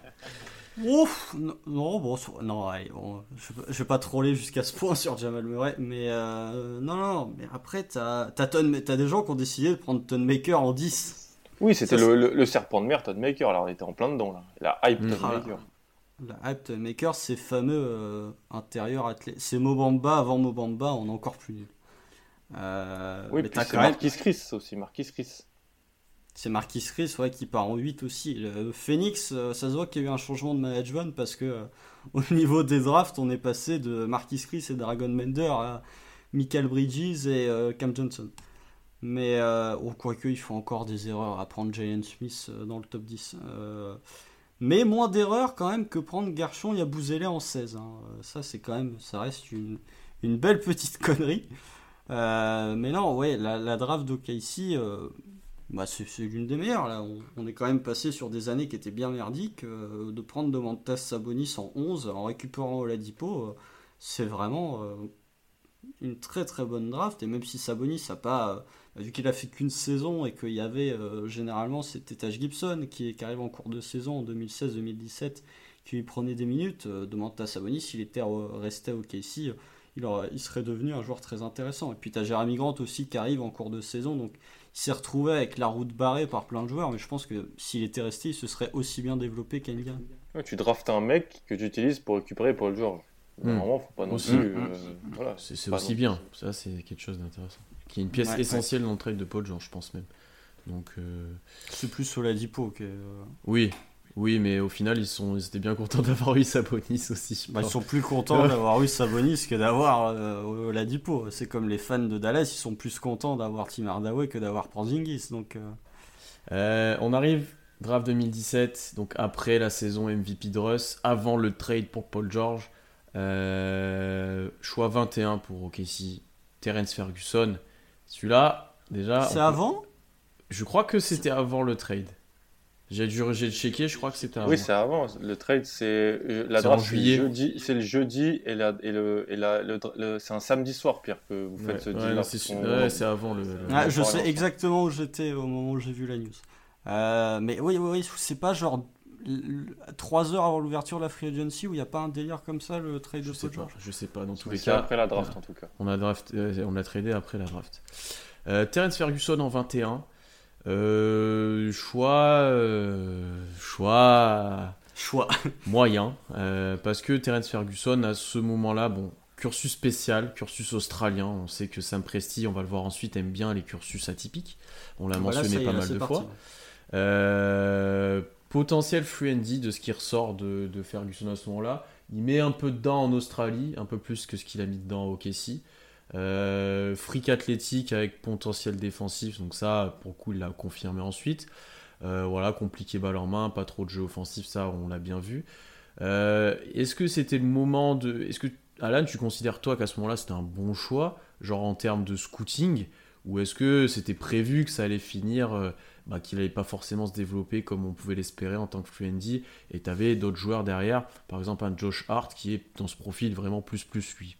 S3: Ouf, non, non, bon, so- non, allez, bon, je, vais pas- je vais pas troller jusqu'à ce point sur Jamal Murray, mais euh, non, non, non, mais après, t'as, t'as, Ton- t'as des gens qui ont décidé de prendre Ton Maker en dix.
S4: Oui, c'était
S3: Ça,
S4: le, le, le serpent de mer, Todd Maker. Alors, on était en plein dedans, là. La hype
S2: Mm.
S4: Todd
S3: Ah,
S4: Maker.
S3: La hype Ton Maker, c'est fameux euh, intérieur athlète. C'est Mobamba avant Mobamba, on est encore plus nul. Euh,
S4: Oui,
S3: mais
S4: puis
S3: t'as
S4: c'est
S3: quand même.
S4: Marquis Chris aussi, Marquis Chris.
S3: C'est Marquis Chris, ouais, qui part en huit aussi. Le Phoenix, euh, ça se voit qu'il y a eu un changement de management parce que euh, au niveau des drafts, on est passé de Marquis Chris et Dragon Bender à Michael Bridges et euh, Cam Johnson. Mais euh, oh, quoique, il faut encore des erreurs à prendre Jalen Smith euh, dans le top dix. Euh, mais moins d'erreurs quand même que prendre Garchon Yabusele en seize. Hein. Euh, Ça, c'est quand même, ça reste une, une belle petite connerie. Euh, mais non, ouais, la, la draft d'O K C, euh, bah c'est, c'est l'une des meilleures. Là. On, on est quand même passé sur des années qui étaient bien merdiques. Euh, de prendre Domantas Sabonis en onze en récupérant Oladipo, euh, c'est vraiment euh, une très très bonne draft. Et même si Sabonis a pas, euh, vu qu'il a fait qu'une saison et qu'il y avait euh, généralement c'était Taj Gibson qui, qui arrive en cours de saison en deux mille seize deux mille dix-sept qui lui prenait des minutes, euh, Domantas Sabonis, s'il était euh, resté au K C, euh, il, aurait, il serait devenu un joueur très intéressant. Et puis tu as Jeremy Grant aussi qui arrive en cours de saison, donc il s'est retrouvé avec la route barrée par plein de joueurs, mais je pense que s'il était resté, il se serait aussi bien développé qu'Indiana.
S4: Ouais, tu draftes un mec que tu utilises pour récupérer Paul George.
S2: Mm.
S4: Normalement, faut pas non
S2: Aussi.
S4: plus.
S3: Mm.
S4: euh, voilà,
S2: C'est, c'est
S4: pas
S2: aussi
S4: non-
S2: bien, ça c'est quelque chose d'intéressant. Qui est une pièce
S3: Ouais,
S2: essentielle dans le trade de Paul George, je pense même. Donc, euh,
S3: C'est plus Oladipo que... euh,
S2: oui, oui, mais au final, ils, sont, ils étaient bien contents d'avoir eu Sabonis aussi. je
S3: Bah, ils
S2: pense.
S3: sont plus contents d'avoir eu Sabonis que d'avoir euh, Oladipo. C'est comme les fans de Dallas, ils sont plus contents d'avoir Tim Hardaway que d'avoir Porzingis. Donc, euh,
S2: Euh, on arrive, draft deux mille dix-sept, donc après la saison M V P de Russ, avant le trade pour Paul George. Euh, choix vingt et un pour O K C, Terence Ferguson. Celui-là, déjà.
S3: c'est
S2: on peut-
S3: avant
S2: Je crois que c'était avant le trade. J'ai dû j'ai checké, je crois que c'était avant.
S4: Oui, c'est avant. Le trade, c'est la
S2: C'est en
S4: draft, c'est le
S2: juillet.
S4: jeudi, c'est le jeudi et, la, et, le, et la, le, le- c'est un samedi soir, Pierre, que vous faites
S2: Ouais,
S4: ce
S2: ouais,
S4: deal-là.
S2: mais c'est,
S4: On-
S2: ouais, c'est avant le. le-
S3: Ah,
S4: on
S3: je
S4: en
S3: sais
S4: parle
S3: exactement où j'étais au moment où j'ai vu la news. Euh, mais oui, oui, oui, c'est pas genre trois heures avant l'ouverture de la free agency où il n'y a pas un délire comme ça, le trade
S2: Je
S3: de
S2: sais
S3: Paul
S2: pas,
S3: George.
S2: je sais pas. Dans tous
S4: Mais
S2: les
S4: c'est
S2: cas,
S4: après la draft, en tout cas.
S2: on a draft, euh, on a tradé après la draft. Euh, Terence Ferguson en vingt et un. Euh, choix, euh, choix
S3: Choix.
S2: moyen, euh, parce que Terence Ferguson à ce moment-là, bon, cursus spécial, cursus australien. On sait que Sam Presti, on va le voir ensuite, aime bien les cursus atypiques. On l'a
S3: Voilà,
S2: mentionné
S3: ça y est,
S2: pas
S3: là,
S2: mal
S3: c'est
S2: de
S3: parti.
S2: fois. Euh, potentiel free and D de ce qui ressort de, de Ferguson à ce moment-là. Il met un peu dedans en Australie, un peu plus que ce qu'il a mis dedans au O K C. Euh, freak athlétique avec potentiel défensif, donc ça, pour le coup, il l'a confirmé ensuite. Euh, voilà, compliqué balle en main, pas trop de jeu offensif, ça, on l'a bien vu. Euh, est-ce que c'était le moment de. Est-ce que, Alan, tu considères toi qu'à ce moment-là, c'était un bon choix, genre en termes de scouting, ou est-ce que c'était prévu que ça allait finir, euh, bah, qu'il n'allait pas forcément se développer comme on pouvait l'espérer en tant que free and D, et tu avais d'autres joueurs derrière, par exemple un Josh Hart qui est dans ce profil vraiment plus plus lui.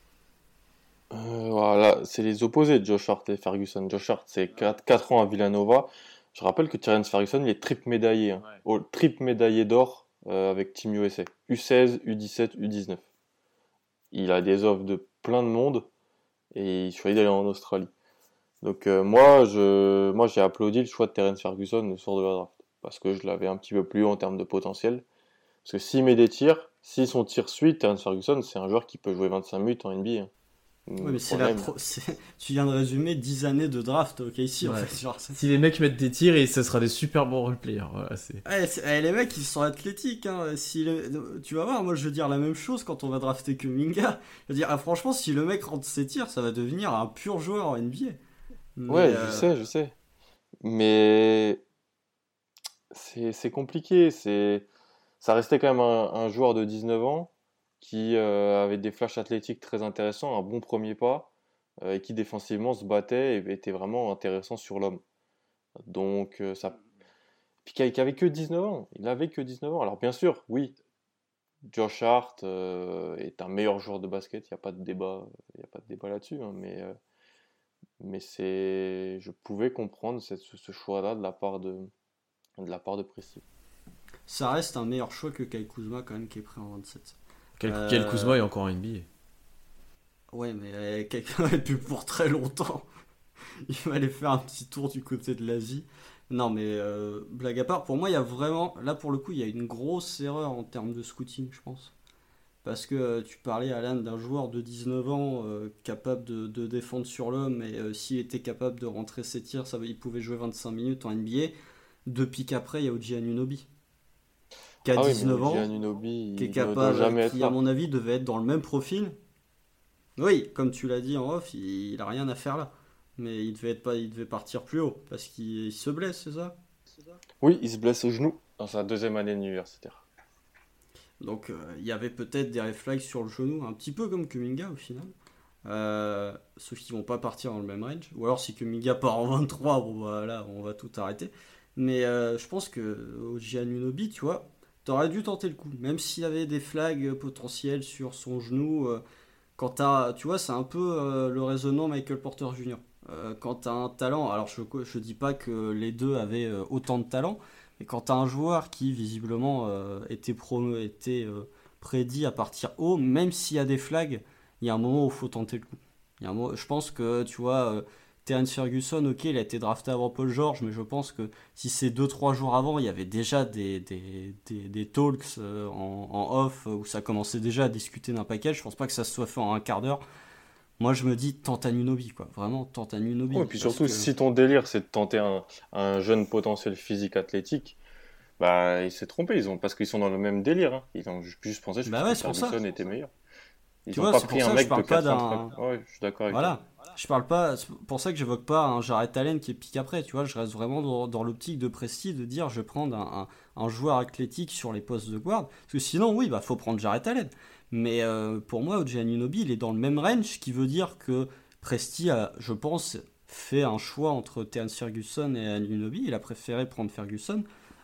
S4: Euh, voilà, c'est les opposés de Josh Hart et Ferguson. Josh Hart, c'est quatre ans à Villanova. Je rappelle que Terence Ferguson, il est triple médaillé. Hein. Au- triple médaillé d'or euh, avec Team U S A. U seize, U dix-sept, U dix-neuf. Il a des offres de plein de monde et il choisit d'aller en Australie. Donc euh, moi, je, moi, j'ai applaudi le choix de Terence Ferguson le soir de la draft. Parce que je l'avais un petit peu plus haut en termes de potentiel. Parce que s'il met des tirs, si son tir suit, Terence Ferguson, c'est un joueur qui peut jouer vingt-cinq minutes en N B A. Hein.
S3: Oui, mais c'est la pro- c'est- tu viens de résumer dix années de draft au K C en
S2: Ouais.
S3: fait. Genre, c'est-
S2: Si les mecs mettent des tirs, et ça sera des super bons roleplayers. Voilà, c'est...
S3: Ouais, c'est- eh, les mecs ils sont athlétiques. Hein. Si le- Tu vas voir, moi je veux dire la même chose quand on va drafter Kuminga. Je veux dire, ah, franchement, si le mec rentre ses tirs, ça va devenir un pur joueur en N B A. Mais,
S4: Ouais,
S3: euh,
S4: je sais, je sais. Mais c'est c'est compliqué. C'est ça restait quand même un, un joueur de dix-neuf ans qui euh, avait des flashs athlétiques très intéressants, un bon premier pas, euh, et qui défensivement se battait et était vraiment intéressant sur l'homme. Donc euh, ça, puis qui avait que dix-neuf ans. Il avait que dix-neuf ans. Alors bien sûr, oui, Josh Hart euh, est un meilleur joueur de basket. Il n'y a pas de débat, il y a pas de débat là-dessus. Hein, mais euh, mais c'est, je pouvais comprendre cette- ce, ce choix-là de la part de de la part de Presti.
S3: ça reste un meilleur choix que Kai Kuzma quand même qui est prêt en vingt-sept.
S2: Quel,
S3: Euh,
S2: quel Kuzma est encore en N B
S3: Ouais, mais euh, quelqu'un aurait pu pour très longtemps. Il fallait faire un petit tour du côté de l'Asie. Non, mais euh, blague à part, pour moi, il y a vraiment, là pour le coup, il y a une grosse erreur en termes de scouting, je pense. Parce que euh, tu parlais, Alan, d'un joueur de dix-neuf ans euh, capable de, de défendre sur l'homme, et euh, s'il était capable de rentrer ses tirs, ça, il pouvait jouer vingt-cinq minutes en N B A. Deux pics après, il y a Oji Anunoby, qui a
S4: Ah oui, mais
S3: dix-neuf ans.
S4: Oji Anunoby,
S3: qui est
S4: il ne doit
S3: capable,
S4: jamais être
S3: qui
S4: là.
S3: à mon avis devait être dans le même profil. Oui, comme tu l'as dit en off, il, il a rien à faire là. Mais il devait être pas, il devait partir plus haut parce qu'il il se blesse, c'est ça.
S4: Oui, il se blesse au genou dans sa deuxième année universitaire.
S3: Donc euh, il y avait peut-être des réflexes sur le genou, un petit peu comme Kuminga au final. Euh, sauf qu'ils vont pas partir dans le même range. Ou alors si Kuminga part en vingt-trois, bon bah là on va tout arrêter. Mais euh, je pense que Oji Anunoby, tu vois, t'aurais dû tenter le coup, même s'il y avait des flags potentiels sur son genou. euh, Quand t'as, tu vois, c'est un peu euh, le raisonnement Michael Porter junior Euh, quand t'as un talent, alors je je dis pas que les deux avaient euh, autant de talent, mais quand t'as un joueur qui visiblement euh, était pro, était euh, prédit à partir haut, même s'il y a des flags, il y a un moment où il faut tenter le coup. Il y a un moment, je pense que tu vois, euh, Terence Ferguson, ok, il a été drafté avant Paul George, mais je pense que si c'est deux trois jours avant, il y avait déjà des, des, des, des talks euh, en, en off euh, où ça commençait déjà à discuter d'un package. Je pense pas que ça se soit fait en un quart d'heure. Moi, je me dis, tente Anunoby, quoi. Vraiment, tente Anunoby.
S4: Ouais, et puis
S3: parce
S4: surtout,
S3: que-
S4: si ton délire c'est de tenter un, un jeune potentiel physique athlétique, bah il s'est trompé, ils ont, parce qu'ils sont dans le même délire. Hein. Ils ont juste juste pensé
S3: Bah
S4: que
S3: ouais, c'est pour ça.
S4: Ferguson était meilleur. Ils
S3: Tu
S4: ont
S3: vois,
S4: pas
S3: c'est
S4: pris
S3: pour
S4: un
S3: ça,
S4: mec
S3: je parle
S4: de
S3: pas
S4: quatre-vingt-treize. Ouais, je suis d'accord avec toi.
S3: Voilà. Je parle pas, c'est pour ça que j'évoque pas un Jarrett Allen qui est pique après, tu vois, je reste vraiment dans, dans l'optique de Presti de dire je vais prendre un, un, un joueur athlétique sur les postes de guard, parce que sinon oui, bah faut prendre Jarrett Allen. Mais euh, pour moi, Oji Anunoby, il est dans le même range, ce qui veut dire que Presti a, je pense, fait un choix entre Terence Ferguson et Anunoby, il a préféré prendre Ferguson,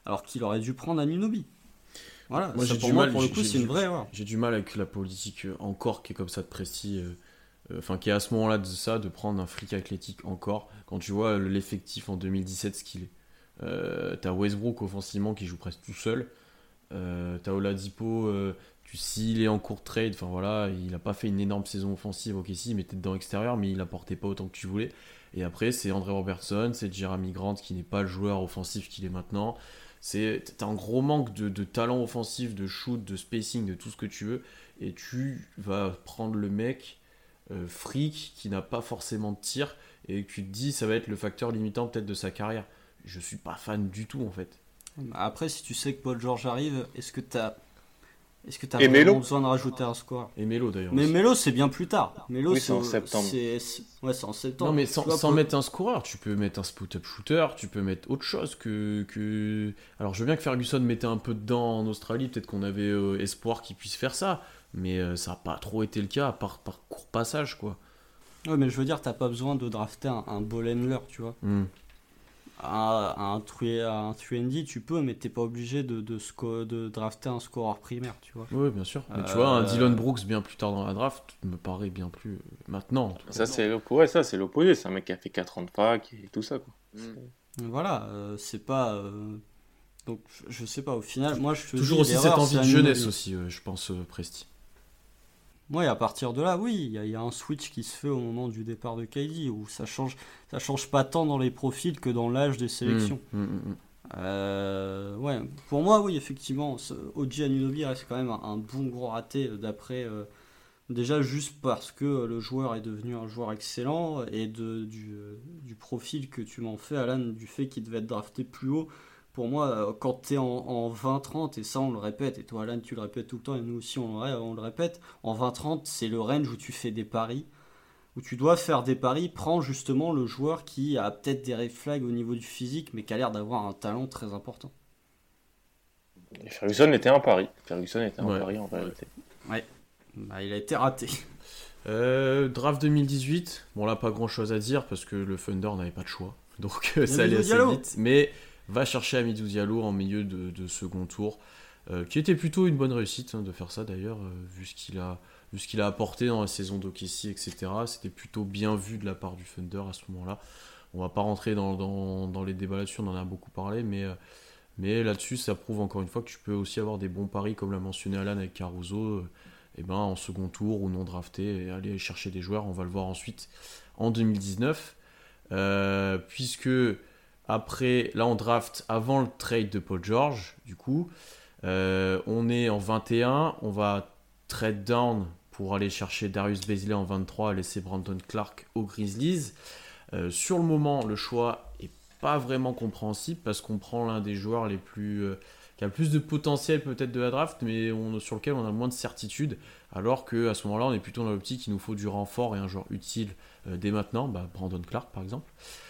S3: alors qu'il aurait dû prendre Anunoby. Voilà,
S2: Moi,
S3: ça,
S2: j'ai
S3: pour
S2: du
S3: moi,
S2: mal,
S3: pour le
S2: j'ai-
S3: coup,
S2: j'ai
S3: c'est une
S2: du-
S3: vraie erreur.
S2: J'ai du mal avec la politique euh, encore qui est comme ça de précis, euh, euh, enfin qui est à ce moment-là de ça, de prendre un fric athlétique encore, quand tu vois l'effectif en deux mille dix-sept ce qu'il est. Euh, t'as Westbrook offensivement qui joue presque tout seul, euh, t'as Oladipo, euh, tu, s'il est en court trade, enfin voilà, il a pas fait une énorme saison offensive, ok si, il mettait dedans extérieur, mais il apportait pas autant que tu voulais. Et après c'est André Robertson, c'est Jeremy Grant qui n'est pas le joueur offensif qu'il est maintenant. C'est, t'as un gros manque de, de talent offensif, de shoot, de spacing, de tout ce que tu veux, et tu vas prendre le mec euh, fric qui n'a pas forcément de tir, et tu te dis ça va être le facteur limitant peut-être de sa carrière. Je suis pas fan du tout en fait.
S3: Après, si tu sais que Paul George arrive, est-ce que t'as, est-ce que t'as
S4: Et
S3: vraiment
S4: Melo
S3: besoin de rajouter un score?
S2: Et Melo d'ailleurs.
S3: Mais
S2: aussi.
S3: Melo, c'est bien plus tard. Melo,
S4: Oui, c'est en septembre.
S3: c'est- c'est- Ouais, c'est en septembre.
S2: Non mais sans,
S3: Tu vois,
S2: sans
S3: Paul-
S2: mettre un scoreur, tu peux mettre un spot-up shooter, tu peux mettre autre chose que, que... Alors je veux bien que Ferguson mettait un peu dedans en Australie, peut-être qu'on avait euh, espoir qu'il puisse faire ça, mais euh, ça n'a pas trop été le cas, à part par court passage quoi.
S3: Ouais, mais je veux dire, t'as pas besoin de drafter un, un ball handler, tu vois.
S2: Hmm.
S3: Un, un, trois un trois and D, tu peux, mais t'es pas obligé de, de, sco- de drafter un scoreur primaire, tu vois.
S2: Oui, bien sûr. Mais tu
S3: Euh,
S2: vois, un Dylan Brooks bien plus tard dans la draft me paraît bien plus euh, maintenant. en tout cas.
S4: Ça, c'est l'opposé. Ouais, ça, c'est l'opposé. C'est un mec qui a fait quatre ans de fac et tout ça, quoi.
S3: Voilà, euh, c'est pas. euh, Donc, je, je sais pas, au final, moi je te
S2: Toujours
S3: dis,
S2: aussi cette
S3: l'erreur,
S2: envie
S3: c'est
S2: de jeunesse
S3: Anunoby.
S2: aussi, euh, je pense, euh, Presti.
S3: Ouais, à partir de là, oui, il y, a- il y a un switch qui se fait au moment du départ de K D, où ça change, ça change pas tant dans les profils que dans l'âge des sélections.
S2: Mm, mm, mm, mm.
S3: Euh, ouais, pour moi, oui, effectivement, ce O G Anunoby reste quand même un, un bon gros raté euh, d'après. euh, déjà, juste parce que euh, le joueur est devenu un joueur excellent et de, du, euh, du profil que tu m'en fais, Alan, du fait qu'il devait être drafté plus haut. Pour moi, euh, quand tu es en, en vingt trente, et ça on le répète, et toi Alan tu le répètes tout le temps, et nous aussi on le, ré- on le répète, en vingt trente c'est le range où tu fais des paris, où tu dois faire des paris, prends justement le joueur qui a peut-être des red flags au niveau du physique, mais qui a l'air d'avoir un talent très important.
S4: Et Ferguson était un pari. Ferguson était un
S2: Ouais.
S4: pari en vérité.
S3: Bah, il a été raté.
S2: Euh, draft deux mille dix-huit, bon là pas grand chose à dire parce que le Thunder n'avait pas de choix, donc euh, ça allait
S3: Hamidou
S2: assez
S3: Diallo.
S2: vite. Mais va chercher Hamidou Diallo en milieu de, de second tour, euh, qui était plutôt une bonne réussite hein, de faire ça d'ailleurs, euh, vu ce qu'il a, vu ce qu'il a apporté dans la saison d'O K C, et cetera. C'était plutôt bien vu de la part du Thunder à ce moment-là. On va pas rentrer dans, dans, dans les débats là-dessus, on en a beaucoup parlé, mais, euh, mais là-dessus ça prouve encore une fois que tu peux aussi avoir des bons paris, comme l'a mentionné Alan avec Caruso, euh, et ben, en second tour ou non drafté, et aller chercher des joueurs. On va le voir ensuite en deux mille dix-neuf, euh, puisque après, là on draft avant le trade de Paul George, du coup, euh, on est en vingt et un, on va trade down pour aller chercher Darius Bazley en vingt-trois et laisser Brandon Clark aux Grizzlies. Euh, sur le moment, le choix est pas vraiment compréhensible parce qu'on prend l'un des joueurs les plus euh, qui a le plus de potentiel peut-être de la draft, mais on, sur lequel on a moins de certitude, alors qu'à ce moment-là, on est plutôt dans l'optique qu'il nous faut du renfort et un joueur utile euh, dès maintenant, bah, Brandon Clark par exemple.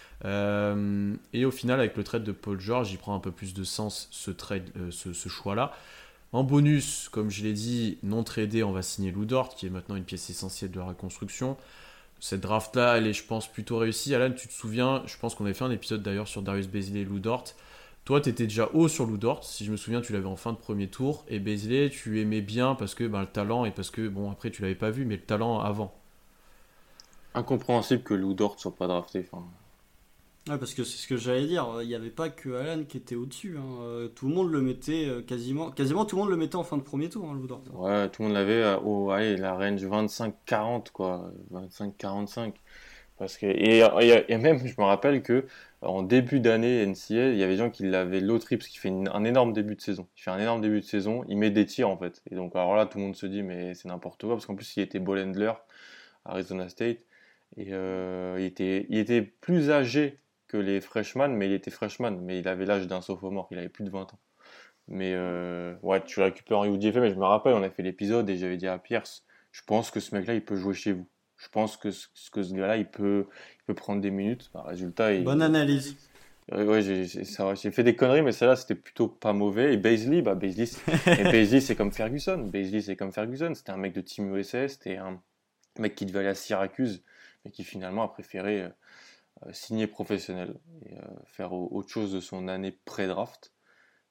S2: Euh, et au final, avec le trade de Paul George, il prend un peu plus de sens ce, trade, euh, ce, ce choix-là. En bonus, comme je l'ai dit, non tradé, on va signer Lou Dort, qui est maintenant une pièce essentielle de la reconstruction. Cette draft-là, elle est, je pense, plutôt réussie. Alan, tu te souviens, je pense qu'on avait fait un épisode d'ailleurs sur Darius Bazley et Lou Dort. Toi, tu étais déjà haut sur Lou Dort, si je me souviens, tu l'avais en fin de premier tour. Et Bazley, tu aimais bien parce que ben, le talent, et parce que, bon, après, tu l'avais pas vu, mais le talent avant.
S4: Incompréhensible que Lou Dort soit pas drafté. Enfin,
S3: Ouais, parce que c'est ce que j'allais dire, il n'y avait pas que Alan qui était au-dessus. hein. Euh, Tout le monde le mettait euh, quasiment. Quasiment tout le monde le mettait en fin de premier tour, hein, Lou Dort.
S4: ouais, tout le monde l'avait euh, au, allez, la range vingt-cinq quarante, quoi. vingt-cinq quarante-cinq. Parce que, et, et, et même, je me rappelle que en début d'année N C A A, il y avait des gens qui l'avaient loterie parce qu'il fait une- un énorme début de saison. Il fait un énorme début de saison, il met des tirs en fait. Et donc, alors là, tout le monde se dit, mais c'est n'importe quoi, parce qu'en plus, il était ball handler à Arizona State. Et euh, il, était, il était plus âgé que les freshmen, mais il était freshman, mais il avait l'âge d'un sophomore, il avait plus de vingt ans. Mais euh, ouais, tu le récupères en U D F A, mais je me rappelle, on a fait l'épisode et j'avais dit à Pierce, je pense que ce mec-là, il peut jouer chez vous. Je pense que ce, que ce gars-là, il peut, il peut prendre des minutes. Bah, résultat, il...
S3: Bonne analyse.
S4: Ouais, ouais, j'ai, j'ai, ça, j'ai fait des conneries, mais celle-là, c'était plutôt pas mauvais. Et Bazley, bah, Bazley, c'est... et Bazley, c'est comme Ferguson. Bazley, c'est comme Ferguson. C'était un mec de Team U S A, c'était un mec qui devait aller à Syracuse, mais qui finalement a préféré euh, signer professionnel et euh, faire autre chose de son année pré-draft.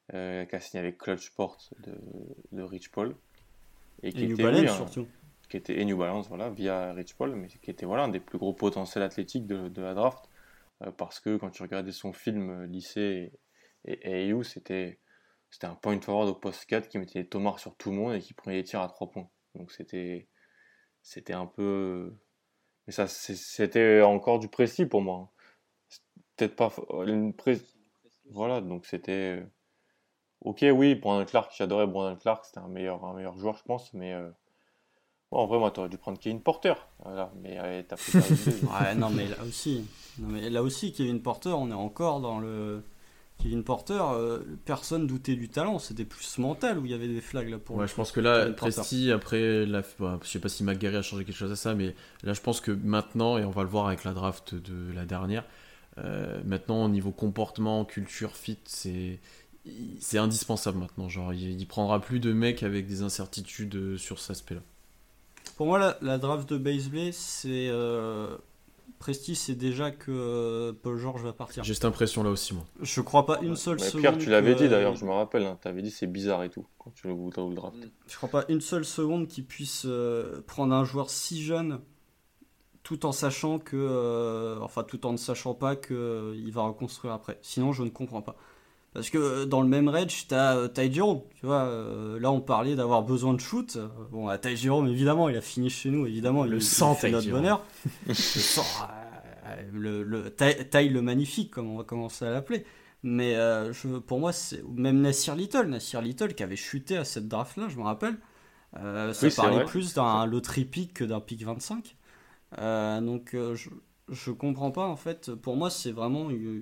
S4: euh, qui a signé avec Clutch Sport de, de Rich Paul.
S3: Et,
S4: qui
S3: New
S4: était,
S3: Balance
S4: oui, un-
S3: surtout.
S4: qui était, et New Balance, voilà, via Rich Paul, mais qui était voilà, un des plus gros potentiels athlétiques de, de la draft. Euh, parce que quand tu regardais son film euh, lycée et, et A A U, c'était, c'était un point forward au poste quatre qui mettait des tomards sur tout le monde et qui prenait des tirs à trois points. Donc c'était, c'était un peu. Mais ça, c'est- c'était encore du précis pour moi. Peut-être pas. Une pré... Voilà, donc c'était. euh, Ok, oui, Brandon Clark, j'adorais Brandon Clark, c'était un meilleur, un meilleur joueur, je pense, mais. euh, ouais, en vrai, moi, t'aurais dû prendre Kevin Porter. Voilà, mais euh, t'as pris Paris Bailey, donc,
S3: Ouais, non, mais là aussi, non, mais là aussi, Kevin Porter, on est encore dans le. Kevin Porter, euh, personne doutait du talent, c'était plus mental où il y avait des flags là pour
S2: Ouais,
S3: le
S2: je
S3: coup.
S2: pense que là,
S3: Kevin Porter.
S2: Presti, après, la, bah, je sais pas si McGarry a changé quelque chose à ça, mais là, je pense que maintenant, et on va le voir avec la draft de la dernière, euh, maintenant, au niveau comportement, culture, fit, c'est, c'est indispensable maintenant. Genre, il, il prendra plus de mecs avec des incertitudes euh, sur cet aspect-là.
S3: Pour moi, la, la draft de Baisley, c'est. Euh, Presti, c'est déjà que euh, Paul George va partir.
S2: J'ai cette impression-là aussi, moi.
S3: Je crois pas une seule
S4: mais
S3: seconde.
S4: Pierre, tu l'avais
S3: que-
S4: dit d'ailleurs, je me rappelle, hein, t'avais dit c'est bizarre et tout, quand tu le, le draft.
S3: Je crois pas une seule seconde qu'il puisse euh, prendre un joueur si jeune, tout en sachant que, euh, enfin, tout en ne sachant pas que euh, il va reconstruire après. Sinon, je ne comprends pas. Parce que euh, dans le même range, t'as euh, Ty Jerome, tu vois. euh, là, on parlait d'avoir besoin de shoot. Euh, Bon, à Ty Jerome, évidemment, il a fini chez nous, évidemment,
S2: Le
S3: il,
S2: sang,
S3: il fait
S2: Ty
S3: notre
S2: Jerome.
S3: bonheur. Le sang, euh, le, le Ty, Ty le magnifique, comme on va commencer à l'appeler. Mais euh, je, pour moi, c'est même Nassir Little, Nassir Little qui avait chuté à cette draft-là, je me rappelle. Euh, ça
S4: Oui, c'est
S3: parlait
S4: vrai.
S3: plus d'un loterie pick que d'un pick vingt-cinq. Euh, donc, euh, je, je comprends pas en fait. Pour moi, c'est vraiment euh,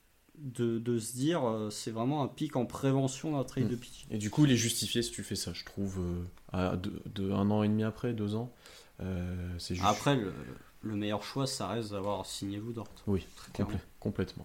S3: de, de se dire, euh, c'est vraiment un pick en prévention d'un trade
S2: Mm.
S3: de pick.
S2: Et du coup, il est justifié si tu fais ça, je trouve, euh, à de, de un an et demi après, deux ans. Euh, c'est juste.
S3: Après, le, le meilleur choix, ça reste d'avoir signé Woodort.
S2: Oui,
S3: Très clairement.
S2: complè- complètement.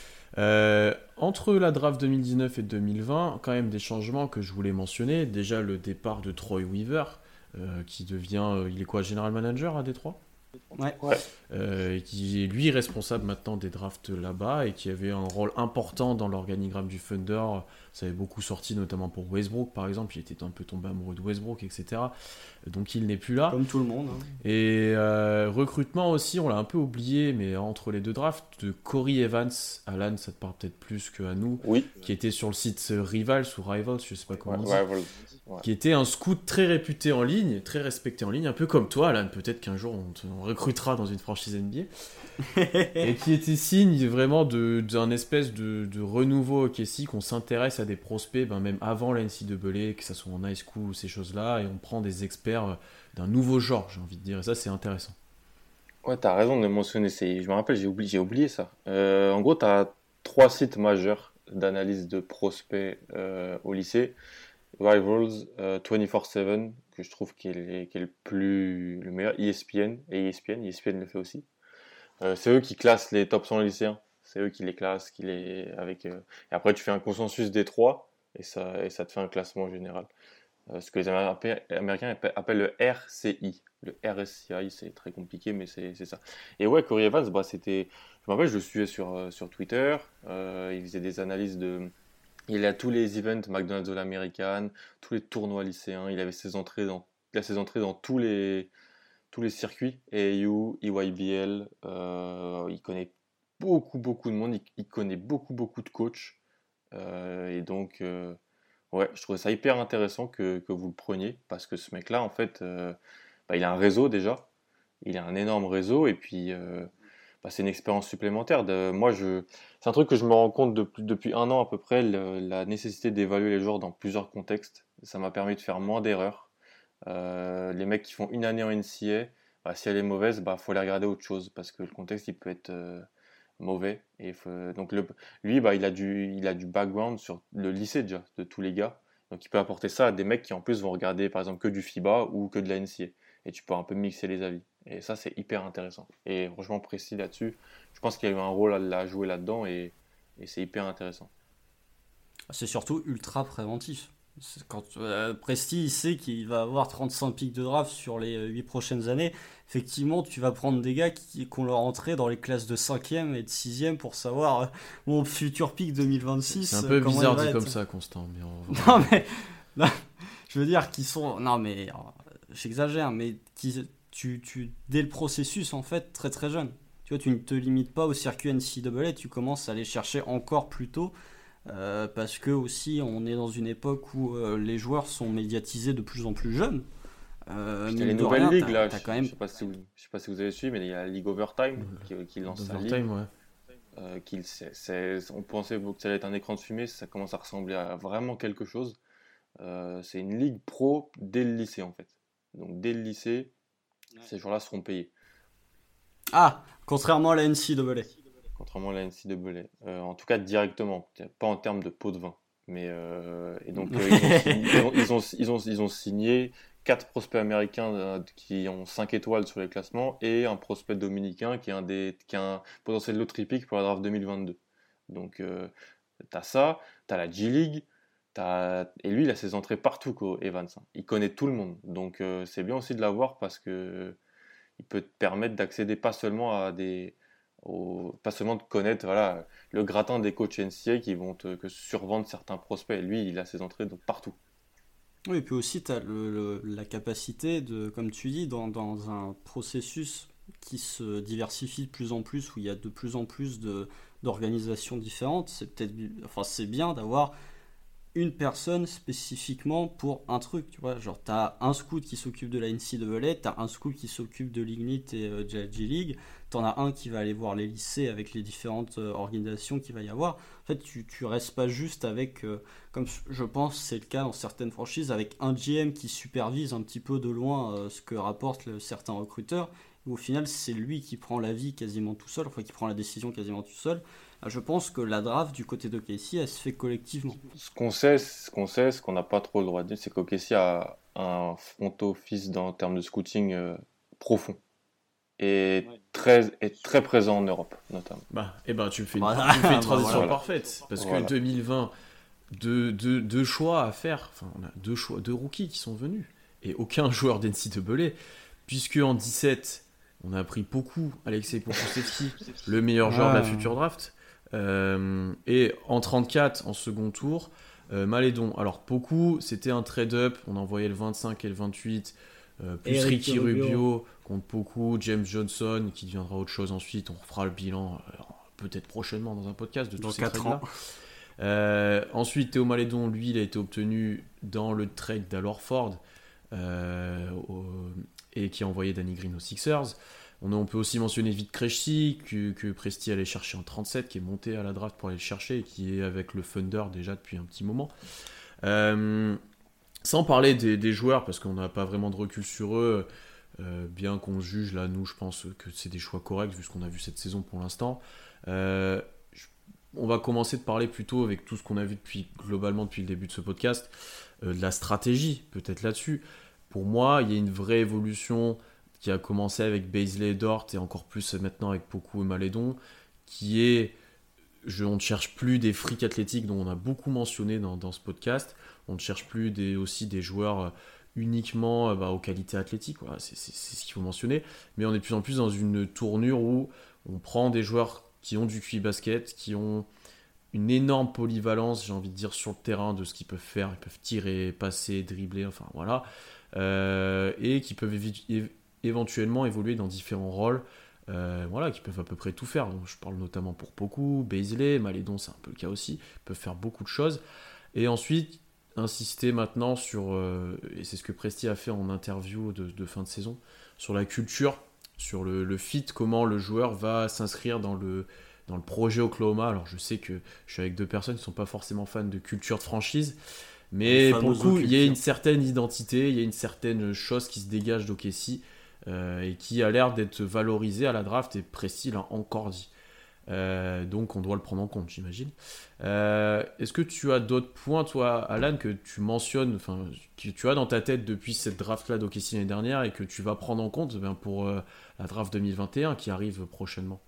S2: Euh, entre la draft deux mille dix-neuf et deux mille vingt, quand même des changements que je voulais mentionner. Déjà le départ de Troy Weaver, euh, qui devient, euh, il est quoi, general manager à Détroit,
S3: Ouais.
S2: euh, et qui est lui responsable maintenant des drafts là-bas et qui avait un rôle important dans l'organigramme du Thunder. Ça avait beaucoup sorti, notamment pour Westbrook par exemple. Il était un peu tombé amoureux de Westbrook, et cetera. Donc il n'est plus là.
S3: Comme tout le monde. hein.
S2: Et euh, recrutement aussi, on l'a un peu oublié, mais entre les deux drafts, de Corey Evans, Alan, ça te parle peut-être plus qu'à nous,
S4: Oui,
S2: qui était sur le site Rivals ou Rivals, je sais pas comment
S4: ouais,
S2: on dit,
S4: ouais, voilà. Ouais.
S2: qui était un scout très réputé en ligne, très respecté en ligne, un peu comme toi, Alan. Peut-être qu'un jour on te on recrutera dans une franchise N B A. Et qui était signe vraiment de- d'un espèce de, de renouveau au K C, qu'on s'intéresse à des prospects, ben même avant la N C double A, que ce soit en high school ou ces choses-là, et on prend des experts euh, d'un nouveau genre, j'ai envie de dire, et ça c'est intéressant.
S4: Ouais, t'as raison de mentionner. C'est... Je me rappelle, j'ai oublié, j'ai oublié ça. Euh, en gros, t'as trois sites majeurs d'analyse de prospects euh, au lycée. Rivals, euh, vingt-quatre sept, que je trouve qui est, le- qui est le plus le meilleur. E S P N et E S P N, E S P N le fait aussi. Euh, c'est eux qui classent les top cent lycéens. C'est eux qui les classent, qui les avec. euh, Et après, tu fais un consensus des trois et ça et ça te fait un classement général. Euh, ce que les Américains Américains appellent appellent le R C I. Le R S C I, c'est très compliqué, mais c'est c'est ça. Et ouais, Corey Evans, bah, c'était. Je me rappelle, je le suivais sur, euh, sur Twitter. Euh, il faisait des analyses de. Il a tous les events McDonald's All-American, tous les tournois lycéens. Il avait ses entrées dans, il a ses entrées dans tous les, tous les circuits. A A U, E Y B L. Euh, il connaît beaucoup, beaucoup de monde. Il, il connaît beaucoup, beaucoup de coachs. Euh, et donc. Euh, Ouais, je trouvais ça hyper intéressant que, que vous le preniez parce que ce mec-là, en fait, euh, bah, il a un réseau déjà. Il a un énorme réseau et puis euh, bah, c'est une expérience supplémentaire. De, moi, je, c'est un truc que je me rends compte depuis, depuis un an à peu près, le- la nécessité d'évaluer les joueurs dans plusieurs contextes. Ça m'a permis de faire moins d'erreurs. Euh, les mecs qui font une année en N C A, bah, si elle est mauvaise, bah, faut aller regarder autre chose parce que le contexte, il peut être euh, mauvais. Et faut- donc le, lui, bah, il a du, il a du background sur le lycée déjà, de tous les gars. Donc il peut apporter ça à des mecs qui en plus vont regarder par exemple que du FIBA ou que de la N C A. Et tu peux un peu mixer les avis. Et ça, c'est hyper intéressant. Et franchement, précis là-dessus, je pense qu'il y a eu un rôle à, à jouer là-dedans et, et c'est hyper intéressant.
S3: C'est surtout ultra préventif. C'est Quand euh, Presti, il sait qu'il va avoir trente-cinq pics de draft sur les euh, huit prochaines années. Effectivement, tu vas prendre des gars qui, qui ont leur entrée dans les classes de cinquième et de sixième pour savoir euh, mon futur pic deux mille vingt-six.
S2: C'est un
S3: euh,
S2: peu
S3: comment
S2: bizarre
S3: il va
S2: dit
S3: être.
S2: comme ça, Constant. Mais en vrai,
S3: Non, mais non, je veux dire qu'ils sont. Non, mais euh, j'exagère, mais qui, tu, tu, dès le processus, en fait, très très jeune. Tu vois, tu ne te limites pas au circuit N C A A, tu commences à aller chercher encore plus tôt. Euh, parce que aussi, on est dans une époque où euh, les joueurs sont médiatisés de plus en plus jeunes. Euh,
S4: Puis t'as les
S3: mine de
S4: nouvelles
S3: rien,
S4: ligues
S3: t'as,
S4: là,
S3: t'as
S4: je,
S3: quand
S4: je
S3: même.
S4: sais pas si vous, je sais pas si vous avez suivi, mais il y a la League Overtime qui, qui lance sa ligue.
S2: Overtime, ouais.
S4: Euh, qui, c'est, c'est- on pensait que ça allait être un écran de fumée, ça commence à ressembler à vraiment quelque chose. Euh, c'est une ligue pro dès le lycée en fait. Donc dès le lycée, ces joueurs-là seront payés.
S3: Ah, contrairement à la N C A A.
S4: Contrairement à la N C A A. Euh, en tout cas directement, pas en termes de pot de vin. Mais, euh, et donc euh, ils, ont signé, ils, ont, ils, ont, ils, ont, ils ont signé quatre prospects américains euh, qui ont cinq étoiles sur les classements et un prospect dominicain qui, est un des, qui a un potentiel lottery pick pour la draft deux mille vingt-deux. Donc euh, t'as ça, t'as la G-League, t'as... et lui il a ses entrées partout, quoi, Evans. Il connaît tout le monde. Donc euh, c'est bien aussi de l'avoir parce que il peut te permettre d'accéder pas seulement à des au- pas seulement de connaître voilà, le gratin des coachs N C A A qui vont te que survendre certains prospects. Lui, il a ses entrées de partout.
S3: Oui, et puis aussi, tu as le, le- la capacité de, comme tu dis, dans, dans un processus qui se diversifie de plus en plus, où il y a de plus en plus de, d'organisations différentes, c'est peut-être, enfin, c'est bien d'avoir une personne spécifiquement pour un truc, tu vois. Genre, t'as un scout qui s'occupe de la N C A A, t'as un scout qui s'occupe de l'Ignite et euh, de la G-League, t'en as un qui va aller voir les lycées avec les différentes euh, organisations qu'il va y avoir. En fait, tu, tu restes pas juste avec, euh, comme je pense c'est le cas dans certaines franchises, avec un G M qui supervise un petit peu de loin euh, ce que rapportent le- certains recruteurs. Où au final, c'est lui qui prend l'avis quasiment tout seul, enfin qui prend la décision quasiment tout seul. Ah, Je pense que la draft du côté de Casey, elle se fait collectivement.
S4: Ce qu'on sait, ce qu'on sait, ce qu'on n'a pas trop le droit de dire, c'est qu'O K C a un front office dans, en termes de scouting euh, profond et très, est très présent en Europe, notamment.
S2: Bah, eh ben, tu me fais une,
S3: Voilà.
S2: tu me fais une
S3: Bah,
S2: transition
S4: voilà.
S2: parfaite. Parce
S4: Voilà.
S2: que deux mille vingt, deux, deux, deux choix à faire. Enfin, on a deux, choix, deux rookies qui sont venus. Et aucun joueur d'N C A A. Puisque en dix-sept, on a pris beaucoup Alexei Pokusevski, le meilleur joueur de la
S3: Ah.
S2: future draft. Euh, et en trente-quatre, en second tour, euh, Malédon. Alors, Poku, c'était un trade-up. On envoyait le vingt-cinq et le vingt-huit. Euh, plus
S3: Et
S2: Ricky
S3: Ricky Rubio.
S2: Rubio contre Poku, James Johnson qui deviendra autre chose ensuite. On refera le bilan euh, peut-être prochainement dans un podcast de
S3: Dans
S2: tous ces
S3: quatre
S2: trades-là.
S3: ans.
S2: Euh, ensuite, Théo Malédon, lui, il a été obtenu dans le trade d'Alor Ford euh, au- et qui a envoyé Danny Green aux Sixers. On, a- on peut aussi mentionner Vite Krejci que, que Presti allait chercher en trente-sept, qui est monté à la draft pour aller le chercher et qui est avec le Thunder déjà depuis un petit moment. Euh, sans parler des, des joueurs, parce qu'on n'a pas vraiment de recul sur eux, euh, bien qu'on juge, là, nous, je pense que c'est des choix corrects vu ce qu'on a vu cette saison pour l'instant. Euh, je- on va commencer de parler plutôt avec tout ce qu'on a vu depuis, globalement depuis le début de ce podcast, euh, de la stratégie, peut-être là-dessus. Pour moi, il y a une vraie évolution qui a commencé avec Bazley et Dort et encore plus maintenant avec Poku et Malédon, qui est, je, on ne cherche plus des freaks athlétiques dont on a beaucoup mentionné dans, dans ce podcast, on ne cherche plus des, aussi des joueurs euh, uniquement euh, bah, aux qualités athlétiques, voilà, c'est, c'est, c'est ce qu'il faut mentionner, mais on est de plus en plus dans une tournure où on prend des joueurs qui ont du Q I basket, qui ont une énorme polyvalence, j'ai envie de dire, sur le terrain de ce qu'ils peuvent faire, ils peuvent tirer, passer, dribbler, enfin voilà, euh, et qui peuvent évi- é- éventuellement évoluer dans différents rôles, euh, voilà, qui peuvent à peu près tout faire. Donc, je parle notamment pour Poku, Bazley, Malédon, c'est un peu le cas aussi, ils peuvent faire beaucoup de choses. Et ensuite, insister maintenant sur, euh, et c'est ce que Presti a fait en interview de, de fin de saison, sur la culture, sur le, le fit, comment le joueur va s'inscrire dans le, dans le projet Oklahoma. Alors je sais que je suis avec deux personnes qui ne sont pas forcément fans de culture de franchise, mais
S3: La
S2: pour le
S3: fameuse
S2: coup, il y a
S3: culture.
S2: une certaine identité, il y a une certaine chose qui se dégage d'O K C euh, et qui a l'air d'être valorisée à la draft, et Presti l'a encore dit. Euh, donc on doit le prendre en compte, j'imagine. Euh, est-ce que tu as d'autres points, toi, Alan, que tu mentionnes, enfin, que tu as dans ta tête depuis cette draft-là d'O K C l'année dernière et que tu vas prendre en compte ben, pour euh, la draft deux mille vingt et un qui arrive prochainement?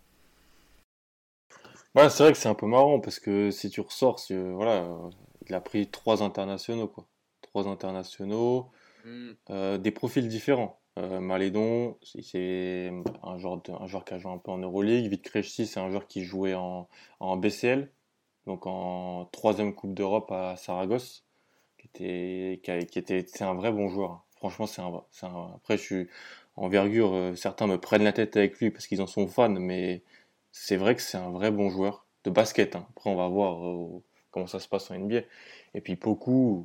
S4: Ouais, c'est vrai que c'est un peu marrant parce que si tu ressors, c'est, euh, voilà, euh, il a pris trois internationaux, quoi. trois internationaux,
S2: Mm.
S4: euh, des profils différents. Euh, Malédon, c'est- c'est un joueur, de- un joueur qui a joué un peu en Euroleague. Vít Krejci, c'est un joueur qui jouait en, en B C L, donc en troisième Coupe d'Europe à Saragosse, qui était, qui, a- qui était, c'est un vrai bon joueur. Franchement, c'est un, c'est un- après, je suis envergure, euh, certains me prennent la tête avec lui parce qu'ils en sont fans, mais c'est vrai que c'est un vrai bon joueur de basket, hein. Après, on va voir euh, comment ça se passe en N B A. Et puis, beaucoup,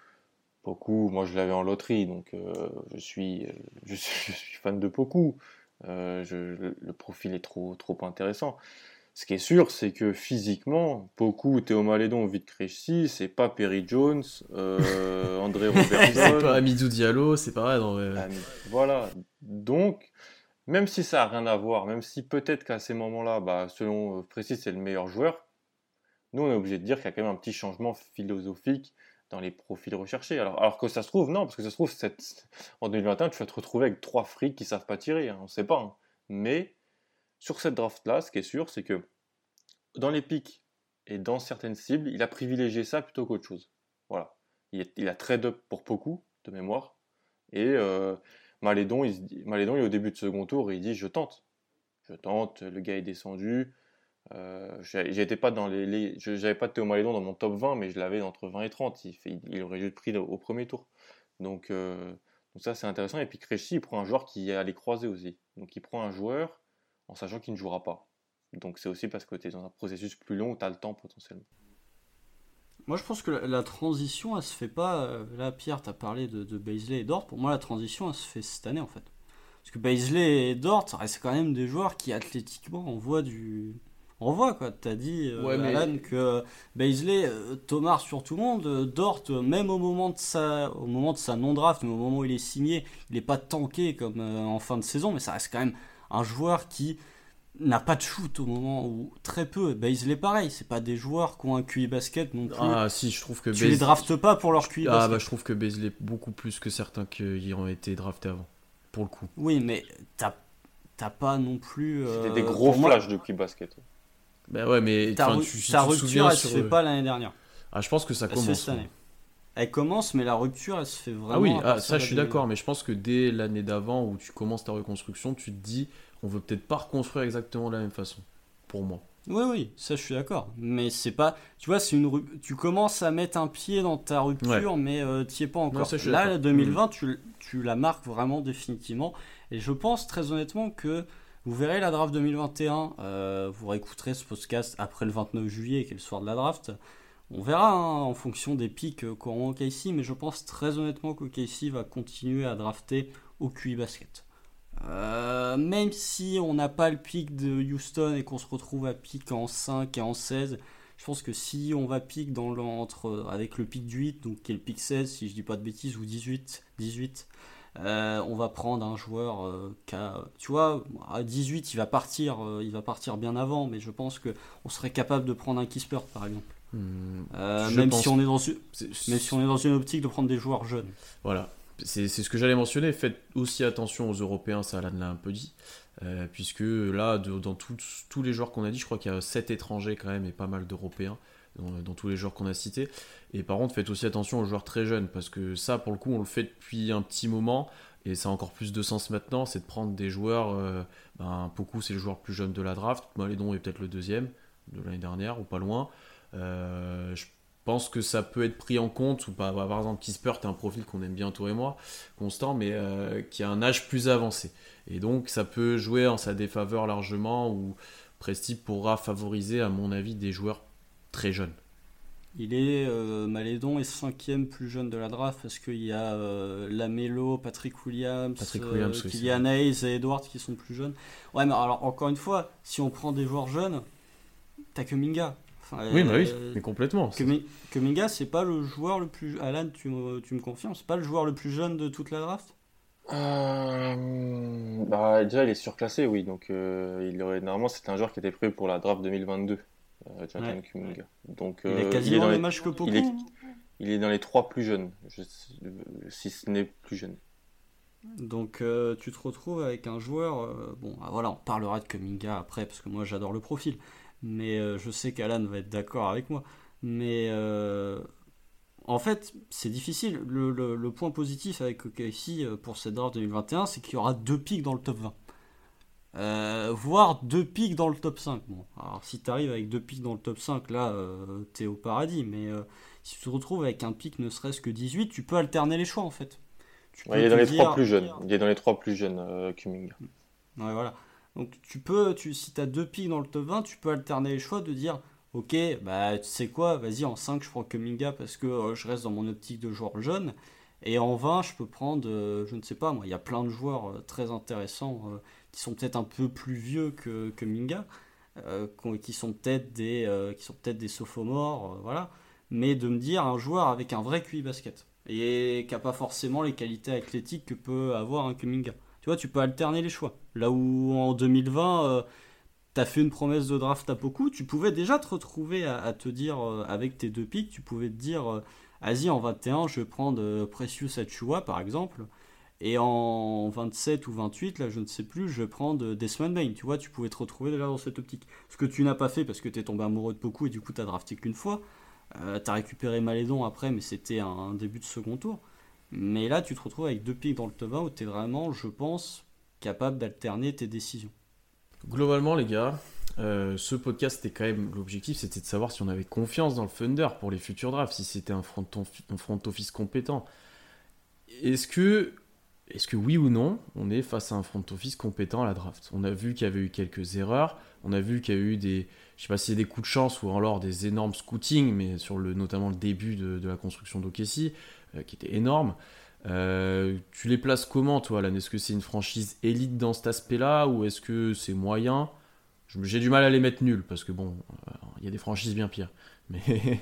S4: beaucoup, moi je l'avais en loterie, donc euh, je suis, euh, je suis, je suis fan de Poku. Euh, je- le, le profil est trop, trop intéressant. Ce qui est sûr, c'est que physiquement, Poku, Théo Malédon, Vít Krejci, c'est pas Perry Jones, euh, André
S2: C'est pas
S4: Robertson.
S2: Amidou Diallo, c'est pareil. Non, ouais.
S4: Ah, mais voilà. Donc, même si ça a rien à voir, même si peut-être qu'à ces moments-là, bah, selon euh, Précis, c'est le meilleur joueur, nous, on est obligé de dire qu'il y a quand même un petit changement philosophique dans les profils recherchés. Alors, alors que ça se trouve, non, parce que ça se trouve, cette- en deux mille vingt et un, tu vas te retrouver avec trois frics qui savent pas tirer, hein, on ne sait pas, hein. Mais sur cette draft-là, ce qui est sûr, c'est que dans les pics et dans certaines cibles, il a privilégié ça plutôt qu'autre chose. Voilà. Il, est- il a trade-up pour beaucoup, de mémoire. Et euh, Malédon, il, se dit- Malédon, il est au début de second tour et il dit je tente. Je tente, le gars est descendu. Euh, j'ai- j'étais pas dans les, les- je- j'avais pas de Théo Malédon dans mon top vingt, mais je l'avais entre vingt et trente. Il, fait- il aurait juste pris au, au premier tour. Donc, euh, donc ça, c'est intéressant. Et puis Krejci, il prend un joueur qui est allé croiser aussi. Donc il prend un joueur en sachant qu'il ne jouera pas. Donc c'est aussi parce que tu es dans un processus plus long où tu as le temps potentiellement.
S3: Moi, je pense que la, la transition, elle se fait pas. euh, Là, Pierre, t'as parlé de, de Bazley et Dort. Pour moi, la transition, elle se fait cette année, en fait. Parce que Bazley et Dort, ça reste quand même des joueurs qui, athlétiquement, envoient du. On voit, quoi. T'as dit, euh,
S2: Ouais, mais-
S3: Alan, que Bazley, euh, Thomas sur tout le monde. euh, Dort, euh, même au moment de sa, au moment de sa non-draft, mais au moment où il est signé, il n'est pas tanké comme euh, en fin de saison, mais ça reste quand même un joueur qui n'a pas de shoot au moment où très peu. Bazley pareil, c'est pas des joueurs qui ont un Q I basket non plus.
S2: Ah si, je trouve que
S3: tu les
S2: Bez-
S3: draftes pas pour leur Q I
S2: Ah
S3: basket.
S2: bah je trouve que Bezley beaucoup plus que certains qui ont été draftés avant, pour le coup.
S3: Oui, mais t'as t'as pas non plus. euh,
S4: C'était des gros
S3: pour moi,
S4: flashs de Q basket.
S2: Bah ouais, mais
S3: Ta,
S2: enfin,
S3: ru-
S2: tu, si
S3: ta
S2: tu te
S3: rupture,
S2: souviens
S3: elle se
S2: sur,
S3: fait
S2: euh,
S3: pas l'année dernière.
S2: Ah, je pense que ça
S3: Elle se fait
S2: commence.
S3: cette année.
S2: moi.
S3: Elle commence, mais la rupture, elle se fait vraiment.
S2: Ah oui,
S3: à
S2: ah,
S3: partir
S2: ça
S3: de
S2: je suis
S3: la
S2: d'accord, mais je pense que dès l'année d'avant où tu commences ta reconstruction, tu te dis on veut peut-être pas reconstruire exactement de la même façon, pour moi.
S3: Oui, oui, ça je suis d'accord. Mais c'est pas. Tu vois, c'est une ru- tu commences à mettre un pied dans ta rupture, mais euh, t'y es pas encore.
S2: Non, ça, je suis
S3: Là,
S2: d'accord.
S3: la deux mille vingt, tu, tu la marques vraiment définitivement. Et je pense très honnêtement que vous verrez la draft deux mille vingt et un. euh, vous réécouterez ce podcast après le vingt-neuf juillet, qui est le soir de la draft. On verra hein, en fonction des pics euh, qu'auront O K C, mais je pense très honnêtement qu'O K C va continuer à drafter au Q I basket. Euh, même si on n'a pas le pic de Houston et qu'on se retrouve à pic en cinq et en seize, je pense que si on va pic dans le, entre, avec le pic du huit, donc qui est le pic seize, si je dis pas de bêtises, ou dix-huit, dix-huit euh, on va prendre un joueur euh, qui a, tu vois, à dix-huit, il va partir, euh, il va partir bien avant, mais je pense que on serait capable de prendre un Kispert par exemple.
S2: Hmm,
S3: Euh,
S2: je
S3: même
S2: pense-
S3: si on est dans une,
S2: c'est-
S3: même si on est dans une optique de prendre des joueurs jeunes.
S2: Voilà, c'est c'est ce que j'allais mentionner. Faites aussi attention aux Européens, ça Alan l'a un peu dit, euh, puisque là, de- dans tous- tous les joueurs qu'on a dit, je crois qu'il y a sept étrangers quand même et pas mal d'Européens dans, dans tous les joueurs qu'on a cités. Et par contre, faites aussi attention aux joueurs très jeunes, parce que ça, pour le coup, on le fait depuis un petit moment, et ça a encore plus de sens maintenant, c'est de prendre des joueurs, euh, ben, Poku, c'est le joueur le plus jeune de la draft, Malédon est peut-être le deuxième de l'année dernière, ou pas loin. Euh, je pense que ça peut être pris en compte, ou pas. Par exemple, Kispert est un profil qu'on aime bien, toi et moi, Constant, mais euh, qui a un âge plus avancé. Et donc, ça peut jouer en sa défaveur largement, ou Presti pourra favoriser, à mon avis, des joueurs très jeunes.
S3: Il est euh, Malédon est cinquième plus jeune de la draft parce qu'il y a euh, Lamelo, Patrick Williams,
S2: Patrick
S3: euh,
S2: Williams, oui,
S3: Killian Hayes et Edwards qui sont plus jeunes. Ouais, mais alors encore une fois, si on prend des joueurs jeunes, t'as que Minga. Enfin,
S2: Oui, bah oui,
S3: euh,
S2: mais complètement.
S3: que, Mi- que Minga, c'est pas le joueur le plus. Alan, tu me, tu me confirmes, c'est pas le joueur le plus jeune de toute la draft.
S4: Euh, bah, déjà, il est surclassé, oui. Donc, euh, il aurait, normalement, c'était un joueur qui était prévu pour la draft deux mille vingt-deux, euh, Jonathan
S3: Ouais.
S4: Kuminga. Donc,
S3: Il
S4: euh,
S3: est
S4: il est
S3: quasiment
S4: dans
S3: le
S4: les,
S3: même âge que Poku.
S4: il est- il est dans les trois plus jeunes, je- euh, si ce n'est plus jeune.
S3: Donc euh, tu te retrouves avec un joueur, euh, bon ah, voilà, on parlera de Kuminga après parce que moi j'adore le profil, mais euh, je sais qu'Alan va être d'accord avec moi, mais euh, en fait, c'est difficile. Le, le, le point positif avec O K C pour cette draft deux mille vingt et un, c'est qu'il y aura deux pics dans le top vingt. Euh, voire deux pics dans le top cinq. Bon, alors si tu arrives avec deux pics dans le top cinq, là, euh, t'es au paradis. Mais euh, si tu te retrouves avec un pic ne serait-ce que dix-huit, tu peux alterner les choix, en fait. Tu
S4: Ouais, il est dans les dire... trois plus jeunes. Il est dans les trois plus jeunes, euh, Kuminga.
S3: Ouais, voilà. Donc tu peux, tu, si tu as deux pics dans le top vingt, tu peux alterner les choix de dire ok, bah tu sais quoi, vas-y en cinq je prends Kuminga parce que euh, je reste dans mon optique de joueur jeune. Et en vingt je peux prendre, euh, je ne sais pas moi, il y a plein de joueurs euh, très intéressants euh, qui sont peut-être un peu plus vieux que Kuminga, euh, qui sont peut-être des, euh, qui sont peut-être des sophomores, euh, voilà. Mais de me dire un joueur avec un vrai Q I basket et qui n'a pas forcément les qualités athlétiques que peut avoir un Kuminga. Tu vois, tu peux alterner les choix. Là où en deux mille vingt, euh, tu as fait une promesse de draft à beaucoup, tu pouvais déjà te retrouver à, à te dire, euh, avec tes deux picks, tu pouvais te dire, euh, vas-y, en vingt et un, je vais prendre euh, Precious Achiuwa, par exemple, et en vingt-sept ou vingt-huit, là, je ne sais plus, je vais prendre euh, Desmond Bane. Tu vois, tu pouvais te retrouver déjà dans cette optique. Ce que tu n'as pas fait parce que tu es tombé amoureux de beaucoup et du coup, tu as drafté qu'une fois. Euh, tu as récupéré Malédon après, mais c'était un, un début de second tour. Mais là, tu te retrouves avec deux picks dans le top vingt où tu es vraiment, je pense, capable d'alterner tes décisions.
S2: Globalement, les gars, euh, ce podcast, c'était quand même l'objectif, c'était de savoir si on avait confiance dans le Thunder pour les futurs drafts, si c'était un front, un front office compétent. Est-ce que, est-ce que oui ou non, on est face à un front office compétent à la draft ? On a vu qu'il y avait eu quelques erreurs, on a vu qu'il y a eu des, je sais pas si c'est des coups de chance ou alors des énormes scootings, mais sur le, notamment le début de, de la construction d'O K C, euh, qui était énorme. Euh, tu les places comment, toi, Alan ? Est-ce que c'est une franchise élite dans cet aspect-là ou est-ce que c'est moyen ? J'ai du mal à les mettre nuls parce que bon, il euh, y a des franchises bien pires. Mais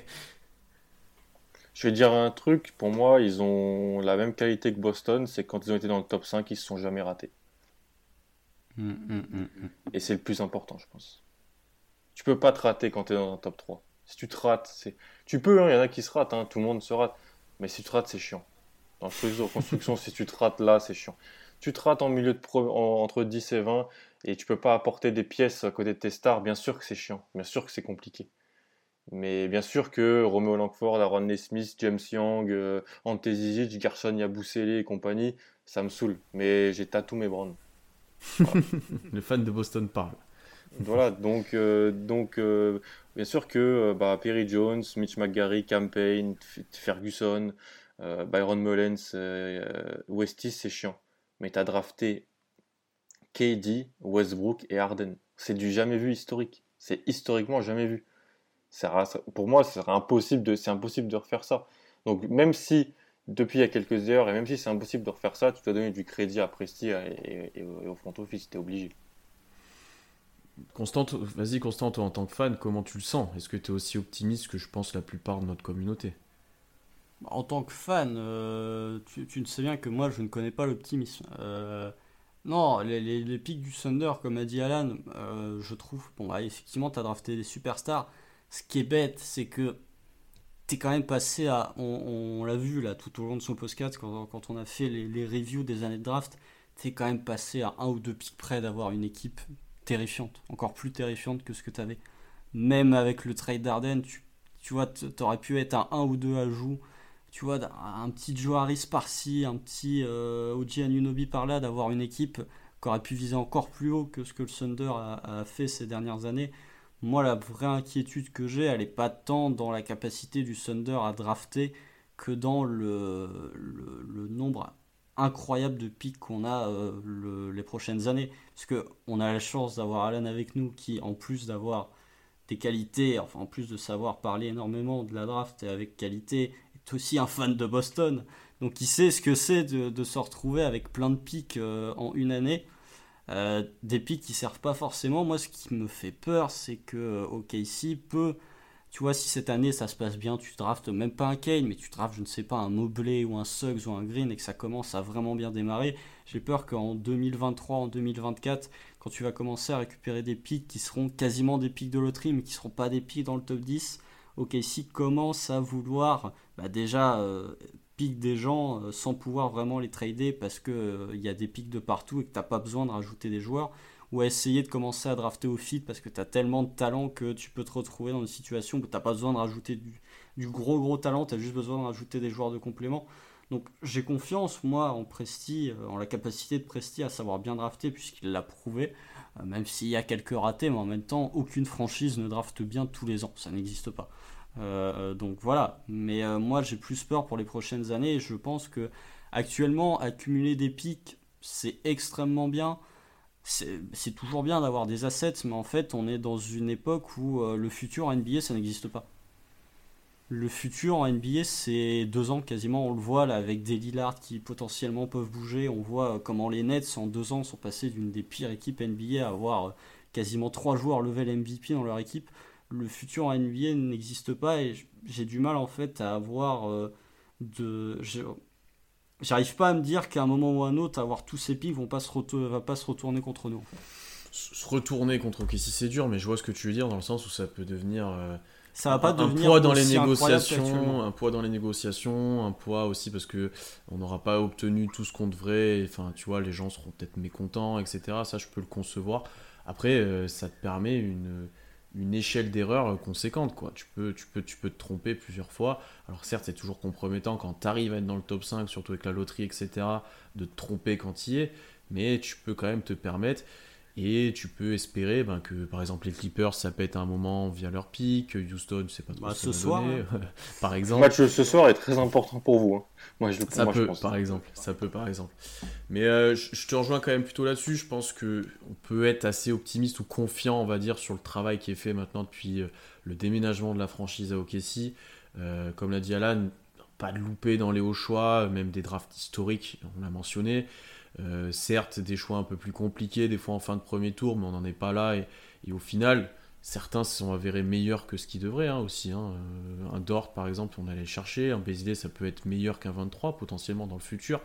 S4: je vais dire un truc, pour moi, ils ont la même qualité que Boston, c'est quand ils ont été dans le top cinq, ils se sont jamais ratés.
S3: Mmh, mmh, mmh.
S4: Et c'est le plus important, je pense. Tu peux pas te rater quand tu es dans un top trois. Si tu te rates, c'est... tu peux, il hein, y en a qui se ratent, hein, tout le monde se rate. Mais si tu te rates, c'est chiant. Dans le construction, si tu te rates là, c'est chiant. Tu te rates en milieu de pro, en, entre dix et vingt et tu peux pas apporter des pièces à côté de tes stars, bien sûr que c'est chiant, bien sûr que c'est compliqué. Mais bien sûr que Romeo Langford, Aaron Nesmith, James Young, euh, Ante Zizic, Gerson Yabusele et compagnie, ça me saoule. Mais j'ai Tatum et Brown.
S2: Voilà. Le fan de Boston parle.
S4: Voilà, donc, euh, donc euh, bien sûr que euh, bah, Perry Jones, Mitch McGary, Campaign, Ferguson, euh, Byron Mullens, euh, Westis, c'est chiant. Mais tu as drafté K D, Westbrook et Harden. C'est du jamais vu historique. C'est historiquement jamais vu. C'est, pour moi, c'est impossible, de, c'est impossible de refaire ça. Donc même si, depuis il y a quelques heures, et même si c'est impossible de refaire ça, tu dois donner du crédit à Presti et, et, et au front office, t'es obligé.
S2: Constant, vas-y Constant, toi en tant que fan, comment tu le sens ? Est-ce que tu es aussi optimiste que je pense la plupart de notre communauté ?
S3: En tant que fan, euh, tu, tu ne sais bien que moi je ne connais pas l'optimisme. Euh, non, les, les, les pics du Thunder, comme a dit Alan, euh, je trouve, bon, bah, effectivement, tu as drafté des superstars. Ce qui est bête, c'est que tu es quand même passé à. On, on l'a vu là tout au long de son podcast, quand, quand on a fait les, les reviews des années de draft, tu es quand même passé à un ou deux pics près d'avoir une équipe terrifiante, encore plus terrifiante que ce que tu avais. Même avec le trade d'Arden, tu, tu vois, tu aurais pu être à un ou deux ajouts. Tu vois, un petit Joe Harris par-ci, un petit euh, O G Anunoby par-là, d'avoir une équipe qui aurait pu viser encore plus haut que ce que le Thunder a, a fait ces dernières années. Moi, la vraie inquiétude que j'ai, elle n'est pas tant dans la capacité du Thunder à drafter que dans le, le, le nombre incroyable de pics qu'on a euh, le, les prochaines années. Parce qu'on a la chance d'avoir Alan avec nous qui, en plus d'avoir des qualités, enfin en plus de savoir parler énormément de la draft et avec qualité, est aussi un fan de Boston. Donc il sait ce que c'est de, de se retrouver avec plein de pics euh, en une année. Euh, des pics qui servent pas forcément. Moi, ce qui me fait peur, c'est que euh, O K C peut, tu vois, si cette année ça se passe bien, tu draftes même pas un Kane, mais tu draftes, je ne sais pas, un Mobley ou un Suggs ou un Green et que ça commence à vraiment bien démarrer. J'ai peur qu'en deux mille vingt-trois, en deux mille vingt-quatre, quand tu vas commencer à récupérer des pics qui seront quasiment des pics de loterie, mais qui seront pas des pics dans le top dix, O K C commence à vouloir bah déjà euh, pique des gens euh, sans pouvoir vraiment les trader parce qu'il euh, y a des pics de partout et que tu n'as pas besoin de rajouter des joueurs, ou à essayer de commencer à drafter au feed parce que tu as tellement de talent que tu peux te retrouver dans une situation où tu n'as pas besoin de rajouter du, du gros gros talent, tu as juste besoin de rajouter des joueurs de complément. Donc j'ai confiance, moi, en Presti, euh, en la capacité de Presti à savoir bien drafter, puisqu'il l'a prouvé, euh, même s'il y a quelques ratés, mais en même temps, aucune franchise ne drafte bien tous les ans, ça n'existe pas. Euh, donc voilà, mais euh, moi j'ai plus peur pour les prochaines années, et je pense que actuellement, accumuler des pics, c'est extrêmement bien. C'est, c'est toujours bien d'avoir des assets, mais en fait, on est dans une époque où euh, le futur en N B A, ça n'existe pas. Le futur en N B A, c'est deux ans quasiment, on le voit là avec des Lillard qui potentiellement peuvent bouger. On voit comment les Nets en deux ans sont passés d'une des pires équipes N B A à avoir quasiment trois joueurs level M V P dans leur équipe. Le futur en N B A n'existe pas et j'ai du mal en fait à avoir euh, de... J'arrive pas à me dire qu'à un moment ou à un autre, avoir tous ces pics vont pas se retour... va pas se retourner contre nous. En fait.
S2: Se retourner contre O K C, c'est dur, mais je vois ce que tu veux dire dans le sens où ça peut devenir... Euh...
S3: Ça va pas
S2: un
S3: devenir
S2: poids dans les
S3: aussi
S2: négociations, un poids dans les négociations, un poids aussi parce que on n'aura pas obtenu tout ce qu'on devrait. Enfin, tu vois, les gens seront peut-être mécontents, et cetera. Ça, je peux le concevoir. Après, euh, ça te permet une une échelle d'erreur conséquente, quoi. Tu peux, tu peux, tu peux te tromper plusieurs fois. Alors certes, c'est toujours compromettant quand tu arrives à être dans le top cinq, surtout avec la loterie, et cetera, de te tromper quand tu y es, mais tu peux quand même te permettre. Et tu peux espérer ben, que, par exemple, les Clippers, ça pète à un moment via leur pic, Houston, je sais pas trop
S3: bah,
S2: ce
S3: ce soir,
S2: donner,
S3: hein.
S2: par exemple.
S4: Le match de ce soir est très important pour vous. Hein. Moi, je,
S2: Ça
S4: moi,
S2: peut,
S4: je pense.
S2: par exemple. Ça peut, par exemple. Mais euh, je, je te rejoins quand même plutôt là-dessus. Je pense qu'on peut être assez optimiste ou confiant, on va dire, sur le travail qui est fait maintenant depuis euh, le déménagement de la franchise à O K C. Euh, comme l'a dit Alan, pas de loupé dans les hauts choix, même des drafts historiques, on l'a mentionné. Euh, certes, des choix un peu plus compliqués, des fois en fin de premier tour, mais on n'en est pas là. Et, et au final, certains se sont avérés meilleurs que ce qu'ils devraient hein, aussi. Hein. Euh, un Dort, par exemple, on allait chercher. Un Beasley, ça peut être meilleur qu'un vingt-trois, potentiellement dans le futur.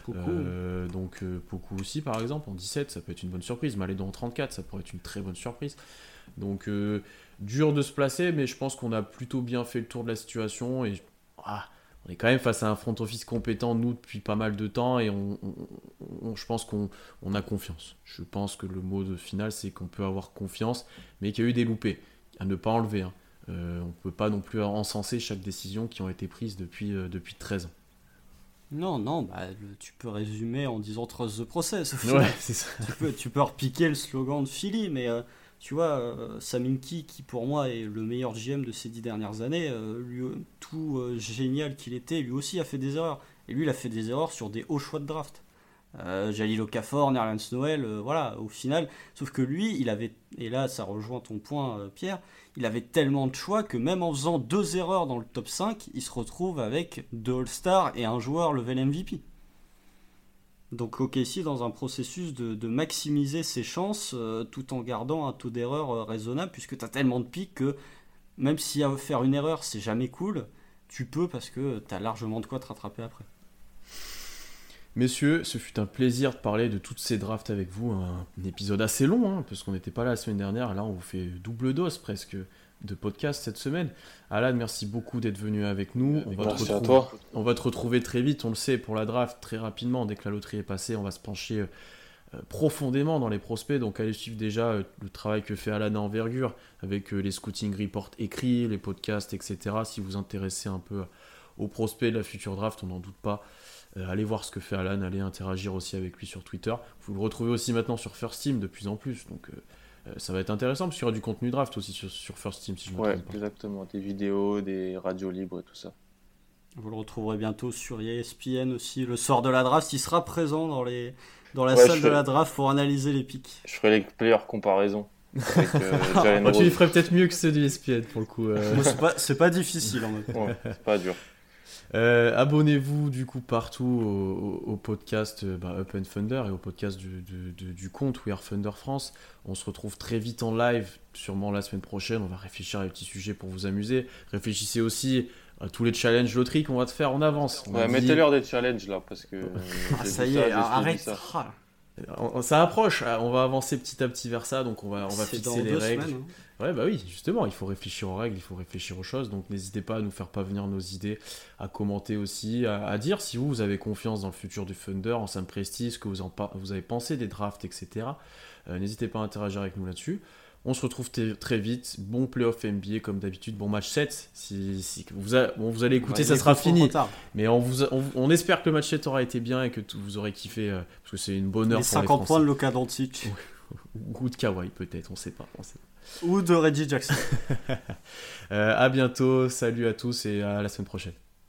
S2: Euh, donc, euh, Poku aussi, par exemple, en dix-sept, ça peut être une bonne surprise. Malédon en trente-quatre, ça pourrait être une très bonne surprise. Donc, euh, dur de se placer, mais je pense qu'on a plutôt bien fait le tour de la situation. Et ah, on est quand même face à un front office compétent, nous, depuis pas mal de temps, et on, on, on, je pense qu'on on a confiance. Je pense que le mot de final, c'est qu'on peut avoir confiance, mais qu'il y a eu des loupés, à ne pas enlever. Hein. Euh, on ne peut pas non plus encenser chaque décision qui ont été prises depuis, euh, depuis treize ans.
S3: Non, non, bah, le, tu peux résumer en disant trust the process.
S2: Ouais, c'est ça.
S3: Tu peux, tu peux repiquer le slogan de Philly, mais... Euh... Tu vois, euh, Sam Hinkie, qui pour moi est le meilleur G M de ces dix dernières années, euh, lui, tout euh, génial qu'il était, lui aussi a fait des erreurs. Et lui, il a fait des erreurs sur des hauts choix de draft. Euh, Jalil Okafor, Nerlens Noel, euh, voilà, au final. Sauf que lui, il avait, et là ça rejoint ton point, euh, Pierre, il avait tellement de choix que même en faisant deux erreurs dans le top cinq, il se retrouve avec deux All-Stars et un joueur level M V P. Donc O K C dans un processus de, de maximiser ses chances euh, tout en gardant un taux d'erreur euh, raisonnable puisque tu as tellement de pics que même si à faire une erreur c'est jamais cool, tu peux parce que tu as largement de quoi te rattraper après.
S2: Messieurs, ce fut un plaisir de parler de toutes ces drafts avec vous, un, un épisode assez long hein, parce qu'on n'était pas là la semaine dernière, là on vous fait double dose presque de podcast cette semaine. Alan, merci beaucoup d'être venu avec nous. On va,
S4: merci
S2: te retrouver,
S4: à toi.
S2: on va te retrouver très vite, on le sait, pour la draft, très rapidement. Dès que la loterie est passée, on va se pencher euh, profondément dans les prospects. Donc allez suivre déjà euh, le travail que fait Alan à Envergure, avec euh, les scouting reports écrits, les podcasts, et cetera. Si vous vous intéressez un peu aux prospects de la future draft, on n'en doute pas. Euh, allez voir ce que fait Alan, allez interagir aussi avec lui sur Twitter. Vous le retrouvez aussi maintenant sur First Team de plus en plus. Donc... Euh, ça va être intéressant parce qu'il y aura du contenu draft aussi sur, sur First Team si je me
S4: ouais,
S2: trompe pas.
S4: Exactement, des vidéos, des radios libres et tout ça.
S3: Vous le retrouverez bientôt sur E S P N aussi. Le soir de la draft, il sera présent dans, les... dans la
S4: ouais,
S3: salle de
S4: ferai...
S3: la draft pour analyser les pics.
S4: Je ferai les player comparaison. Avec, euh,
S2: oh, tu les ferais peut-être mieux que ceux du E S P N pour le coup. Euh...
S3: Bon, c'est, pas, c'est pas difficile en même temps.
S4: Ouais, c'est pas dur.
S2: Euh, abonnez-vous du coup partout au, au, au podcast euh, bah, Up and Thunder et au podcast du, du, du, du compte We Are Thunder France. On se retrouve très vite en live, sûrement la semaine prochaine. On va réfléchir à des petits sujets pour vous amuser. Réfléchissez aussi à tous les challenges loterie qu'on va te faire en avance. On
S4: ouais,
S2: dit...
S4: mettez-leur des challenges là parce que.
S3: Ah, ça y est, ça, arrête. Ça.
S2: on- ça approche, on va avancer petit à petit vers ça, donc on va, on va
S3: C'est
S2: fixer
S3: dans
S2: les
S3: deux
S2: règles.
S3: semaines, hein.
S2: Ouais, bah oui, justement, il faut réfléchir aux règles, il faut réfléchir aux choses, donc n'hésitez pas à nous faire parvenir nos idées, à commenter aussi, à, à dire si vous, vous avez confiance dans le futur du Thunder, en Sam Presti, ce que vous, en, par- vous avez pensé des drafts, et cetera. Euh, n'hésitez pas à interagir avec nous là-dessus. On se retrouve t- très vite, bon playoff N B A comme d'habitude, bon match sept, si, si vous, a- bon, vous allez écouter,
S3: Ouais,
S2: ça
S3: les
S2: sera
S3: coups trop
S2: fini,
S3: tard.
S2: mais on, vous a- on, on espère que le match sept aura été bien et que tout- vous aurez kiffé, euh, parce que c'est une bonne heure
S3: Les
S2: pour les
S3: cinquante points
S2: Français.
S3: de Luka Doncic
S2: Ou de Kawhi peut-être, on sait pas. On sait pas.
S3: ou de Reggie Jackson.
S2: Euh, à bientôt, salut à tous et à la semaine prochaine.